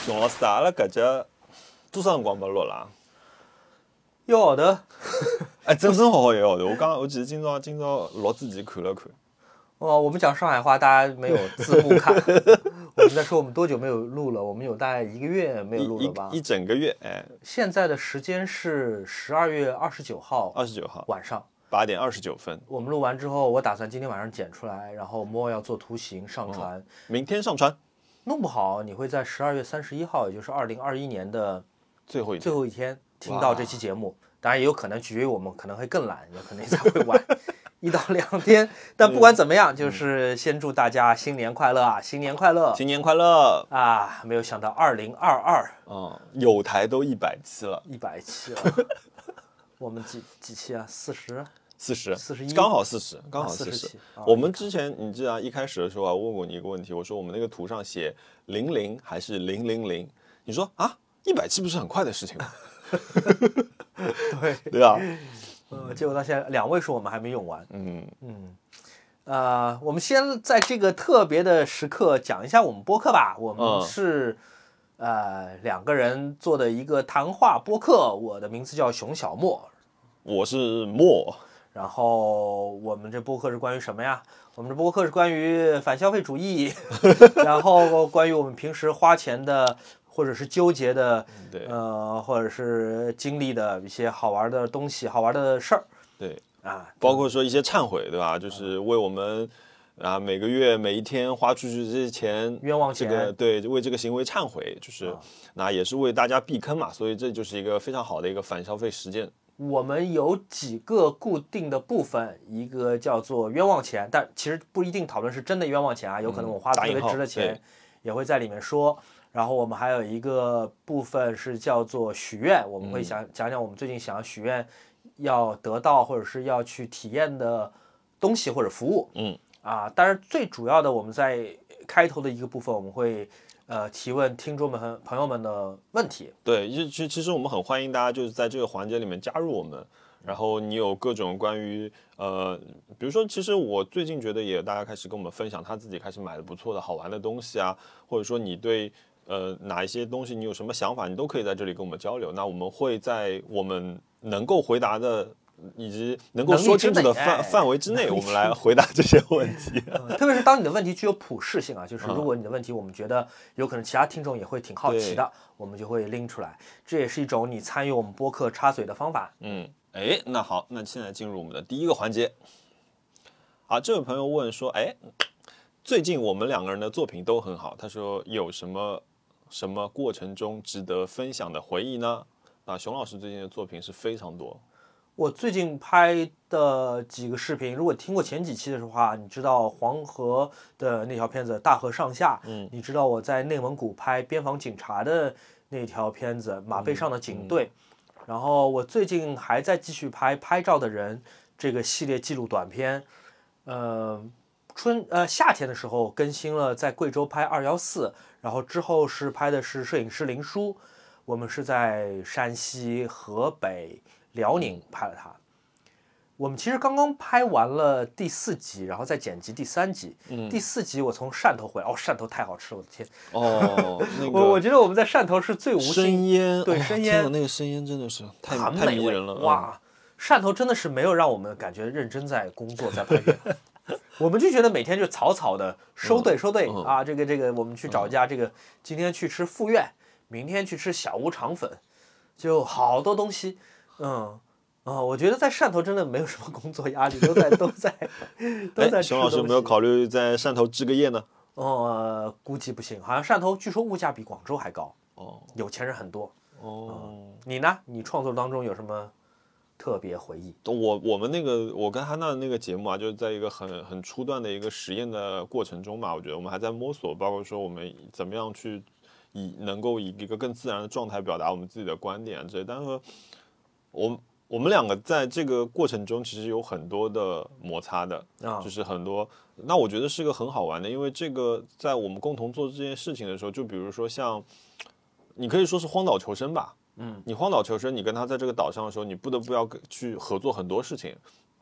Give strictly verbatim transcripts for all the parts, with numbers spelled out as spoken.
熊老师，阿拉搿节多少辰光没录了？ 一个号头。 哎，整整好好一个号头。我刚，我其实今朝今朝录之前看了看。 哦，我们讲上海话，大家没有字幕看。我们在说我们多久没有录了？我们有大概一个月没有录了吧？ 一一整个月，哎。 现在的时间是十二月二十九号， 二十九号晚上八点二十九分。 我们录完之后，我打算今天晚上剪出来，然后摸要做图形上传， 哦、明天上传。 弄不好你会在十二月三十一号，也就是二零二一年的最后一天最后一天听到这期节目。当然也有可能取决于我们，可能会更懒，也可能才会晚一到两天。但不管怎么样，就是先祝大家新年快乐啊！新年快乐！ 新年快乐啊！没有想到二零二二， 嗯，有台都一百期了， 一百期了。我们几几期啊？四十。 四十， 四十一， 刚好四十，刚好四十。 啊、 我们之前你记得、啊、一开始的时候啊，问过你一个问题，我说我们那个图上写零零还是零零零？你说啊，一百期不是很快的事情吗？ 对对啊， 呃，结果到现在两位数我们还没用完。 嗯嗯，呃，我们先在这个特别的时刻讲一下我们播客吧。我们是、嗯、呃两个人做的一个谈话播客，我的名字叫熊小莫。 我是莫， 然后我们这播客是关于什么呀？我们这播客是关于反消费主义，然后关于我们平时花钱的，或者是纠结的， 对， 呃，或者是经历的一些好玩的东西、好玩的事儿。 对啊， 包括说一些忏悔，对吧？就是为我们啊每个月每一天花出去这些钱， 冤枉钱， 这个对，为这个行为忏悔，就是、啊、那也是为大家避坑嘛，所以这就是一个非常好的一个反消费实践。 我们有几个固定的部分，一个叫做冤枉钱，但其实不一定讨论是真的冤枉钱啊，有可能我花的特别值的钱、嗯、也会在里面说。然后我们还有一个部分是叫做许愿，我们会想、嗯、讲讲我们最近想要许愿要得到或者是要去体验的东西或者服务。 嗯啊，当然最主要的我们在开头的一个部分我们会呃，提问听众们和朋友们的问题。 对，其实其实我们很欢迎大家就是在这个环节里面加入我们。然后你有各种关于呃，比如说，其实我最近觉得也大家开始跟我们分享他自己开始买的不错的好玩的东西啊，或者说你对呃哪一些东西你有什么想法，你都可以在这里跟我们交流。那我们会在我们能够回答的以及能够说清楚的范范围之内，我们来回答这些问题。 嗯、特别是当你的问题具有普适性啊，就是如果你的问题我们觉得有可能其他听众也会挺好奇的，嗯、我们就会拎出来。这也是一种你参与我们播客插嘴的方法。 嗯，哎，那好，那现在进入我们的第一个环节。好，这位朋友问说，哎，最近我们两个人的作品都很好，他说有什么什么过程中值得分享的回忆呢？那熊老师最近的作品是非常多。 我最近拍的几个视频，如果听过前几期的话，你知道黄河的那条片子《大河上下》， 嗯， 你知道我在内蒙古拍边防警察的那条片子《马背上的警队》，嗯，然后我最近还在继续拍《拍照的人》这个系列记录短片，呃，春呃夏天的时候更新了在贵州拍二一四，然后之后是拍的是摄影师林叔，我们是在山西、河北、辽宁拍了它。我们其实刚刚拍完了第四集，然后再剪辑第三集。嗯，第四集我从汕头回来，哦，汕头太好吃了，我的天！ 哦，那个、 我我觉得我们在汕头是最无心生腌， 对生腌、 哦，那个生腌真的是太很太迷人了， 哇！汕头真的是没有让我们感觉认真在工作在拍片，我们就觉得每天就草草的收队收队、 嗯、 啊，这个这个我们去找一家、嗯、这个今天去吃富苑，明天去吃小屋肠粉，就好多东西，嗯。哦，我觉得在汕头真的没有什么工作压力，都在都在都在吃。 熊老师有没有考虑在汕头置个业呢？ 哦、呃，估计不行，好像汕头据说物价比广州还高。 哦， 有钱人很多。 哦、 嗯，你呢？你创作当中有什么特别回忆？ 我我们那个我跟汉娜的那个节目啊，就是在一个很很初段的一个实验的过程中嘛，我觉得我们还在摸索，包括说我们怎么样去以能够以一个更自然的状态表达我们自己的观点啊之类。但是我。我们两个在这个过程中其实有很多的摩擦的， 啊， 就是很多。那我觉得是个很好玩的，因为这个在我们共同做这件事情的时候，就比如说像，你可以说是荒岛求生吧， 嗯， 你荒岛求生，你跟他在这个岛上的时候，你不得不要去合作很多事情。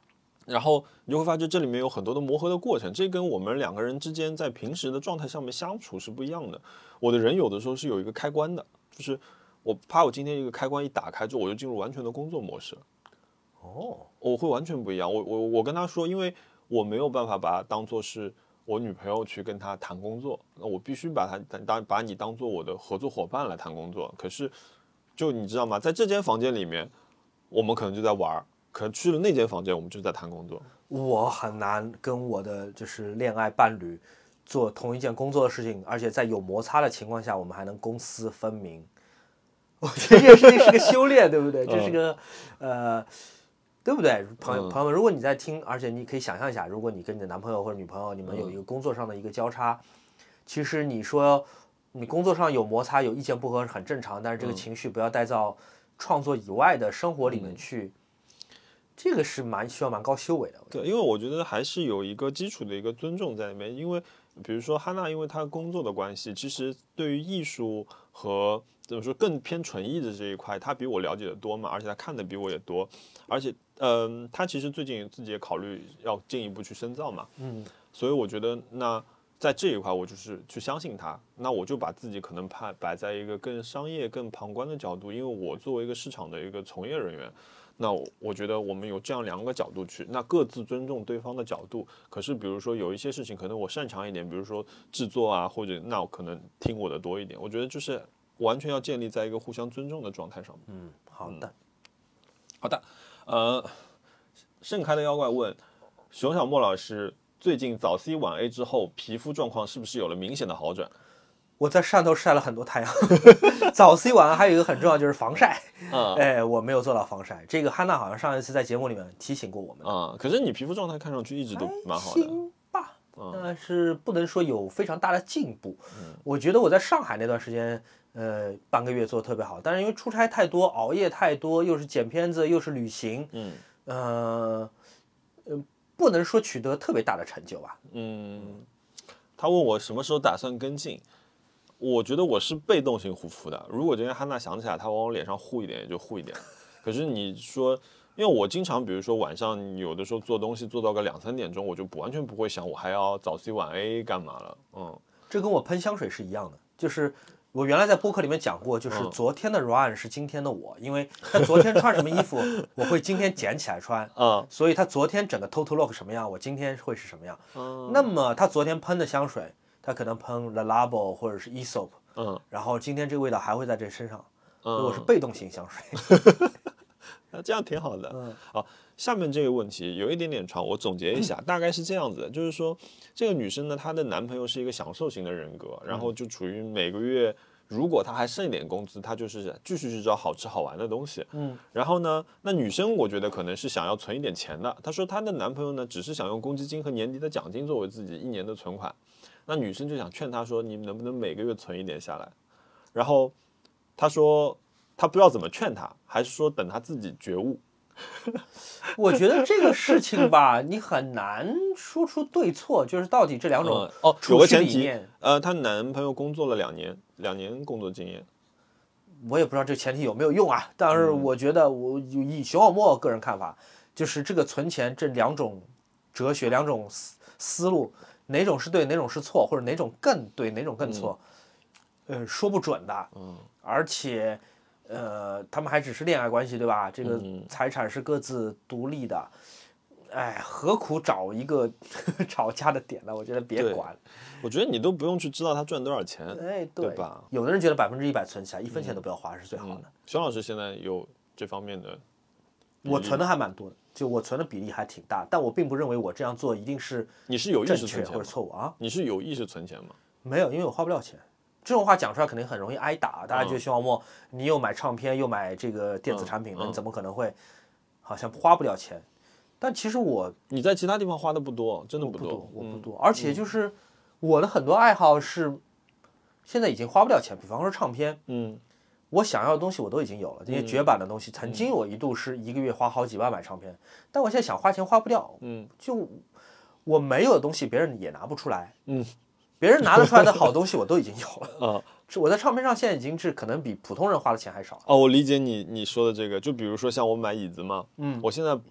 然后你就会发现这里面有很多的磨合的过程，这跟我们两个人之间在平时的状态上面相处是不一样的。我的人有的时候是有一个开关的，就是我怕我今天一个开关一打开之后，我就进入完全的工作模式。 哦， 我会完全不一样。我我我跟他说，因为我没有办法把它当做是我女朋友去跟他谈工作，那我必须把他当把你当做我的合作伙伴来谈工作。可是，就你知道吗？在这间房间里面，我们可能就在玩，可能去了那间房间，我们就在谈工作。 我很难跟我的就是恋爱伴侣做同一件工作的事情，而且在有摩擦的情况下，我们还能公私分明。我觉得这个事情是个修炼，对不对？这是个，呃。对不对，朋友朋友们？如果你在听，而且你可以想象一下，如果你跟你的男朋友或者女朋友，你们有一个工作上的一个交叉，其实你说你工作上有摩擦、有意见不合是很正常，但是这个情绪不要带到创作以外的生活里面去，这个是蛮需要蛮高修为的。 对，因为我觉得还是有一个基础的一个尊重在里面。因为比如说哈娜，因为她工作的关系，其实对于艺术和怎么说更偏纯艺的这一块，她比我了解的多嘛，而且她看的比我也多，而且。嗯，他其实最近自己也考虑要进一步去深造嘛， 嗯， 所以我觉得那在这一块我就是去相信他，那我就把自己可能摆摆在一个更商业、更旁观的角度，因为我作为一个市场的一个从业人员，那我我觉得我们有这样两个角度去，那各自尊重对方的角度。可是比如说有一些事情可能我擅长一点，比如说制作啊，或者那我可能听我的多一点。我觉得就是完全要建立在一个互相尊重的状态上。 嗯，好的，嗯、 好的。呃，盛开的妖怪问熊小莫老师，最近早 C 晚 A 之后，皮肤状况是不是有了明显的好转？ 我在汕头晒了很多太阳，早 C 晚 A 还有一个很重要就是防晒。嗯、哎，我没有做到防晒。这个汉娜好像上一次在节目里面提醒过我们。 啊、嗯，可是你皮肤状态看上去一直都蛮好的。 行吧，但是不能说有非常大的进步。嗯、我觉得我在上海那段时间。呃，半个月做得特别好，但是因为出差太多，熬夜太多，又是剪片子，又是旅行， 嗯， 呃，呃，不能说取得特别大的成就吧。 嗯，他问我什么时候打算跟进，我觉得我是被动型护肤的。如果今天汉娜想起来，她往我脸上护一点，也就护一点。可是你说，因为我经常，比如说晚上有的时候做东西做到个两三点钟，我就不完全不会想我还要早 C 晚 A 干嘛了。嗯， 这跟我喷香水是一样的，就是。我原来在播客里面讲过，就是昨天的 Ryan 是今天的我，因为他昨天穿什么衣服，我会今天捡起来穿， 嗯， 所以他昨天整个 total look 什么样，我今天会是什么样。嗯，那么他昨天喷的香水，他可能喷 Le Labo 或者是 Aesop， 嗯，然后今天这个味道还会在这身上，所以我是被动型香水。 那这样挺好的。嗯，好，下面这个问题有一点点长，我总结一下，大概是这样子的，就是说这个女生呢，她的男朋友是一个享受型的人格，然后就处于每个月如果她还剩一点工资，她就是继续去找好吃好玩的东西。嗯，然后呢，那女生我觉得可能是想要存一点钱的，她说她的男朋友呢，只是想用公积金和年底的奖金作为自己一年的存款，那女生就想劝他说，你能不能每个月存一点下来？然后她说。他不知道怎么劝他，还是说等他自己觉悟？ 我觉得这个事情吧，你很难说出对错，就是到底这两种、 嗯、哦，有个前提，呃，她男朋友工作了两年，两年工作经验， 我也不知道这前提有没有用啊。但是我觉得，我以熊小莫个人看法，就是这个存钱这两种哲学、两种思思路，哪种是对，哪种是错，或者哪种更对，哪种更错，嗯、呃，说不准的。嗯，而且。呃，他们还只是恋爱关系，对吧？这个财产是各自独立的，哎，何苦找一个吵架的点呢？我觉得别管。 我觉得你都不用去知道他赚多少钱， 哎，对, 对吧？ 有的人觉得百分之一百存起来，一分钱都不要花是最好的。嗯嗯、 熊老师现在有这方面的， 我存的还蛮多的，就我存的比例还挺大，但我并不认为我这样做一定是你是有意识存钱或者错误啊？ 你是有意识存钱吗？ 没有，因为我花不了钱。这种话讲出来肯定很容易挨打，大家觉得熊小莫，你又买唱片又买这个电子产品了，嗯嗯、你怎么可能会好像花不了钱？但其实我你在其他地方花的不多，真的不多，我不多，嗯、而且就是我的很多爱好是现在已经花不了钱，比方说唱片，嗯，我想要的东西我都已经有了，这些绝版的东西，曾经我一度是一个月花好几万买唱片，但我现在想花钱花不掉，嗯，就我没有的东西别人也拿不出来，嗯。别人拿得出来的好东西我都已经有了啊！我在唱片上现在已经是可能比普通人花的钱还少哦。我理解你你说的这个，就比如说像我买椅子嘛，嗯，我现在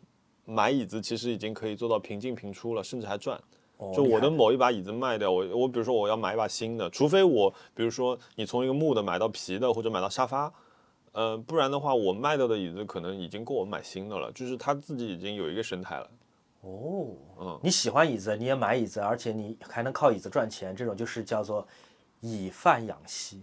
买椅子其实已经可以做到平进平出了，甚至还赚。 哦、 就我的某一把椅子卖掉，我我比如说我要买一把新的，除非我比如说你从一个木的买到皮的，或者买到沙发，呃，不然的话我卖掉的椅子可能已经够我买新的了，就是它自己已经有一个生态了。 哦， 嗯， 你喜欢椅子，你也买椅子，而且你还能靠椅子赚钱，这种就是叫做以贩养吸，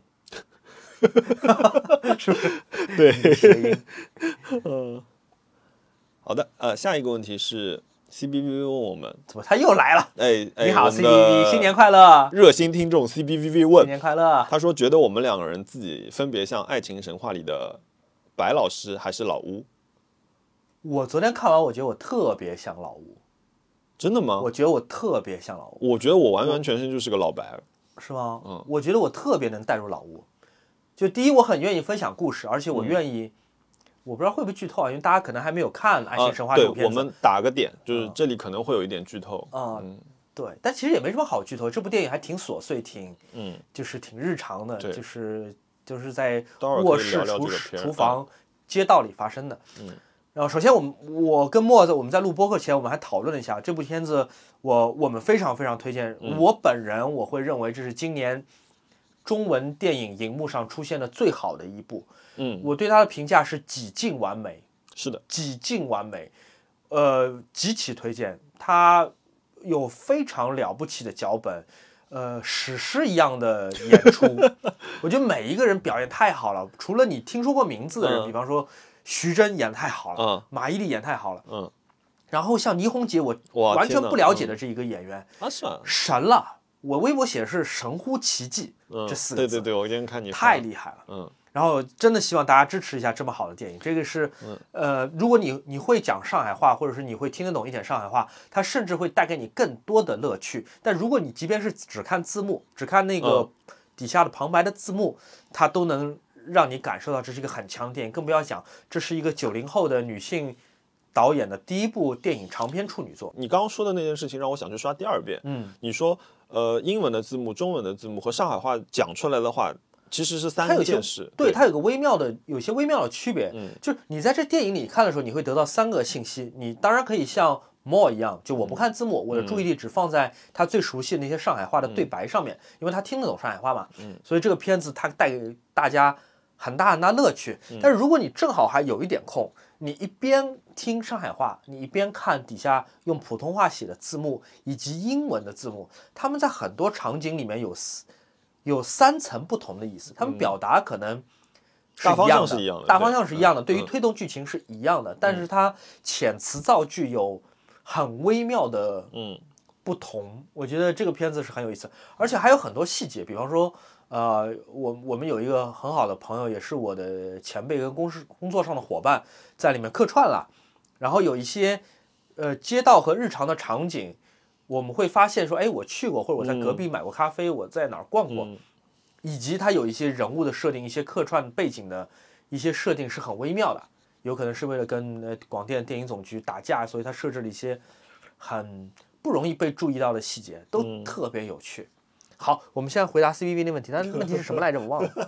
是不是？ 对， 谐音。 嗯，好的，呃，下一个问题是 C B V V 问我们， 怎么他又来了？ 哎哎， 你好我们 ，C B V， 新年快乐！ 热心听众 C B V V 新问， 年快乐！ 他说觉得我们两个人自己分别像爱情神话里的白老师还是老乌。 我昨天看完，我觉得我特别像老吴。 真的吗？ 我觉得我特别像老吴。 我觉得我完完全全就是个老白。 是吗？ 嗯， 我觉得我特别能带入老吴。就第一，我很愿意分享故事，而且我愿意，嗯、我不知道会不会剧透啊，因为大家可能还没有看《爱情神话》这部片子、 啊。对，我们打个点，就是这里可能会有一点剧透。 啊、 嗯， 对，但其实也没什么好剧透。这部电影还挺琐碎，挺嗯， 就是挺日常的， 对就是就是在待会儿可以卧室、 聊聊厨这个片儿厨房、街道里发生的。 嗯。 然后，首先我们我跟莫子我们在录播客前，我们还讨论了一下这部片子我，我我们非常非常推荐。 嗯、 我本人我会认为这是今年中文电影荧幕上出现的最好的一部。 嗯， 我对它的评价是几近完美。 是的， 几近完美，呃，极其推荐。它有非常了不起的脚本，呃，史诗一样的演出。我觉得每一个人表演太好了，除了你听说过名字的人， 嗯、 比方说。徐峥演太好了， 嗯、 马伊琍演太好了， 嗯， 然后像倪虹洁，我完全不了解的这一个演员， 啊是啊， 神了！我微博写的是神乎其技， 嗯、 这四个字， 对对对，我今天看你太厉害了， 嗯， 然后真的希望大家支持一下这么好的电影，这个是， 嗯、 呃，如果你你会讲上海话，或者是你会听得懂一点上海话，它甚至会带给你更多的乐趣。但如果你即便是只看字幕，只看那个底下的旁白的字幕，它都能。让你感受到这是一个很强的电影，更不要讲这是一个九零后的女性导演的第一部电影长篇处女作。 你刚刚说的那件事情让我想去刷第二遍。 嗯， 你说呃英文的字幕、中文的字幕和上海话讲出来的话，其实是三件事。 对，它有个微妙的、有些微妙的区别。 嗯， 就是你在这电影里看的时候，你会得到三个信息。你当然可以像 More 一样，就我不看字幕， 嗯、 我的注意力只放在他最熟悉的那些上海话的对白上面，嗯、因为他听得懂上海话嘛。 嗯， 所以这个片子它带给大家。很大很大乐趣，但是如果你正好还有一点空，你一边听上海话，你一边看底下用普通话写的字幕以及英文的字幕，他们在很多场景里面有有三层不同的意思，他们表达可能是一样的， 大方向是一样的， 大方向是一样的，对于推动剧情是一样的，但是它遣词造句有很微妙的不同，我觉得这个片子是很有意思，而且还有很多细节，比方说。呃，我我们有一个很好的朋友，也是我的前辈跟公司工作上的伙伴，在里面客串了。然后有一些呃街道和日常的场景，我们会发现说，哎，我去过，或者我在隔壁买过咖啡，嗯、我在哪儿逛过， 嗯、 以及它有一些人物的设定，一些客串背景的一些设定是很微妙的，有可能是为了跟呃广电电影总局打架，所以它设置了一些很不容易被注意到的细节，都特别有趣。嗯好，我们现在回答 C B V 那问题，但问题是什么来着？我忘了。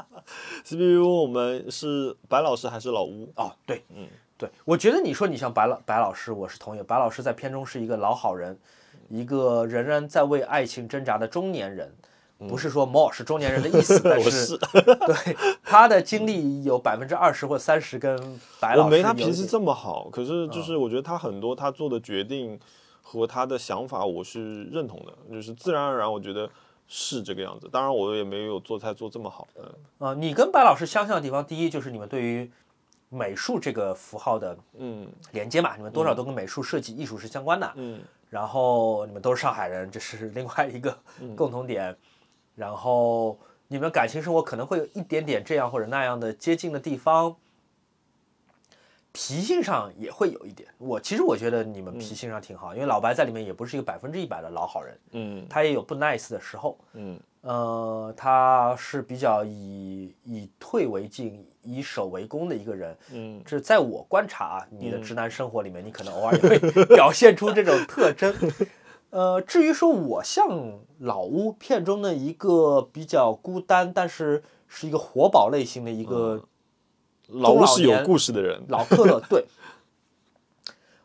C B V 问我们是白老师还是老吴？ 哦，对， 嗯， 对，我觉得你说你像白老白老师，我是同意。白老师在片中是一个老好人，一个仍然在为爱情挣扎的中年人，不是说 more 是中年人的意思，但是对他的经历有百分之二十或三十跟白老师。 我没他脾气这么好，可是就是我觉得他很多他做的决定。和他的想法我是认同的，就是自然而然，我觉得是这个样子。当然，我也没有做菜做这么好。嗯， 呃，你跟白老师相像的地方，第一就是你们对于美术这个符号的嗯连接嘛，你们多少都跟美术设计、艺术是相关的。嗯，然后你们都是上海人，这是另外一个共同点。嗯、然后你们感情生活可能会有一点点这样或者那样的接近的地方。脾性上也会有一点，我其实我觉得你们脾性上挺好，嗯、因为老白在里面也不是一个百分之一百的老好人，嗯，他也有不 nice 的时候，嗯，呃，他是比较以以退为进，以守为攻的一个人，嗯，这在我观察你的直男生活里面，嗯、你可能偶尔也会表现出这种特征，呃，至于说我像老乌片中的一个比较孤单，但是是一个活宝类型的一个。 嗯老吴是有故事的人， 老克勒对，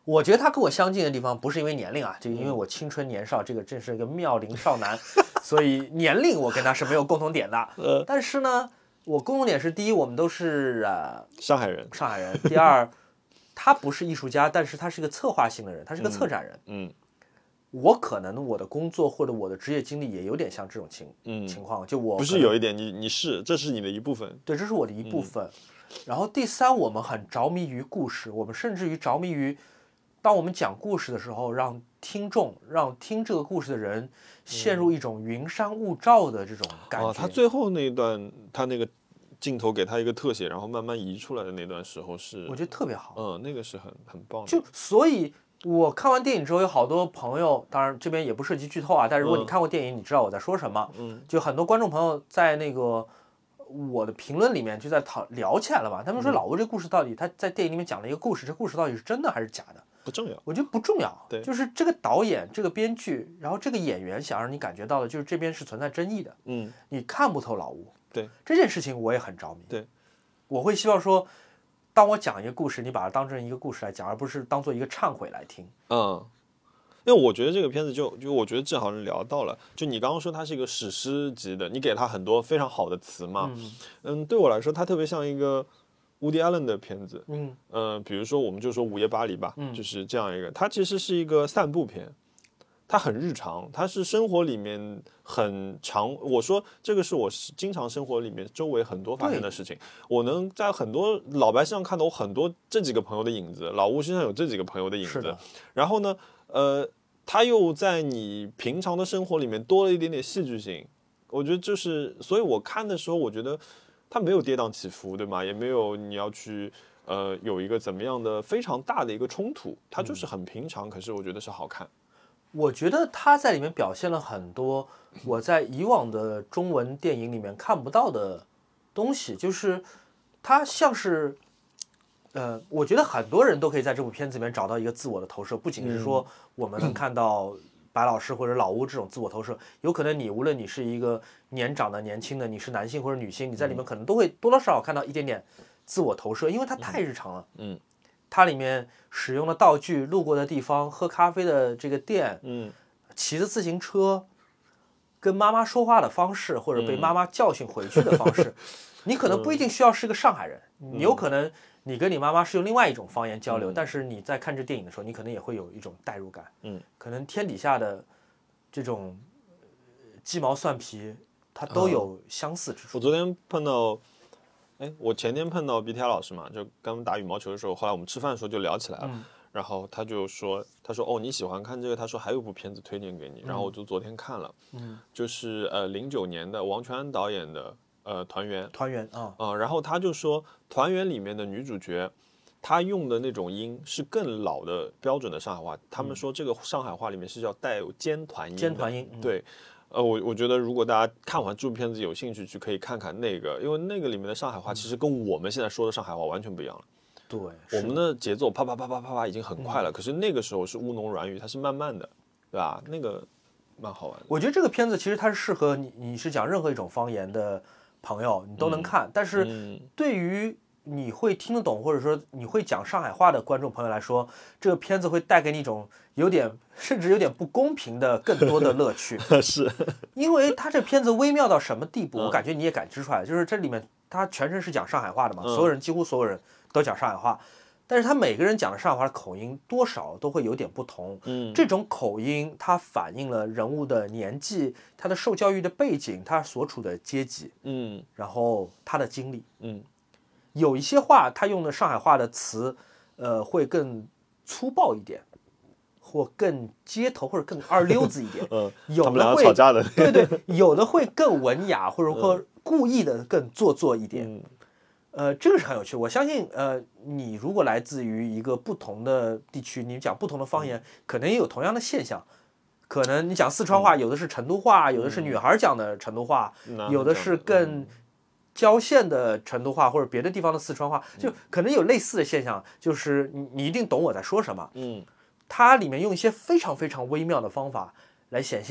我觉得他跟我相近的地方不是因为年龄啊，就因为我青春年少，这个正是一个妙龄少男，所以年龄我跟他是没有共同点的。 呃， 但是呢，我共同点是第一，我们都是呃上海人， 上海人；第二，他不是艺术家，但是他是个策划性的人，他是个策展人。 嗯我可能我的工作或者我的职业经历也有点像这种情、 嗯， 情况，就我不是有一点，你你是这是你的一部分。 对，这是我的一部分。嗯、然后第三，我们很着迷于故事，我们甚至于着迷于，当我们讲故事的时候，让听众、让听这个故事的人陷入一种云山雾罩的这种感觉。 哦，他最后那一段，他那个镜头给他一个特写，然后慢慢移出来的那段时候是， 我觉得特别好。 嗯，那个是很很棒的。 就所以。我看完电影之后，有好多朋友，当然这边也不涉及剧透啊，但如果你看过电影，你知道我在说什么。 嗯， 就很多观众朋友在那个我的评论里面就在讨聊起来了嘛。他们说老吴这故事到底他在电影里面讲了一个故事，这故事到底是真的还是假的？ 不重要， 我觉得不重要。 对， 就是这个导演、这个编剧，然后这个演员想让你感觉到的，就是这边是存在争议的。 嗯， 你看不透老吴。 对， 这件事情我也很着迷。 对， 我会希望说。当我讲一个故事，你把它当成一个故事来讲，而不是当做一个忏悔来听。 嗯，因为我觉得这个片子就就我觉得正好是聊到了，就你刚刚说它是一个史诗级的，你给它很多非常好的词嘛。嗯, 嗯，对我来说，它特别像一个Woody Allen 的片子。嗯呃，比如说我们就说《午夜巴黎》吧，嗯、就是这样一个，它其实是一个散步片。它很日常，它是生活里面很常。我说这个是我经常生活里面周围很多发生的事情，我能在很多老白身上看到我很多这几个朋友的影子，老吴身上有这几个朋友的影子。然后呢，呃，他又在你平常的生活里面多了一点点戏剧性。我觉得就是，所以我看的时候，我觉得它没有跌宕起伏，对吗？也没有你要去呃有一个怎么样的非常大的一个冲突，它就是很平常，嗯、可是我觉得是好看。 我觉得他在里面表现了很多我在以往的中文电影里面看不到的东西，就是他像是，呃，我觉得很多人都可以在这部片子里面找到一个自我的投射，不仅是说我们能看到白老师或者老吴这种自我投射，有可能你无论你是一个年长的、年轻的，你是男性或者女性，你在里面可能都会多多少少看到一点点自我投射，因为它太日常了。嗯。它里面使用的道具、路过的地方、喝咖啡的这个店，嗯，骑的自行车，跟妈妈说话的方式，或者被妈妈教训回去的方式，嗯、你可能不一定需要是个上海人，嗯、你有可能你跟你妈妈是用另外一种方言交流，嗯、但是你在看这电影的时候，你可能也会有一种代入感，嗯，可能天底下的这种鸡毛蒜皮，它都有相似之处。 我昨天碰到。哎，我前天碰到 B T I 老师嘛，就刚刚打羽毛球的时候，后来我们吃饭的时候就聊起来了。嗯、然后他就说，他说哦你喜欢看这个，他说还有部片子推荐给你，然后我就昨天看了，嗯，就是呃零九年的王全安导演的呃团圆。 团圆啊啊、呃，然后他就说团圆里面的女主角，她用的那种音是更老的标准的上海话，他们说这个上海话里面是叫带有尖团音的。 尖团音， 嗯、对。呃，我我觉得如果大家看完这部片子有兴趣去可以看看那个，因为那个里面的上海话其实跟我们现在说的上海话完全不一样了。 对， 我们的节奏啪啪啪啪啪啪已经很快了，嗯、可是那个时候是乌侬软语，它是慢慢的，对吧？那个蛮好玩的。 我觉得这个片子其实它是适合你，你是讲任何一种方言的朋友，你都能看。嗯、但是对于你会听得懂或者说你会讲上海话的观众朋友来说，这个片子会带给你一种有点甚至有点不公平的更多的乐趣。 是因为它这片子微妙到什么地步，我感觉你也感知出来，就是这里面它全程是讲上海话的嘛，所有人几乎所有人都讲上海话，但是他每个人讲的上海话的口音多少都会有点不同。嗯，这种口音它反映了人物的年纪、他的受教育的背景、他所处的阶级，嗯，然后他的经历，嗯。有一些话，他用的上海话的词，呃，会更粗暴一点，或更街头，或者更二溜子一点。 嗯， 有的会他们俩吵架的。 对对，有的会更文雅，或者说故意的更做作一点。嗯、呃，这个是很有趣。我相信，呃，你如果来自于一个不同的地区，你讲不同的方言，嗯、可能也有同样的现象。可能你讲四川话，有的是成都话，嗯、有的是女孩讲的成都话，嗯、有的是更。郊县的成都话或者别的地方的四川话，就可能有类似的现象，就是你你一定懂我在说什么。嗯，它里面用一些非常非常微妙的方法来显现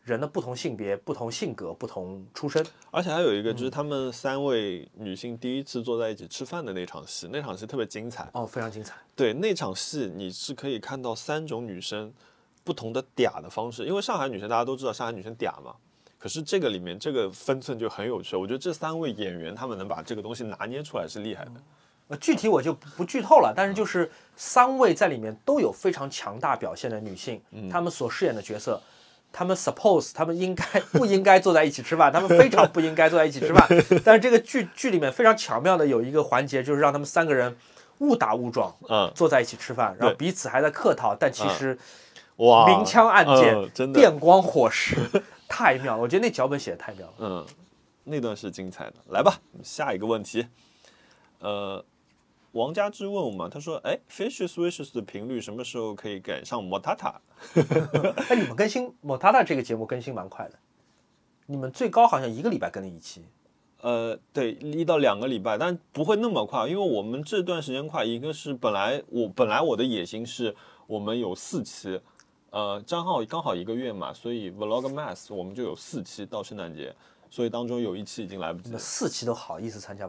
人的不同性别、不同性格、不同出身。 而且还有一个就是他们三位女性第一次坐在一起吃饭的那场戏，那场戏特别精彩哦，非常精彩。 对，那场戏你是可以看到三种女生不同的嗲的方式，因为上海女生大家都知道上海女生嗲嘛，可是这个里面这个分寸就很有趣，我觉得这三位演员他们能把这个东西拿捏出来是厉害的。 呃，具体我就不剧透了，但是就是三位在里面都有非常强大表现的女性， 嗯她们所饰演的角色。他们 suppose 他们应该不应该坐在一起吃饭，他们非常不应该坐在一起吃饭。但是这个剧剧里面非常巧妙的有一个环节，就是让他们三个人误打误撞， 嗯， 坐在一起吃饭，然后彼此还在客套，但其实哇， 明枪暗箭， 嗯、真的电光火石，太妙了！我觉得那脚本写的太妙了。 嗯，那段是精彩的。来吧，下一个问题，呃。王家之问我们，他说：“哎 ，Fishes Wishes 的频率什么时候可以赶上 Motata？” 哎，你们更新 Motata 这个节目更新蛮快的，你们最高好像一个礼拜更了一期。 呃，对，一到两个礼拜，但不会那么快，因为我们这段时间快，一个是本来我本来我的野心是我们有四期，呃，账号刚好一个月嘛，所以 Vlogmas 我们就有四期到圣诞节。所以当中有一期已经来不及了， 四期都好意思参加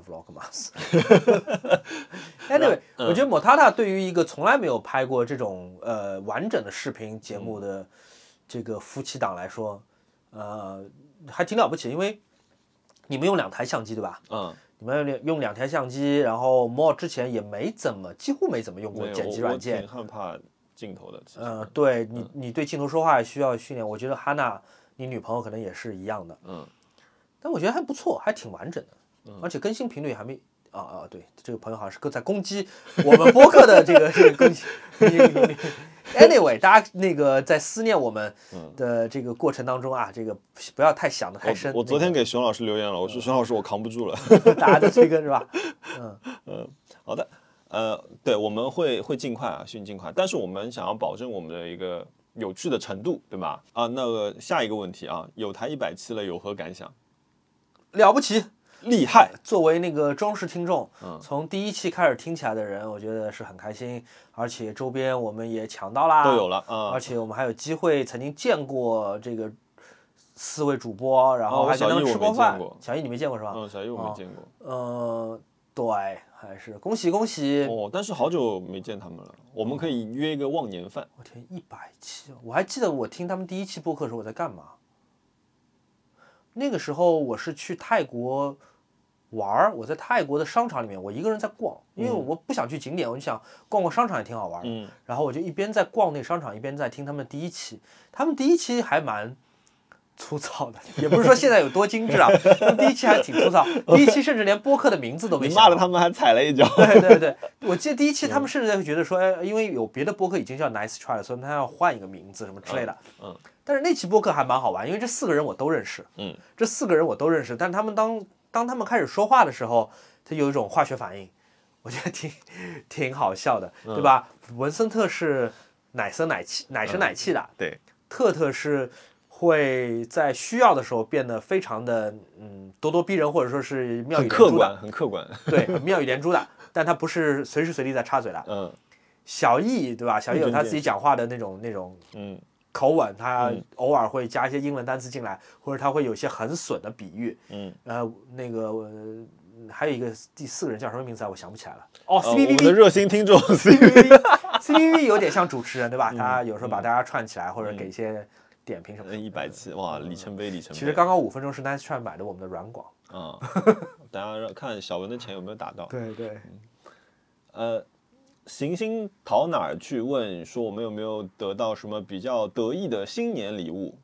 Vlogmas。Anyway，、嗯、我觉得 Motata 对于一个从来没有拍过这种呃完整的视频节目的这个夫妻档来说，呃，还挺了不起，因为你们用两台相机对吧？ 嗯， 你们用两台相机，然后 Mo 之前也没怎么，几乎没怎么用过剪辑软件。 我挺害怕镜头的。 嗯、呃，对你，你对镜头说话需要训练。我觉得 Hannah， 你女朋友可能也是一样的。 嗯。 但我觉得还不错，还挺完整的，而且更新频率还没啊啊！对，这个朋友好像是在攻击我们播客的这个这个更新频率。Anyway， 大家那个在思念我们的这个过程当中啊，这个不要太想得太深。 我, 我昨天给熊老师留言了，我说熊老师我扛不住了， 大家都催更是吧？ 嗯嗯，好的，呃，对，我们会会尽快啊，迅尽快，但是我们想要保证我们的一个有趣的程度，对吧？啊，那个下一个问题啊，有台一百期了，有何感想？ 了不起， 厉害！ 作为那个忠实听众， 嗯， 从第一期开始听起来的人，我觉得是很开心，而且周边我们也抢到啦， 都有了啊、嗯， 而且我们还有机会曾经见过这个四位主播，然后还跟他们吃过饭。 哦、 小易你没见过是吧？ 嗯，小易我没见过。 嗯、呃，对，还是恭喜恭喜哦！但是好久没见他们了，我们可以约一个忘年饭。 我天，一百期！我还记得我听他们第一期播客的时候我在干嘛。那个时候我是去泰国玩，我在泰国的商场里面，我一个人在逛，因为我不想去景点，我就想逛逛商场也挺好玩的。 嗯， 然后我就一边在逛那个商场，一边在听他们第一期。他们第一期还蛮粗糙的，也不是说现在有多精致啊，他们第一期还挺粗糙。第一期甚至连播客的名字都没想。 你骂了他们还踩了一脚。 对对对，我记得第一期他们甚至会觉得说，哎，因为有别的播客已经叫 Nice Try 了，所以他要换一个名字什么之类的。 嗯。嗯， 但是那期播客还蛮好玩，因为这四个人我都认识， 嗯， 这四个人我都认识，但他们当当他们开始说话的时候，他有一种化学反应，我觉得挺挺好笑的，对吧？嗯、文森特是奶声奶气、奶声奶气的， 嗯、对， 特特是会在需要的时候变得非常的嗯咄咄逼人，或者说是妙语连珠的， 很客观， 对，妙语连珠的，但他不是随时随地在插嘴的， 嗯， 小易对吧？小易有他自己讲话的那种那种，嗯。口吻，他偶尔会加一些英文单词进来，或者他会有一些很损的比喻。嗯，呃，那个、呃、还有一个第四个人叫什么名字啊？我想不起来了。哦 ，C B B B，、呃、 我们的热心听众 C B B B，C B B B 有点像主持人对吧？嗯、他有时候把大家串起来，或者给一些点评什么的。 一百期哇，里程碑里程碑。 其实刚刚五分钟是 Nice Try 买的我们的软广啊，大家看小文的钱有没有打到？ 对对， 嗯、呃。行星逃哪儿去问说我们有没有得到什么比较得意的新年礼物？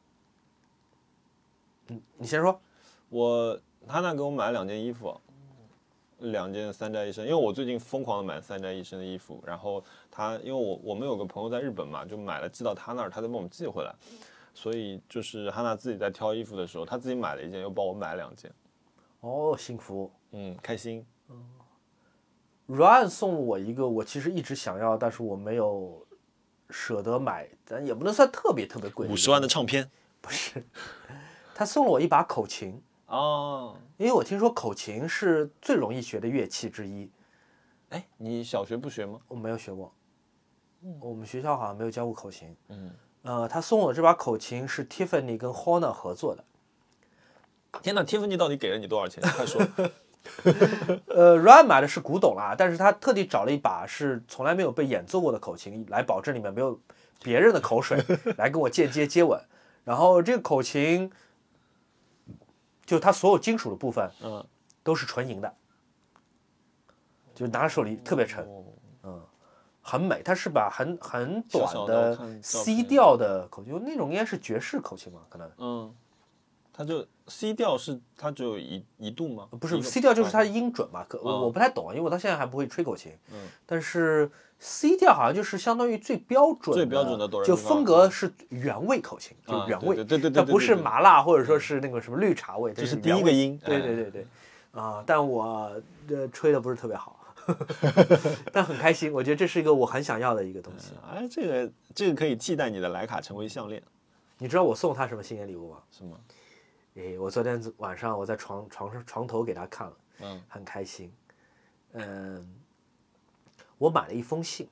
嗯，你先说。 我他那给我买了两件衣服，两件三宅一生，因为我最近疯狂的买三宅一生的衣服。然后他因为我我们有个朋友在日本嘛，就买了寄到他那儿，他再帮我们寄回来。所以就是哈娜自己在挑衣服的时候，他自己买了一件，又帮我买了两件。 哦，幸福。 嗯，开心。 嗯。Ryan 送了我一个我其实一直想要，但是我没有舍得买，但也不能算特别特别贵。 五十万的唱片？ 不是，他送了我一把口琴哦， 因为我听说口琴是最容易学的乐器之一。 哎，你小学不学吗？ 我没有学过，嗯、我们学校好像没有教过口琴。 嗯， 呃，他送我的这把口琴是 Tiffany 跟 Horner 合作的。 天哪 ，Tiffany 到底给了你多少钱？快说。 呃 ，Ryan 买的是古董啦，但是他特地找了一把是从来没有被演奏过的口琴，来保证里面没有别人的口水，来跟我间接接吻。然后这个口琴，就它所有金属的部分， 嗯， 都是纯银的，就拿在手里特别沉，嗯，很美。它是把很很短小小的我看的照 C 片调的口琴，那种应该是爵士口琴嘛，可能。 嗯，它就 C 调是它只有一一度吗？ 不是一个 C 调就是它的音准嘛，可嗯我我不太懂，因为我到现在还不会吹口琴。 嗯， 但是 C 调好像就是相当于最标准的， 最标准的哆来就咪发风格是原味口琴，就啊原味， 对对对对对它不是对对麻辣或者说是那个什么绿茶味， 这是是原味第一个音对哎对对对，啊，但我呃吹的不是特别好，但很开心，我觉得这是一个我很想要的一个东西。 哎，这个这个可以替代你的徕卡成为项链， 你知道我送他什么新年礼物吗？ 是吗？ 诶，我昨天晚上我在床床上床头给他看了， 嗯， 很开心。嗯，我买了一封信。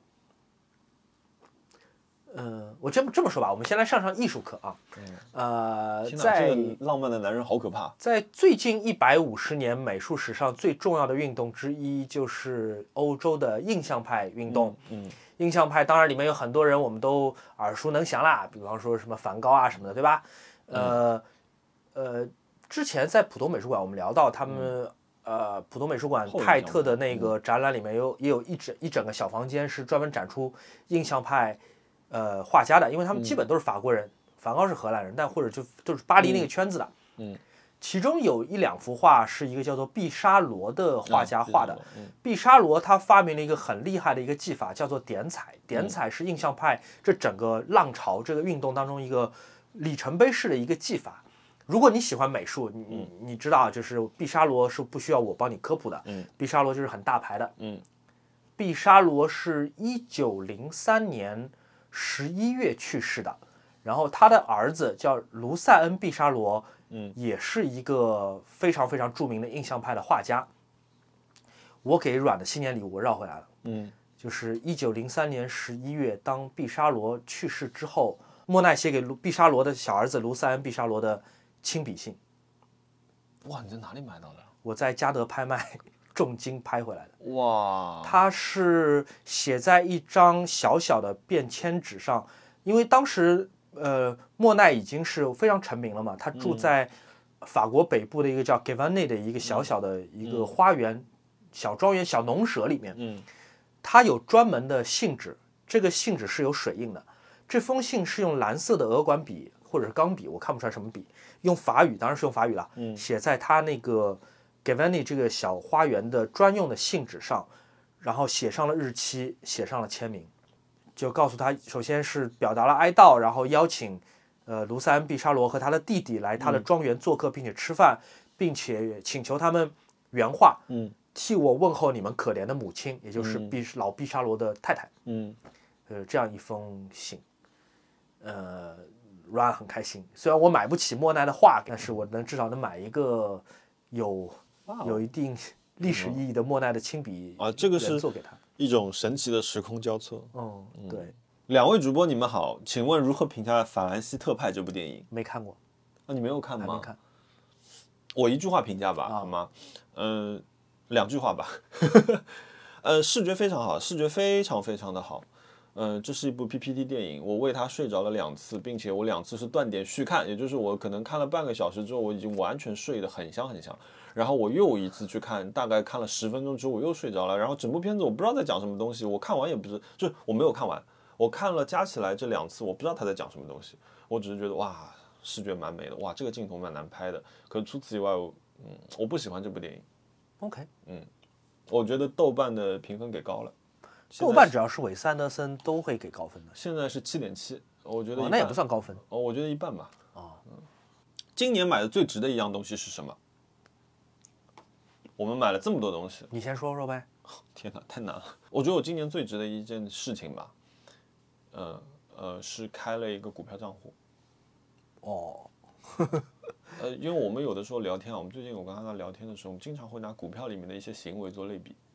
嗯，我这么这么说吧，我们先来上上艺术课啊。呃， 天哪， 在这个浪漫的男人好可怕。 在最近一百五十年美术史上最重要的运动之一，就是欧洲的印象派运动。 嗯， 印象派当然里面有很多人我们都耳熟能详啦，比方说什么梵高啊什么的，对吧？呃呃，之前在浦东美术馆我们聊到他们。呃，浦东美术馆后印象泰特的那个展览里面有也有一整一整个小房间是专门展出印象派呃画家的，因为他们基本都是法国人，梵高是荷兰人，但或者就就是巴黎那个圈子的。 嗯， 其中有一两幅画是一个叫做毕沙罗的画家画的。 嗯毕沙罗他发明了一个很厉害的一个技法，叫做点彩。点彩是印象派这整个浪潮这个运动当中一个里程碑式的一个技法。如果你喜欢美术，你你你知道，就是毕沙罗是不需要我帮你科普的。 嗯， 毕沙罗就是很大牌的。 嗯， 毕沙罗是一九零三年十一月去世的，然后他的儿子叫卢塞恩·毕沙罗， 嗯， 也是一个非常非常著名的印象派的画家。我给阮的新年礼物我绕回来了， 嗯， 就是一九零三年十一月，当毕沙罗去世之后，莫奈写给卢毕沙罗的小儿子卢塞恩·毕沙罗的亲笔信。 哇，你在哪里买到的？ 我在嘉德拍卖重金拍回来的。 哇， 它是写在一张小小的便签纸上，因为当时呃莫奈已经是非常成名了嘛，他住在法国北部的一个叫 Giverny 的一个小小的一个花园、小庄园、小农舍里面， 嗯， 它有专门的信纸，这个信纸是有水印的，这封信是用蓝色的鹅管笔或者是钢笔，我看不出来什么笔，用法语，当然是用法语了， 嗯， 写在他那个 Giverny 这个小花园的专用的信纸上，然后写上了日期，写上了签名，就告诉他，首先是表达了哀悼，然后邀请呃卢塞恩·毕沙罗和他的弟弟来他的庄园做客，并且吃饭，并且请求他们原话， 嗯， 替我问候你们可怜的母亲，也就是毕、老毕沙罗的太太， 嗯， 呃，这样一封信，呃。Ryan 很开心，虽然我买不起莫奈的画，但是我能至少能买一个有有一定历史意义的莫奈的亲笔啊，这个是做给他一种神奇的时空交错。 嗯，对， 两位主播你们好，请问如何评价《法兰西特派》这部电影？ 没看过， 啊，你没有看吗？ 还没看。 我一句话评价吧， 啊好吗？嗯、呃，两句话吧。呃，视觉非常好，视觉非常非常的好。嗯、呃，这是一部 P P T 电影，我为它睡着了两次，并且我两次是断点续看，也就是我可能看了半个小时之后，我已经完全睡得很香很香。然后我又一次去看，大概看了十分钟之后，我又睡着了。然后整部片子我不知道在讲什么东西，我看完也不是，就是我没有看完，我看了加起来这两次，我不知道他在讲什么东西，我只是觉得哇，视觉蛮美的，哇，这个镜头蛮难拍的。可是除此以外，我嗯，我不喜欢这部电影。 OK， 嗯，我觉得豆瓣的评分给高了。 豆瓣只要是韦斯安德森都会给高分的。 现在是七点七，我觉得、 哦、那也不算高分。 哦，我觉得一半吧。 哦， 嗯，今年买的最值的一样东西是什么？我们买了这么多东西， 你先说说呗。 天哪，太难了。我觉得我今年最值的一件事情吧，呃呃，是开了一个股票账户。 哦， 呃，因为我们有的时候聊天啊，我们最近我跟他聊天的时候，我们经常会拿股票里面的一些行为做类比。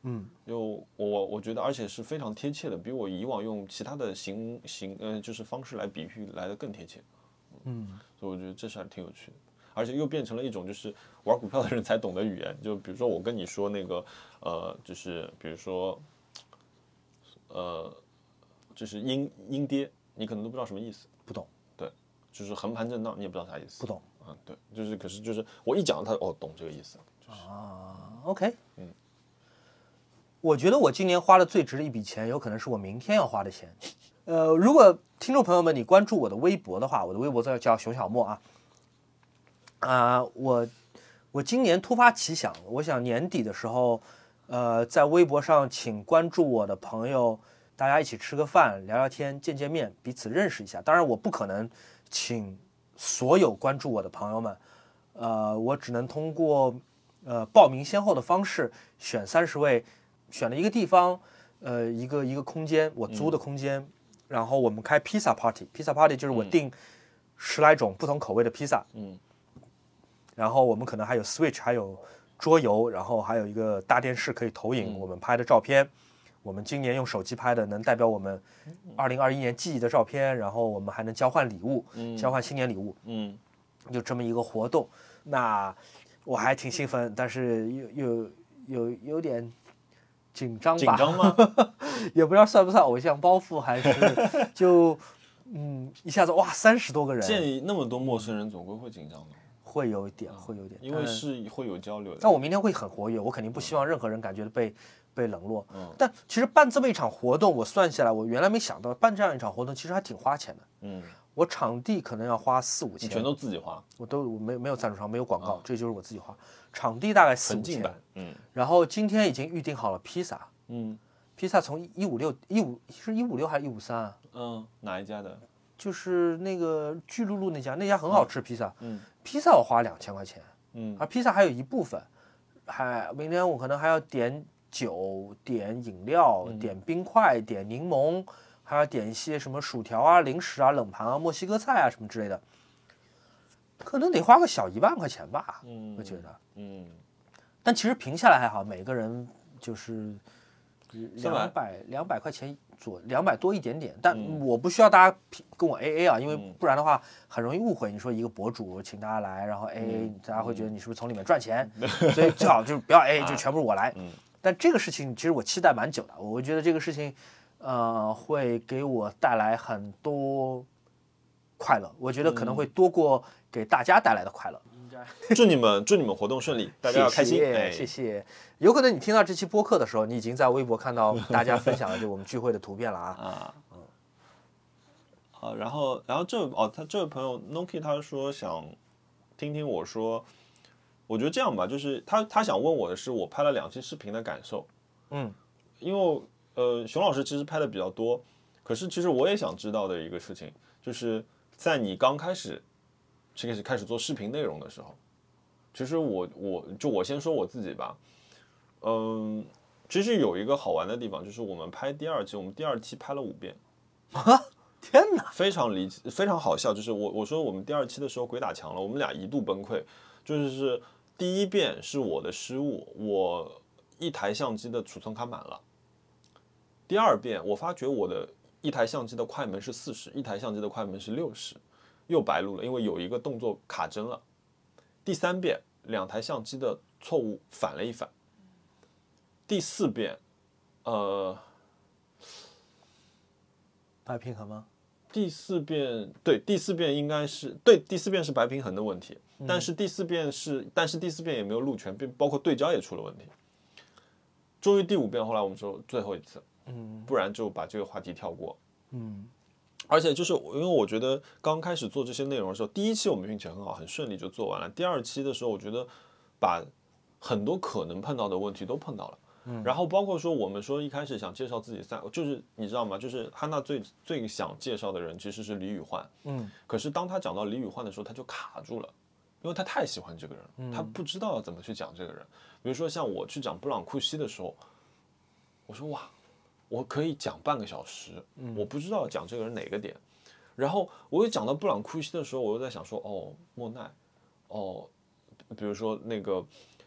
嗯， 就我我觉得，而且是非常贴切的，比我以往用其他的形形呃就是方式来比喻来的更贴切。 嗯， 所以我觉得这事还挺有趣的，而且又变成了一种就是玩股票的人才懂的语言。就比如说我跟你说那个呃，就是比如说呃，就是阴阴跌，你可能都不知道什么意思。 不懂， 对，就是横盘震荡，你也不知道啥意思。 不懂。 嗯，对，就是可是就是我一讲他哦懂这个意思。就是、 啊，OK， 嗯， 我觉得我今年花的最值的一笔钱，有可能是我明天要花的钱。呃，如果听众朋友们你关注我的微博的话，我的微博叫叫熊小莫啊。啊、我我今年突发奇想，我想年底的时候，呃，在微博上请关注我的朋友，大家一起吃个饭、聊聊天、见见面，彼此认识一下。当然，我不可能请所有关注我的朋友们，呃，我只能通过呃报名先后的方式选三十位，选了一个地方，呃，一个一个空间，我租的空间，嗯、然后我们开披萨 party， 披萨 party 就是我订十来种不同口味的披萨， 嗯， 然后我们可能还有 Switch， 还有桌游，然后还有一个大电视可以投影我们拍的照片。我们今年用手机拍的，能代表我们二零二一年记忆的照片，然后我们还能交换礼物， 嗯、 交换新年礼物， 嗯， 就这么一个活动。那我还挺兴奋，但是又又有有点紧张吧？ 紧张吗？ 也不知道算不算偶像包袱，还是就嗯一下子哇三十多个人， 见那么多陌生人，总归会紧张的。 会有一点，会有一点， 因为是会有交流的。 但我明天会很活跃，我肯定不希望任何人感觉被、嗯、被冷落。 嗯， 但其实办这么一场活动，我算下来，我原来没想到办这样一场活动其实还挺花钱的。 嗯， 我场地可能要花四五千， 你全都自己花？ 我都我没没有赞助商，没有广告， 嗯、 这就是我自己花。场地大概四五千， 嗯， 然后今天已经预定好了披萨， 嗯， 披萨从一五六一五是一五六还是一五三啊？ 嗯，哪一家的？ 就是那个巨鹿路那家，那家很好吃披萨。 嗯， 披萨我花两千块钱。 嗯， 而披萨还有一部分，还明天我可能还要点酒、点饮料、 嗯、 点冰块、点柠檬，还要点一些什么薯条啊、零食啊、冷盘啊、墨西哥菜啊什么之类的，可能得花个小一万块钱吧。 嗯， 我觉得， 嗯， 但其实平下来还好，每个人就是两百两百块钱左两百多一点点，但我不需要大家跟我 A A 啊，因为不然的话很容易误会。你说一个博主请大家来，然后 A A，、嗯、大家会觉得你是不是从里面赚钱？嗯、所以最好就不要 A A， 就全部是我来。 嗯、 但这个事情其实我期待蛮久的，我觉得这个事情，呃，会给我带来很多快乐，我觉得可能会多过给大家带来的快乐。 祝你们祝你们活动顺利，大家要开心。 谢谢，哎、谢谢。有可能你听到这期播客的时候，你已经在微博看到大家分享了就我们聚会的图片了啊。 啊，嗯。好，然后然后这哦，他这位朋友 Noki 他说想听听我说，我觉得这样吧，就是他他想问我的是我拍了两期视频的感受。 嗯， 因为呃熊老师其实拍的比较多，可是其实我也想知道的一个事情，就是在你刚开始。开始开始做视频内容的时候，其实我我就我先说我自己吧，嗯，其实有一个好玩的地方，就是我们拍第二期，我们第二期拍了五遍， 啊，天哪， 非常离非常好笑，就是我我说我们第二期的时候鬼打墙了，我们俩一度崩溃，就是第一遍是我的失误，我一台相机的储存卡满了，第二遍我发觉我的一台相机的快门是四十，一台相机的快门是六十。又白录了，因为有一个动作卡帧了。第三遍，两台相机的错误反了一反。第四遍，呃， 白平衡吗？ 第四遍对，第四遍应该是对，第四遍是白平衡的问题， 嗯、 但是第四遍是，但是第四遍也没有录全，包括对焦也出了问题。终于第五遍，后来我们说最后一次， 嗯， 不然就把这个话题跳过， 嗯。 而且就是因为我觉得刚开始做这些内容的时候，第一期我们运气很好，很顺利就做完了。第二期的时候，我觉得把很多可能碰到的问题都碰到了。嗯，然后包括说我们说一开始想介绍自己三，就是你知道吗？就是汉娜最最想介绍的人其实是李宇焕。 嗯， 可是当他讲到李宇焕的时候，他就卡住了，因为他太喜欢这个人，嗯、他不知道要怎么去讲这个人。比如说像我去讲布朗库西的时候，我说哇。我可以讲半个小时，我不知道讲这个人哪个点，然后我又讲到布朗库西的时候，我又在想说，哦，莫奈，哦，比如说那个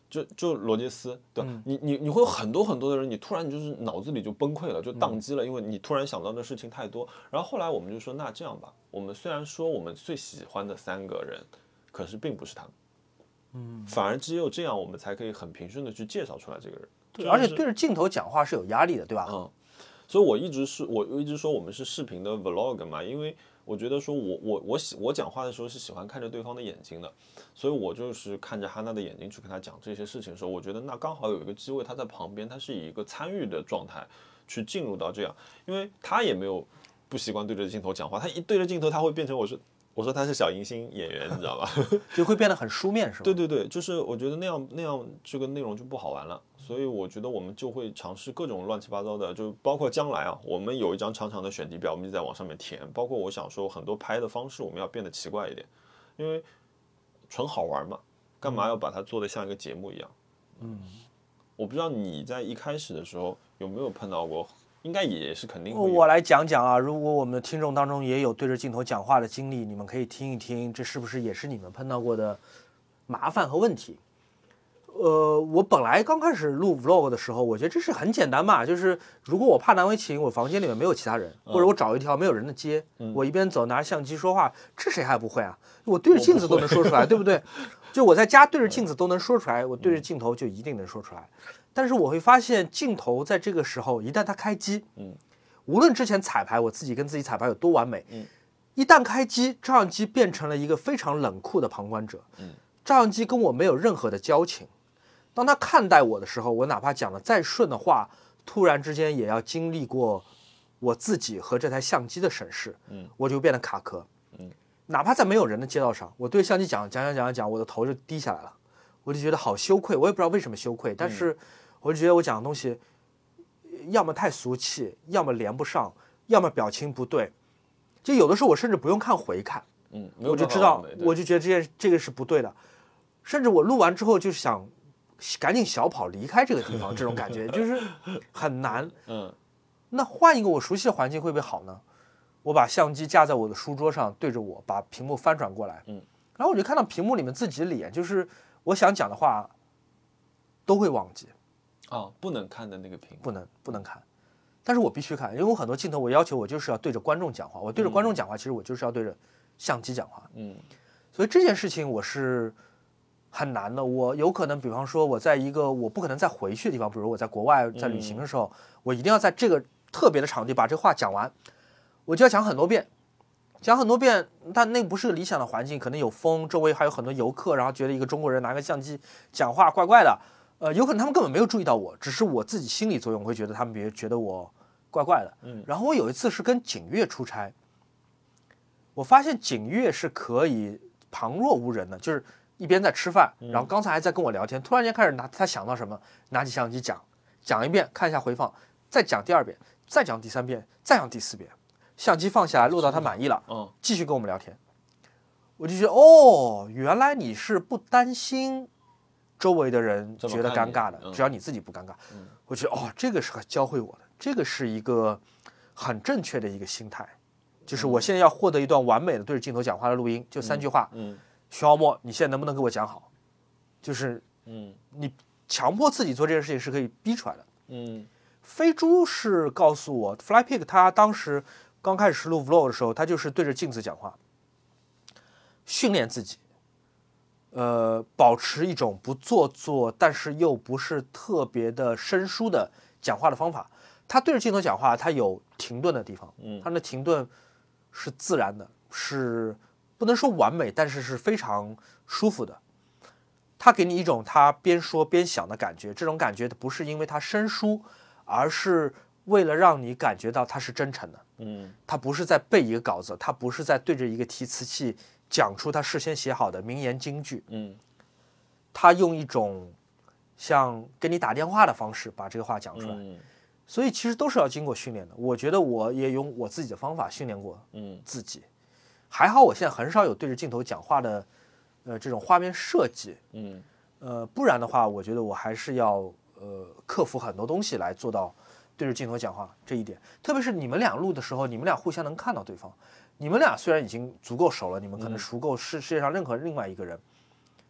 就就罗杰斯，对吧？嗯、你你你会有很多很多的人，你突然就是脑子里就崩溃了，就宕机了，嗯、因为你突然想到的事情太多。然后后来我们就说，那这样吧，我们虽然说我们最喜欢的三个人，可是并不是他们，嗯，反而只有这样，我们才可以很平顺的去介绍出来这个人。 对，而且对着镜头讲话是有压力的，对吧？ 嗯，所以我一直是我一直说我们是视频的 vlog 嘛，因为我觉得说我我我喜我讲话的时候是喜欢看着对方的眼睛的，所以我就是看着哈娜的眼睛去跟他讲这些事情的时候，我觉得那刚好有一个机会，他在旁边，他是以一个参与的状态去进入到这样，因为他也没有不习惯对着镜头讲话，他一对着镜头他会变成我是。我说他是小迎新演员，你知道吧？ 就会变得很书面，是吧？ 对对对，就是我觉得那样那样这个内容就不好玩了，所以我觉得我们就会尝试各种乱七八糟的，就包括将来啊，我们有一张长长的选题表，我们就在往上面填。包括我想说很多拍的方式，我们要变得奇怪一点，因为纯好玩嘛，干嘛要把它做得像一个节目一样？嗯，我不知道你在一开始的时候有没有碰到过。应该也是肯定会有。 我来讲讲啊，如果我们的听众当中也有对着镜头讲话的经历，你们可以听一听，这是不是也是你们碰到过的麻烦和问题？呃，我本来刚开始录 vlog 的时候，我觉得这是很简单嘛，就是如果我怕难为情，我房间里面没有其他人，或者我找一条没有人的街，嗯、我一边走拿着相机说话，这谁还不会啊？我对着镜子都能说出来，对不对？就我在家对着镜子都能说出来，我对着镜头就一定能说出来。但是我会发现，镜头在这个时候，一旦它开机，嗯，无论之前彩排我自己跟自己彩排有多完美，嗯，一旦开机，照相机变成了一个非常冷酷的旁观者，嗯，照相机跟我没有任何的交情。当他看待我的时候，我哪怕讲了再顺的话，突然之间也要经历过我自己和这台相机的审视，嗯，我就变得卡壳，嗯，哪怕在没有人的街道上，我对相机讲讲讲讲讲，我的头就低下来了，我就觉得好羞愧，我也不知道为什么羞愧，但是。嗯我就觉得我讲的东西，要么太俗气，要么连不上，要么表情不对。就有的时候我甚至不用看回看， 嗯， 我就知道，我就觉得这件这个是不对的。甚至我录完之后就想赶紧小跑离开这个地方，这种感觉就是很难。嗯，那换一个我熟悉的环境会不会好呢？我把相机架在我的书桌上，对着我，把屏幕翻转过来，嗯，然后我就看到屏幕里面自己的脸，就是我想讲的话都会忘记。 哦，不能看的那个屏幕， 不能不能看，但是我必须看，因为我很多镜头我要求我就是要对着观众讲话，我对着观众讲话，其实我就是要对着相机讲话，嗯，所以这件事情我是很难的。我有可能，比方说我在一个我不可能再回去的地方，比如我在国外在旅行的时候，嗯、我一定要在这个特别的场地把这话讲完，我就要讲很多遍，讲很多遍，但那不是个理想的环境，可能有风，周围还有很多游客，然后觉得一个中国人拿个相机讲话怪怪的。呃，有可能他们根本没有注意到我，只是我自己心理作用会觉得他们别觉得我怪怪的。嗯，然后我有一次是跟景岳出差，我发现景岳是可以旁若无人的，就是一边在吃饭，然后刚才还在跟我聊天，突然间开始拿他想到什么，拿起相机讲，讲一遍，看一下回放，再讲第二遍，再讲第三遍，再讲第四遍，相机放下来录到他满意了，嗯，继续跟我们聊天。我就觉得哦，原来你是不担心周围的人觉得尴尬的，只要你自己不尴尬，嗯、我觉得哦，这个是教会我的，这个是一个很正确的一个心态，就是我现在要获得一段完美的对着镜头讲话的录音，就三句话，嗯，徐浩墨，你现在能不能给我讲好？就是，嗯，你强迫自己做这件事情是可以逼出来的，嗯，飞猪是告诉我 ，Flypig 他当时刚开始录 vlog 的时候，他就是对着镜子讲话，训练自己。呃，保持一种不做作，但是又不是特别的生疏的讲话的方法。他对着镜头讲话，他有停顿的地方，嗯，他的停顿是自然的，是不能说完美，但是是非常舒服的。他给你一种他边说边想的感觉，这种感觉不是因为他生疏，而是为了让你感觉到他是真诚的，嗯，他不是在背一个稿子，他不是在对着一个提词器讲出他事先写好的名言金句，嗯，他用一种像跟你打电话的方式把这个话讲出来，嗯，所以其实都是要经过训练的。我觉得我也用我自己的方法训练过，嗯，自己，还好我现在很少有对着镜头讲话的，呃，这种画面设计，嗯，呃，不然的话，我觉得我还是要呃克服很多东西来做到对着镜头讲话这一点。特别是你们俩录的时候，你们俩互相能看到对方。你们俩虽然已经足够熟了，你们可能熟够世世界上任何另外一个人，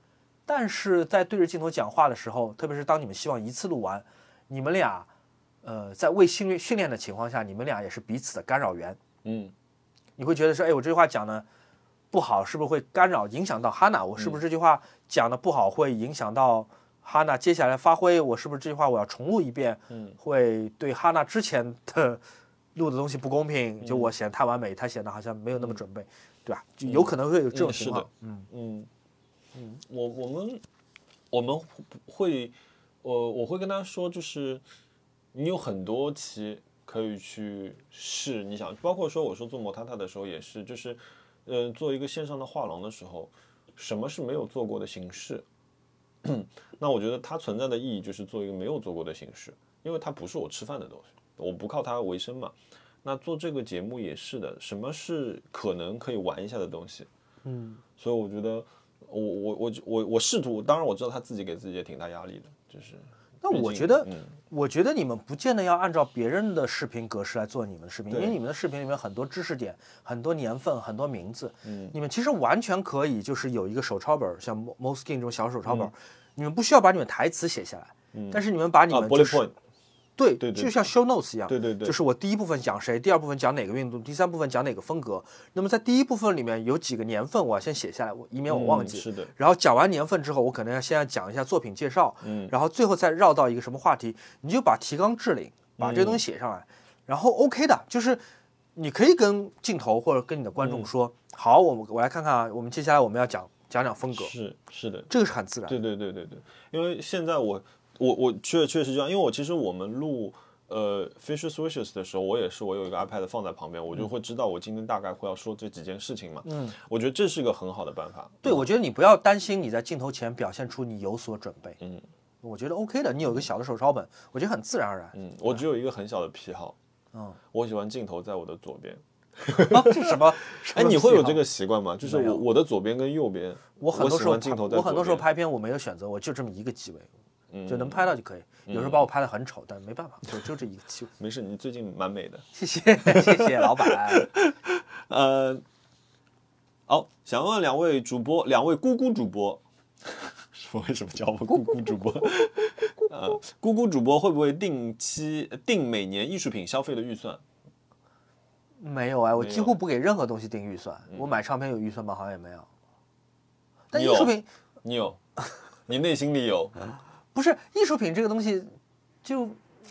但是在对着镜头讲话的时候，特别是当你们希望一次录完，你们俩，呃，在未训练训练的情况下，你们俩也是彼此的干扰源。 嗯， 你会觉得说，哎，我这句话讲的不好，是不是会干扰影响到哈娜？我是不是这句话讲的不好，会影响到哈娜接下来发挥？我是不是这句话我要重录一遍， 嗯， 会对哈娜之前的录的东西不公平？就我显得太完美，他显得好像没有那么准备，对吧？就有可能会有这种情况。 嗯嗯嗯，我我们我们会，我我会跟他说，就是你有很多期可以去试，你想，包括说我说做摩塔塔的时候也是，就是呃做一个线上的画廊的时候，什么是没有做过的形式？那我觉得它存在的意义就是做一个没有做过的形式，因为它不是我吃饭的东西，我不靠它为生嘛。那做这个节目也是的，什么是可能可以玩一下的东西？ 嗯， 所以我觉得我我我我我试图，当然我知道他自己给自己也挺大压力的，就是那我觉得， 嗯， 我觉得你们不见得要按照别人的视频格式来做你们的视频，因为你们的视频里面很多知识点、很多年份、很多名字， 嗯， 你们其实完全可以就是有一个手抄本，像 Moleskine 这种小手抄本， 嗯、 你们不需要把你们台词写下来， 嗯、 但是你们把你们就是、 啊、 对对对， 就像 show notes 一样， 对对对， 就是我第一部分讲谁，第二部分讲哪个运动，第三部分讲哪个风格。那么在第一部分里面有几个年份，我要先写下来，我以免我忘记。 嗯、是的。 然后讲完年份之后，我可能要先要讲一下作品介绍， 嗯， 然后最后再绕到一个什么话题，你就把提纲挈领，把这个东西写上来，嗯、然后 OK 的，就是你可以跟镜头或者跟你的观众说，嗯、好，我们我来看看啊，我们接下来我们要讲讲讲风格， 是是的， 这个是很自然。 对对对对对，因为现在我我我确确实这样，因为我其实我们录。呃 ，Fisher Swishes 的时候，我也是，我有一个 iPad 放在旁边，我就会知道我今天大概会要说这几件事情嘛。 嗯， 我觉得这是个很好的办法。 对，我觉得你不要担心你在镜头前表现出你有所准备。 嗯， 我觉得 OK 的，你有个小的手抄本，我觉得很自然而然。 嗯，我只有一个很小的癖好， 嗯， 我喜欢镜头在我的左边。 啊，这是什么？ 哎，你会有这个习惯吗？就是我我的左边跟右边， 我很多时候镜头在我很多时候拍片我没有选择，我就这么一个机位。就能拍到就可以， 嗯、 有时候把我拍得很丑，但没办法，就就这一个机会。 没事，你最近蛮美的， 谢谢谢谢老板。 呃，好、哦，想问两位主播，两位姑姑主播，为什么叫我姑姑主播？呃，姑姑主播会不会定期定每年艺术品消费的预算？ 没有哎，我几乎不给任何东西定预算。我买唱片有预算吗？好像也没有。但艺术品， 你有，你内心里有。 不是艺术品这个东西，就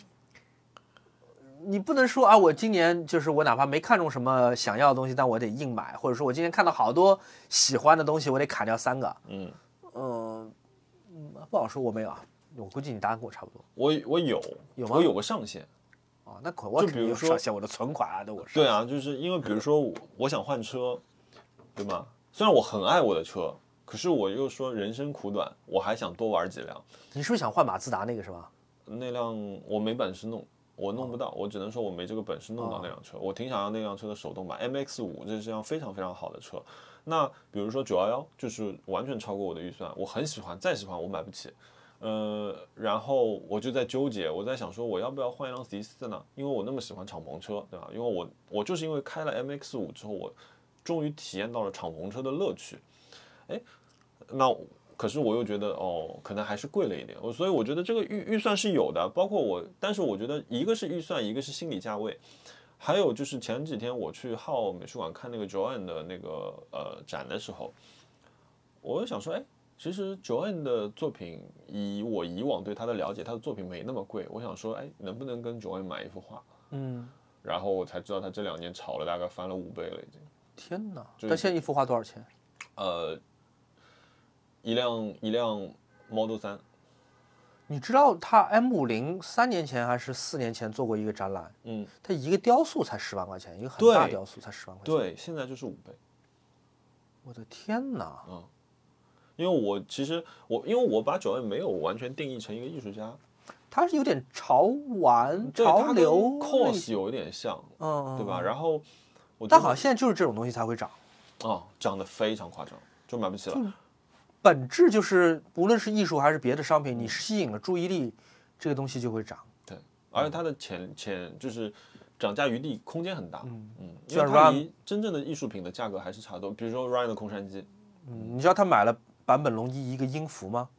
你不能说啊，我今年就是我哪怕没看中什么想要的东西，但我得硬买，或者说我今天看到好多喜欢的东西，我得砍掉三个。 嗯嗯、呃，不好说，我没有啊。我估计你答案跟我差不多。 我我有， 有吗？ 我有个上限。 哦，那可我就比如说上限，我的存款啊，都我对啊，就是因为比如说我我想换车，对吗？虽然我很爱我的车。可是我又说人生苦短，我还想多玩几辆。 你是不是想换马自达那个是吧？ 那辆我没本事弄，我弄不到，我只能说我没这个本事弄到那辆车。我挺想要那辆车的手动版 M X 五，这是辆非常非常好的车。那比如说九一一，就是完全超过我的预算，我很喜欢，再喜欢我买不起。呃，然后我就在纠结，我在想说我要不要换一辆 C 四呢？因为我那么喜欢敞篷车，对吧？因为我我就是因为开了 M X 五之后，我终于体验到了敞篷车的乐趣。哎。那可是我又觉得哦，可能还是贵了一点，所以我觉得这个预预算是有的，包括我，但是我觉得一个是预算，一个是心理价位，还有就是前几天我去浩美术馆看那个 Joanne 的那个呃展的时候，我就想说，哎，其实 Joanne 的作品，以我以往对他的了解，他的作品没那么贵，我想说，哎，能不能跟 Joanne 买一幅画？ 嗯， 然后我才知道他这两年炒了大概翻了五倍了，已经。 天哪！他现在一幅画多少钱？ 呃。一辆一辆 Model 三， 你知道他 M 五零三年前还是四年前做过一个展览， 嗯， 他一个雕塑才十万块钱，一个很大雕塑才十万块钱， 对，现在就是五倍。 我的天哪！ 嗯，因为我其实我因为我把九 N 没有完全定义成一个艺术家， 他是有点潮玩潮流 cos 有一点像， 嗯， 对吧？然后我但好像现在就是这种东西才会涨， 哦，涨得非常夸张，就买不起了。 本质就是无论是艺术还是别的商品，你吸引了注意力，这个东西就会涨。 对，而且它的潜潜就是涨价余地空间很大。 嗯嗯，因为它离真正的艺术品的价格还是差多。比如说 Ryan 的空山鸡， 嗯，你知道他买了坂本龙一一个音符吗？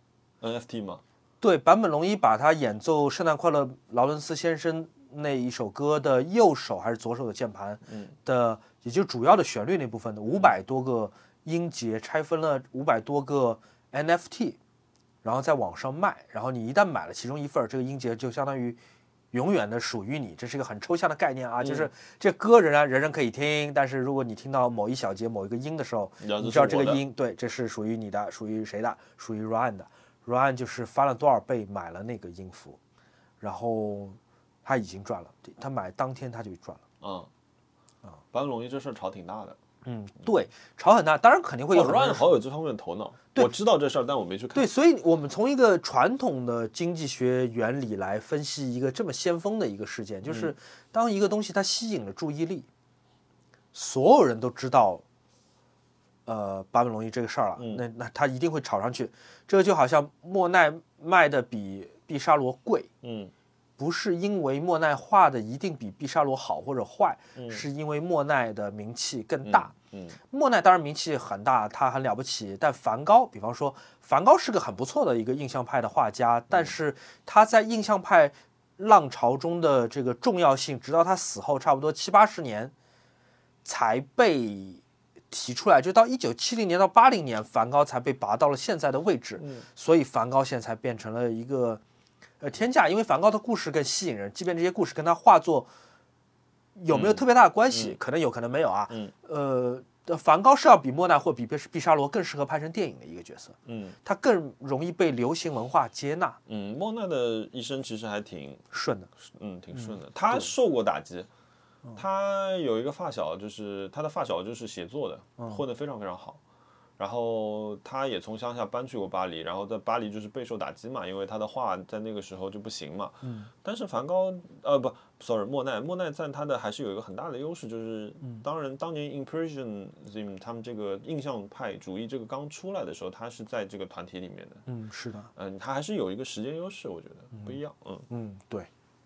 N F T 吗？ 对，坂本龙一把他演奏《圣诞快乐，劳伦斯先生》那一首歌的右手还是左手的键盘的，嗯、也就主要的旋律那部分的五百多个音节拆分了五百多个 N F T， 然后在网上卖，然后你一旦买了其中一份，这个音节就相当于永远的属于你，这是一个很抽象的概念啊，嗯、就是这歌仍然人人可以听，但是如果你听到某一小节某一个音的时候，你知道这个音，对，这是属于你的，属于谁的？属于 Ryan 的。Ryan 就是翻了多少倍买了那个音符，然后他已经赚了，他买当天他就赚了。 嗯，啊，坂本龙一这事儿炒挺大的。 嗯，对，炒很大，当然肯定会有很多人。 Ryan 好有这方面的头脑，我知道这事儿，但我没去看。 对，所以我们从一个传统的经济学原理来分析一个这么先锋的一个事件，就是当一个东西它吸引了注意力，所有人都知道。呃，坂本龙一这个事儿了，嗯、那那他一定会炒上去。这个就好像莫奈卖的比毕沙罗贵，嗯，不是因为莫奈画的一定比毕沙罗好或者坏，嗯、是因为莫奈的名气更大。嗯，嗯莫奈当然名气很大，他很了不起，但梵高，比方说梵高是个很不错的一个印象派的画家，但是他在印象派浪潮中的这个重要性，直到他死后差不多七八十年才被。提出来，就到一九七零年到八零年，梵高才被拔到了现在的位置，嗯、所以梵高现在才变成了一个呃天价。因为梵高的故事更吸引人，即便这些故事跟他画作有没有特别大的关系，嗯、可能有可能没有啊。嗯、呃，梵高是要比莫奈或比毕沙罗更适合拍成电影的一个角色，嗯，他更容易被流行文化接纳。 嗯，莫奈的一生其实还挺顺的， 嗯，挺顺的。嗯、他受过打击。他有一个发小，就是他的发小就是写作的，嗯、混得非常非常好。然后他也从乡下搬去过巴黎，然后在巴黎就是备受打击嘛，因为他的画在那个时候就不行嘛。嗯、但是梵高，呃不，sorry，莫奈，莫奈在他的还是有一个很大的优势，就是当然当年 Impressionism 他们这个印象派主义这个刚出来的时候，他是在这个团体里面的。 嗯，是的。 嗯、呃，他还是有一个时间优势，我觉得不一样。嗯嗯，对。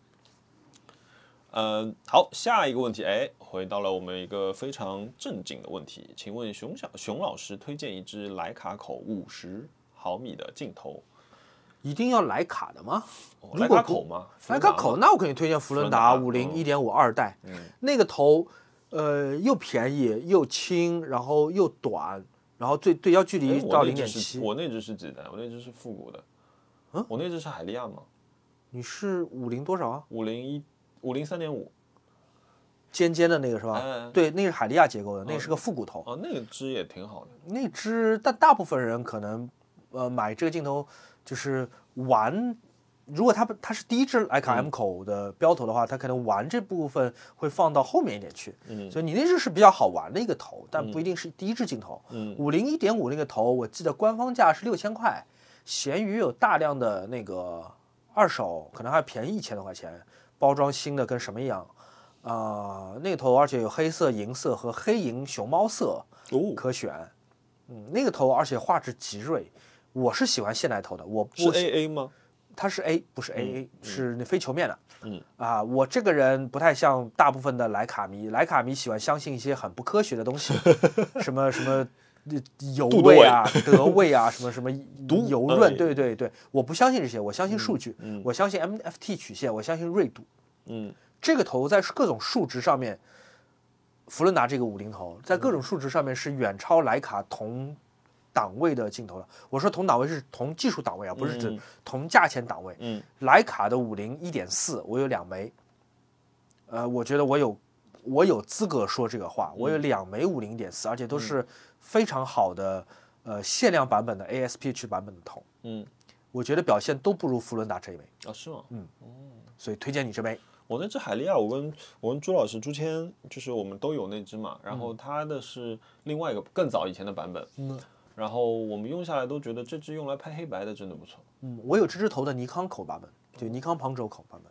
呃，好，下一个问题，哎，回到了我们一个非常正经的问题，请问熊小熊老师推荐一支徕卡口五十毫米的镜头， 一定要徕卡的吗？ 哦、徕卡口吗？ 徕卡口，那我肯定推荐福伦达五零一点五二代，嗯、那个头，呃，又便宜又轻，然后又短，然后最对焦距离到零点七。 我那只是几代？我那只是复古的，嗯，我那只是海利亚吗？ 你是五零多少啊？ 五零一。五零三点五， 尖尖的那个是吧？ 哎、 对，那是海利亚结构的，那是个复古头。 哦，那个支也挺好的。 那支，但大部分人可能，呃，买这个镜头就是玩。如果它它是第一支徕卡 M 口的标头的话，它可能玩这部分会放到后面一点去。嗯，所以你那支是比较好玩的一个头，但不一定是第一支镜头。嗯，五零一点五那个头，我记得官方价是六千块，闲鱼有大量的那个二手，可能还便宜一千多块钱。包装新的跟什么一样，啊、呃，那个头而且有黑色、银色和黑银熊猫色可选，哦、嗯，那个头而且画质极锐，我是喜欢现代头的，我不是 A A 吗？ 它是 A， 不是 A A，、嗯、是那非球面的， 嗯啊、呃，我这个人不太像大部分的徕卡迷，徕卡迷喜欢相信一些很不科学的东西，什么什么。油味啊，德味啊，什么什么油润，对对对，我不相信这些，我相信数据， 嗯嗯、 我相信 M F T 曲线，我相信锐度。 嗯， 这个头在各种数值上面，福伦达这个五零头在各种数值上面是远超徕卡同档位的镜头的。我说同档位是同技术档位啊，不是指同价钱档位。 嗯， 徕卡的五零一点四，我有两枚，呃，我觉得我有我有资格说这个话，我有两枚五零一点四，而且都是。非常好的，呃，限量版本的 A S P H 版本的头， 嗯， 我觉得表现都不如福伦达这一枚啊，是吗？ 嗯，哦，所以推荐你这枚。 我那只海利亚，我跟我跟朱老师朱谦，就是我们都有那只嘛，然后它的是另外一个更早以前的版本， 嗯， 然后我们用下来都觉得这只用来拍黑白的真的不错。 嗯，我有这只头的尼康口版本，就尼康旁轴口版本。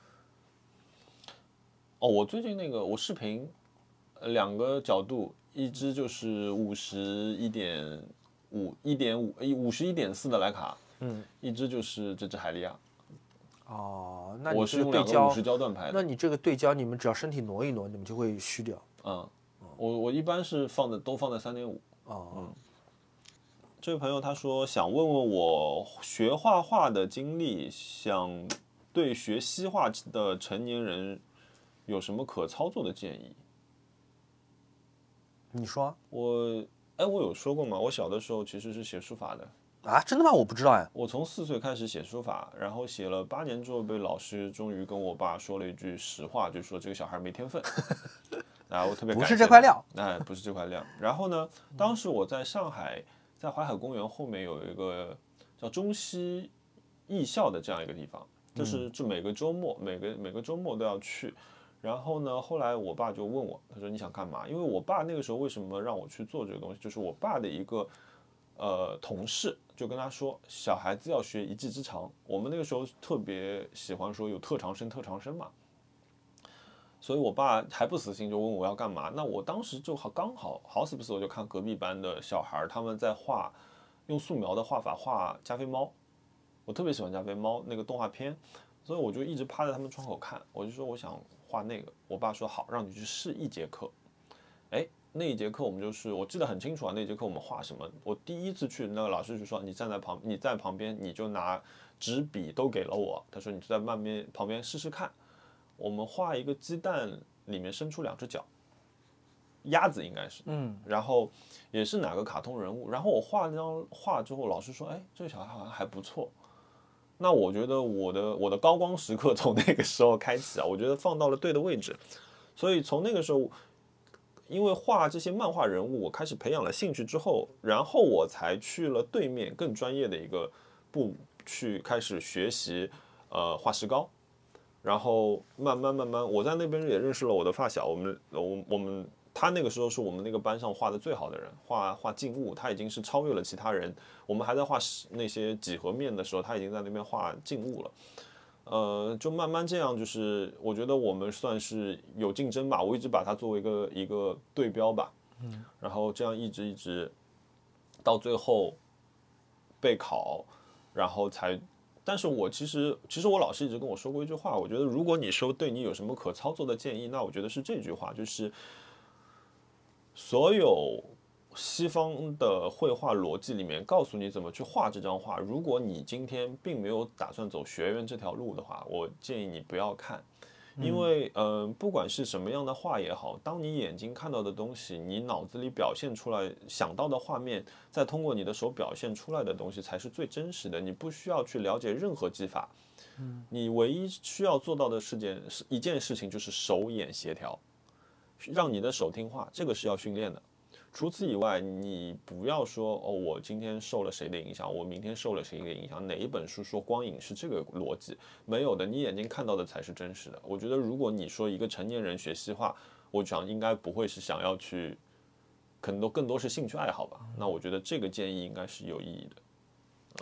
哦，我最近那个我视频，呃，两个角度。一支就是五十一点五一点五五十一点四的徕卡， 嗯， 一支就是这支海利亚。 哦，那我是用两个五十焦段拍的。 那你这个对焦，你们只要身体挪一挪，你们就会虚掉。 嗯，我我一般是放的都放在三点五。 哦， 嗯， 这位朋友他说想问问我学画画的经历，想对学西画的成年人有什么可操作的建议？ 你说我，哎，我有说过吗？我小的时候其实是写书法的。 啊，真的吗？我不知道哎。 我从四岁开始写书法，然后写了八年之后，被老师终于跟我爸说了一句实话，就说这个小孩没天分。啊，我特别感谢不是这块料， 哎，不是这块料。然后呢，当时我在上海，在淮海公园后面有一个叫中西艺校的这样一个地方，就是就每个周末，每个每个周末都要去。然后呢，后来我爸就问我，他说你想干嘛？因为我爸那个时候为什么让我去做这个东西，就是我爸的一个呃同事就跟他说，小孩子要学一技之长。我们那个时候特别喜欢说有特长生，特长生嘛。所以我爸还不死心，就问我要干嘛。那我当时就好刚好好死不死，我就看隔壁班的小孩他们在画，用素描的画法画加菲猫。我特别喜欢加菲猫那个动画片，所以我就一直趴在他们窗口看。我就说我想画那个，我爸说好，让你去试一节课。哎，那一节课我们就是我记得很清楚啊，那节课我们画什么？我第一次去，那个老师就说你站在旁，你在旁边你就拿纸笔都给了我，他说你就在旁边旁边试试看。我们画一个鸡蛋，里面伸出两只脚，鸭子应该是， 嗯， 然后也是哪个卡通人物，然后我画那张画之后，老师说，哎，这个小孩好像还不错。那我觉得我的我的高光时刻从那个时候开启啊，我觉得放到了对的位置，所以从那个时候，因为画这些漫画人物，我开始培养了兴趣之后，然后我才去了对面更专业的一个部去开始学习，呃，画石膏。然后慢慢慢慢，我在那边也认识了我的发小，我们我我们他那个时候是我们那个班上画的最好的人，画画静物，他已经是超越了其他人。我们还在画那些几何面的时候，他已经在那边画静物了。呃，就慢慢这样，就是我觉得我们算是有竞争吧，我一直把它作为一个一个对标吧，嗯，然后这样一直一直到最后备考，然后才。但是我其实，其实我老师一直跟我说过一句话，我觉得如果你说对你有什么可操作的建议，那我觉得是这句话，就是所有西方的绘画逻辑里面告诉你怎么去画这张画，如果你今天并没有打算走学院这条路的话，我建议你不要看。因为嗯、呃，不管是什么样的画也好，当你眼睛看到的东西，你脑子里表现出来想到的画面，再通过你的手表现出来的东西才是最真实的。你不需要去了解任何技法，你唯一需要做到的事件是一件事情，就是手眼协调，让你的手听话，这个是要训练的。除此以外，你不要说哦，我今天受了谁的影响，我明天受了谁的影响，哪一本书说光影是这个逻辑？没有的，你眼睛看到的才是真实的。我觉得，如果你说一个成年人学西画，我想应该不会是想要去，可能都更多是兴趣爱好吧。那我觉得这个建议应该是有意义的。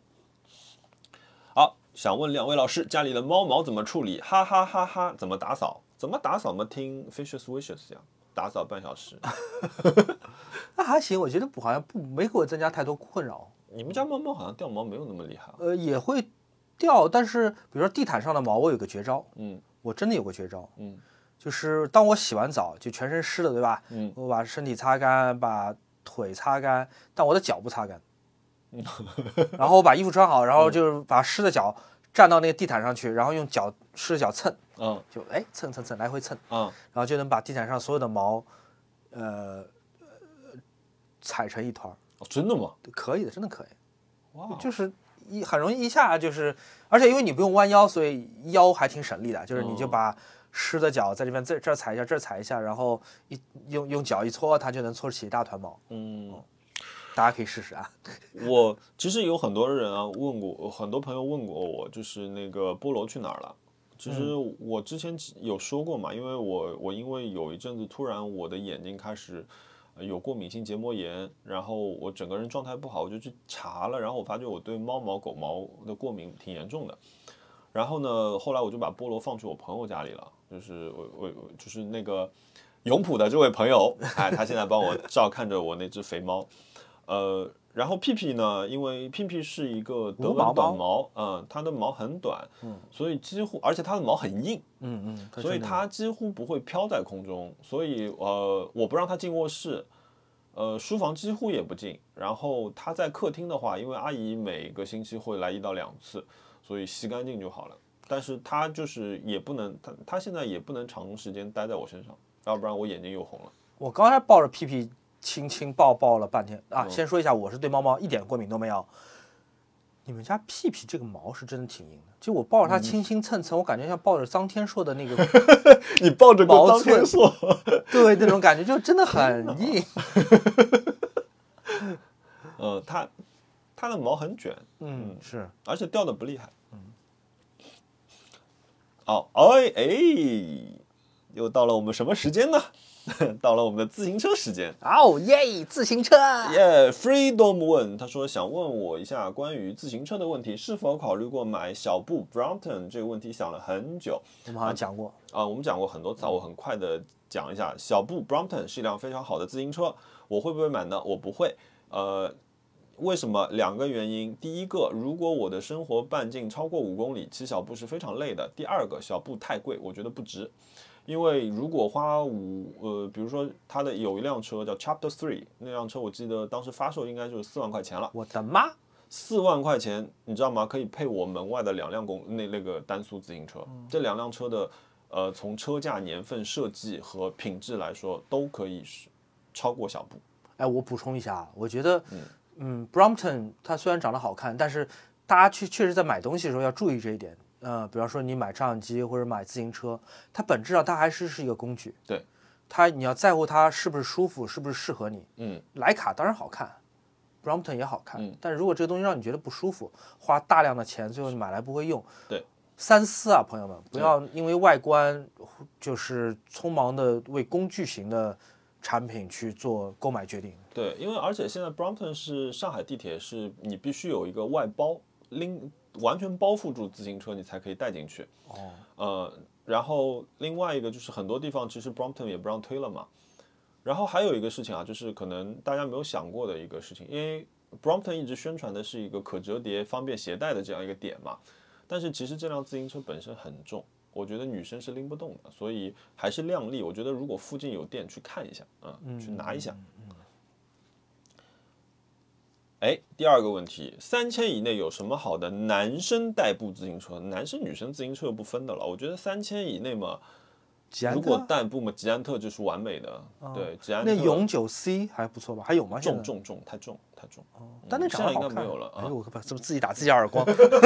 好，想问两位老师，家里的猫毛怎么处理？哈哈哈哈！怎么打扫？怎么打扫嘛？听 Fishes Wishes 一样。打扫半小时， 那还行，我觉得不好像不没给我增加太多困扰。 你们家猫猫好像掉毛没有那么厉害、啊， 呃，也会掉，但是比如说地毯上的毛，我有个绝招， 嗯， 我真的有个绝招， 嗯， 就是当我洗完澡就全身湿了，对吧？ 嗯， 我把身体擦干，把腿擦干，但我的脚不擦干，嗯，然后我把衣服穿好，然后就是把湿的脚站到那个地毯上去，然后用脚湿的脚蹭。 嗯， 就哎蹭蹭蹭来回蹭， 嗯， 然后就能把地毯上所有的毛，呃，踩成一团。 哦，真的吗？ 可以的，真的可以。 哇， 就是一很容易一下就是，而且因为你不用弯腰，所以腰还挺省力的。就是你就把湿的脚在这边这这儿踩一下，这儿踩一下，然后一用用脚一搓，它就能搓起一大团毛。 嗯， 大家可以试试啊。 我其实有很多人啊问过，很多朋友问过我，就是那个菠萝去哪儿了？其实我之前有说过嘛，因为我我因为有一阵子突然我的眼睛开始有过敏性结膜炎，然后我整个人状态不好，我就去查了，然后我发觉我对猫毛狗毛的过敏挺严重的。然后呢，后来我就把菠萝放去我朋友家里了，就是我我就是那个永璞的这位朋友，哎，他现在帮我照看着我那只肥猫，呃。然后屁屁呢，因为屁屁是一个德文短毛，嗯，它的毛很短，嗯，所以几乎，而且它的毛很硬， 嗯嗯，所以它几乎不会飘在空中，所以呃，我不让它进卧室， 呃，书房几乎也不进。然后它在客厅的话，因为阿姨每个星期会来一到两次，所以洗干净就好了。但是它就是也不能，它它现在也不能长时间待在我身上，要不然我眼睛又红了。 我刚才抱着屁屁轻轻抱抱了半天啊！先说一下，我是对猫猫一点过敏都没有。你们家屁屁这个毛是真的挺硬的，就我抱着它轻轻蹭蹭，我感觉像抱着臧天朔的那个你抱着过臧天朔， 对，那种感觉就真的很硬。 呃，它它的毛很卷， 嗯，是， 而且掉的不厉害。嗯。哦，哎哎，又到了我们什么时间呢？到了我们的自行车时间。 哦耶，自行车。 耶、yeah, ，Freedom 问他说想问我一下关于自行车的问题，是否考虑过买小布 Brompton 这个问题想了很久。 我们好像讲过啊、呃，我们讲过很多次，我很快的讲一下。小布 Brompton 是一辆非常好的自行车，我会不会买呢？我不会。呃，为什么？两个原因。第一个，如果我的生活半径超过五公里，骑小布是非常累的。第二个，小布太贵，我觉得不值。因为如果花五呃，比如说他的有一辆车叫 Chapter Three， 那辆车我记得当时发售应该就是四万块钱了。 我的妈！ 四万块钱，你知道吗？可以配我门外的两辆公那那个单速自行车。嗯、这两辆车的呃，从车架、年份、设计和品质来说，都可以超过小布。 哎，我补充一下，我觉得嗯嗯 ，Brompton 它虽然长得好看，但是大家确确实在买东西的时候要注意这一点。呃，比方说你买照相机或者买自行车，它本质上它还是是一个工具。 对， 它你要在乎它是不是舒服，是不是适合你。 嗯， 徕卡当然好看 ，Brompton 也好看， 嗯， 但是如果这个东西让你觉得不舒服，花大量的钱，最后你买来不会用。 对， 三思啊，朋友们，不要因为外观就是匆忙的为工具型的产品去做购买决定。 对，因为而且现在 Brompton 是上海地铁，是你必须有一个外包拎。完全包覆住自行车，你才可以带进去。 哦， 呃，然后另外一个就是很多地方其实 Brompton 也不让推了嘛。然后还有一个事情啊，就是可能大家没有想过的一个事情，因为 Brompton 一直宣传的是一个可折叠、方便携带的这样一个点嘛。但是其实这辆自行车本身很重，我觉得女生是拎不动的，所以还是量力。我觉得如果附近有店，去看一下，嗯，嗯去拿一下。嗯哎，第二个问题，三千以内有什么好的男生代步自行车？男生女生自行车又不分的了。我觉得三千以内嘛，如果代步嘛，吉安特就是完美的。哦、对，吉安特。 那永久 C 还不错吧？还有吗？ 重重重，太重太重。 哦，但那长得好看。 应该没有了。 哎呦，我可不，怎么自己打自己耳光？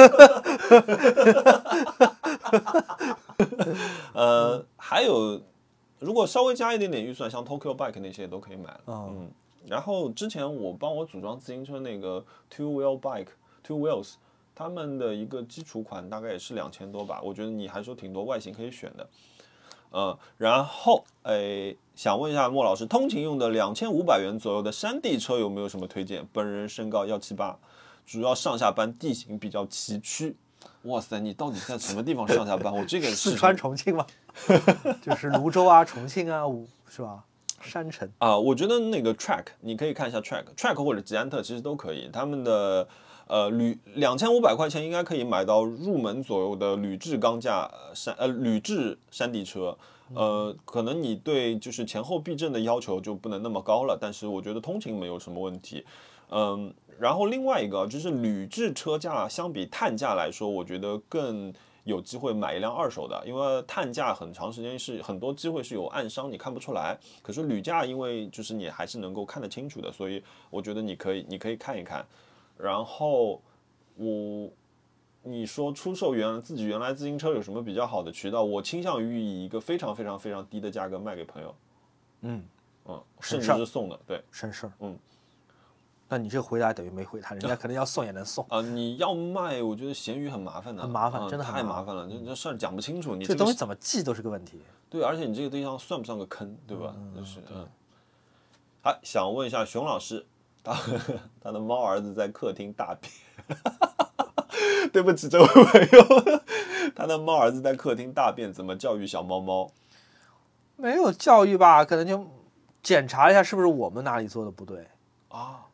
呃，还有，如果稍微加一点点预算，像 Tokyo Bike 那些都可以买了。 哦、 嗯。然后之前我帮我组装自行车那个 Two Wheel Bike Two Wheels， 他们的一个基础款大概也是两千多吧，我觉得你还是有挺多外形可以选的。呃，然后诶，想问一下莫老师，通勤用的两千五百元左右的山地车有没有什么推荐？本人身高一七八，主要上下班地形比较崎岖。哇塞，你到底在什么地方上下班？我这个四川重庆吗？就是泸州啊、重庆啊，是吧？山城啊、呃，我觉得那个 Track 你可以看一下 Track Track 或者吉安特其实都可以，他们的呃铝两千五百块钱应该可以买到入门左右的铝制钢架山呃铝制山地车，呃，可能你对就是前后避震的要求就不能那么高了，但是我觉得通勤没有什么问题，嗯，然后另外一个就是铝制车架相比碳架来说，我觉得更有机会买一辆二手的，因为碳架很长时间是很多机会是有暗伤，你看不出来。可是铝架因为就是你还是能够看得清楚的，所以我觉得你可以你可以看一看。然后我你说出售原自己原来自行车有什么比较好的渠道？我倾向于以一个非常非常非常低的价格卖给朋友。 嗯嗯，甚至是送的，对， 省事儿。 嗯。 那你这个回答等于没回答，人家可能要送也能送啊、呃！你要卖，我觉得闲鱼很麻烦的， 很麻烦，真的太麻烦了，这这事儿讲不清楚。你这东西怎么记都是个问题。 对，而且你这个对象算不算个坑，对吧？ 嗯、 就是嗯。好，想问一下熊老师，他他的猫儿子在客厅大便，对不起这位朋友，他的猫儿子在客厅大便，怎么教育小猫猫？ 没有教育吧，可能就检查一下是不是我们哪里做的不对啊。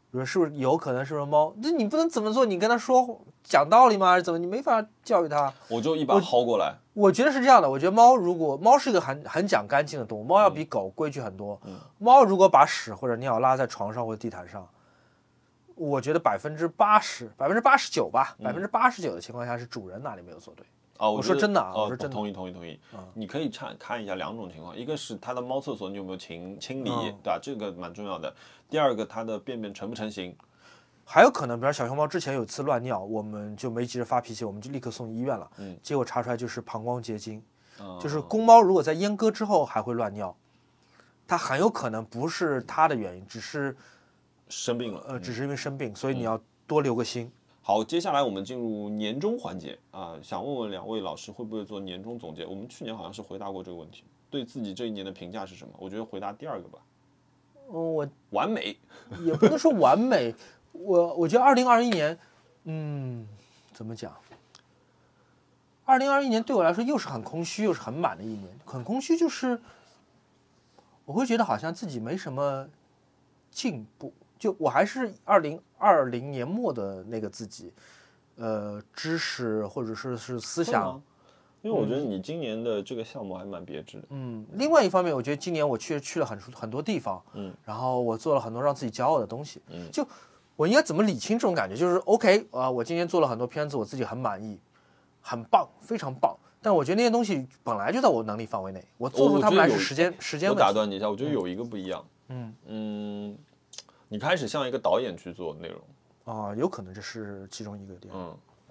比如是不是有可能是不是猫？这你不能怎么做？你跟他说讲道理吗？还是怎么？你没法教育他。 我就一把薅过来。 我觉得是这样的，我觉得猫如果猫是一个很很讲干净的动物，猫要比狗规矩很多。 嗯、 猫如果把屎或者尿拉在床上或者地毯上，我觉得百分之八十、百分之八十九吧，百分之八十九的情况下是主人哪里没有做对。 哦， 我说真的啊， 哦、 我说真的， 同意同意同意。 嗯、 你可以看看一下两种情况，一个是它的猫厕所你有没有清清理， 嗯、 对吧？这个蛮重要的。第二个，它的便便成不成型。 还有可能，比如小熊猫之前有次乱尿，我们就没急着发脾气，我们就立刻送医院了。 嗯， 结果查出来就是膀胱结晶， 嗯、 就是公猫如果在阉割之后还会乱尿，它很有可能不是它的原因，只是生病了， 呃，只是因为生病，所以你要多留个心。 好，接下来我们进入年终环节啊、呃，想问问两位老师会不会做年终总结？我们去年好像是回答过这个问题，对自己这一年的评价是什么？我觉得回答第二个吧。 嗯，我完美， 也不能说完美。我我觉得二零二一年，嗯，怎么讲？二零二一年对我来说又是很空虚又是很满的一年。很空虚就是我会觉得好像自己没什么进步，就我还是二零二零年末的那个自己，呃，知识或者是是思想。 因为我觉得你今年的这个项目还蛮别致的。 嗯，另外一方面，我觉得今年我去去了很很多地方， 嗯， 然后我做了很多让自己骄傲的东西。 嗯， 就我应该怎么理清这种感觉？就是 OK 啊、呃，我今年做了很多片子，我自己很满意，很棒，非常棒。但我觉得那些东西本来就在我能力范围内，我做出它们来是时间时间问题。 我打断你一下，我觉得有一个不一样。 嗯嗯，你开始像一个导演去做内容啊、呃，有可能这是其中一个点。 嗯。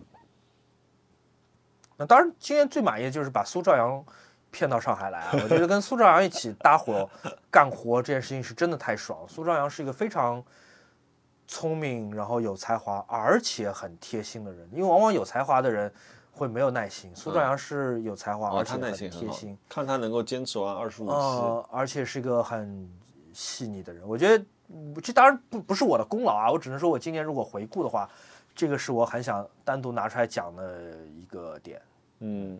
那当然，今年最满意的就是把苏兆阳骗到上海来啊！我觉得跟苏兆阳一起搭伙干活这件事情是真的太爽。苏兆阳是一个非常聪明，然后有才华，而且很贴心的人。因为往往有才华的人会没有耐心，苏兆阳是有才华， 嗯、 而且很贴心。心看他能够坚持完二十五期， 呃，而且是个很细腻的人。我觉得这当然不不是我的功劳啊，我只能说我今年如果回顾的话。这个是我很想单独拿出来讲的一个点。 嗯，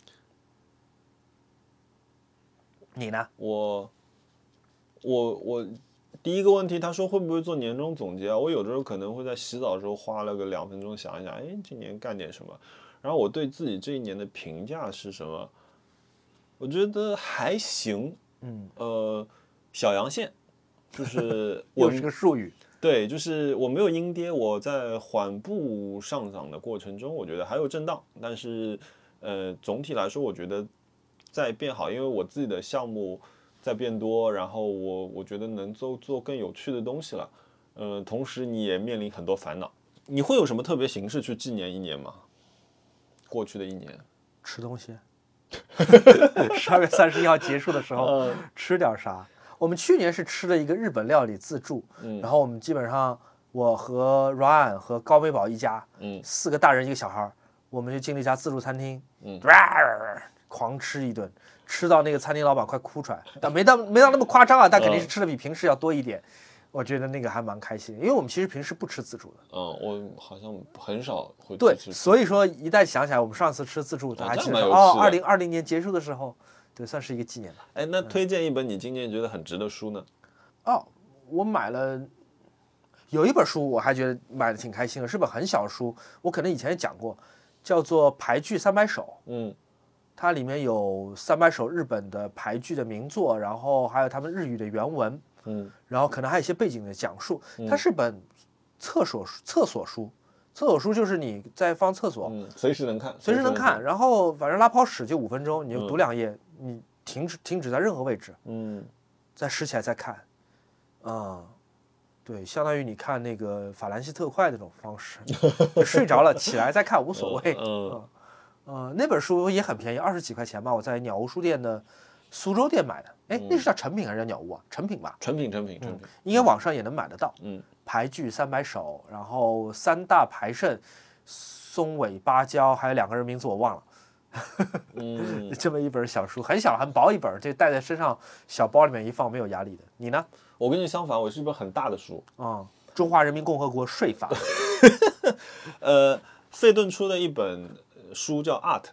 你呢？ 我，我我第一个问题，他说会不会做年终总结啊？我有的时候可能会在洗澡的时候花了个两分钟想一想，哎，今年干点什么？然后我对自己这一年的评价是什么？我觉得还行。 嗯， 呃，小阳线，就是我又是个术语。 对，就是我没有阴跌，我在缓步上涨的过程中，我觉得还有震荡，但是，呃，总体来说，我觉得在变好，因为我自己的项目在变多，然后我我觉得能做做更有趣的东西了，呃，同时你也面临很多烦恼。你会有什么特别形式去纪念一年吗？过去的一年， 吃东西。十二月三十一号结束的时候，嗯、吃点啥？我们去年是吃了一个日本料理自助， 嗯， 然后我们基本上我和 Ryan 和高美宝一家， 嗯， 四个大人一个小孩，我们就进了一家自助餐厅， 嗯， 狂吃一顿，吃到那个餐厅老板快哭出来，但没到没到那么夸张啊，但肯定是吃的比平时要多一点。我觉得那个还蛮开心的，因为我们其实平时不吃自助的。 嗯，我好像很少会对，所以说一旦想起来我们上次吃自助，还记得哦，二零二零年结束的时候。对，算是一个纪念吧。 哎，那推荐一本你今年觉得很值的书呢？ 哦，我买了，有一本书我还觉得买的挺开心的，是本很小的书，我可能以前也讲过，叫做《牌剧三百首》。 嗯， 它里面有三百首日本的牌剧的名作，然后还有他们日语的原文， 嗯， 然后可能还有一些背景的讲述。它是本厕所厕所书。厕所书就是你在放厕所， 嗯，随时能看， 随时能看。然后反正拉泡屎就五分钟，你就读两页，嗯、你停止停止在任何位置， 嗯， 再拾起来再看，啊、嗯，对，相当于你看那个法兰西特快那种方式，睡着了起来再看无所谓。 嗯， 嗯，呃，那本书也很便宜，二十几块钱吧，我在鸟屋书店的苏州店买的。哎，那是叫成品还是叫鸟屋啊？成品吧。 成品，成品，成品， 应该网上也能买得到。 嗯。 牌剧三百首，然后三大牌圣，松尾芭蕉，还有两个人名字我忘了。 嗯， 这么一本小书，很小很薄一本，这带在身上小包里面一放没有压力的。你呢？ 我跟你相反，我是一本很大的书啊、嗯，《中华人民共和国税法》。 呃，费顿出的一本书叫《Art》，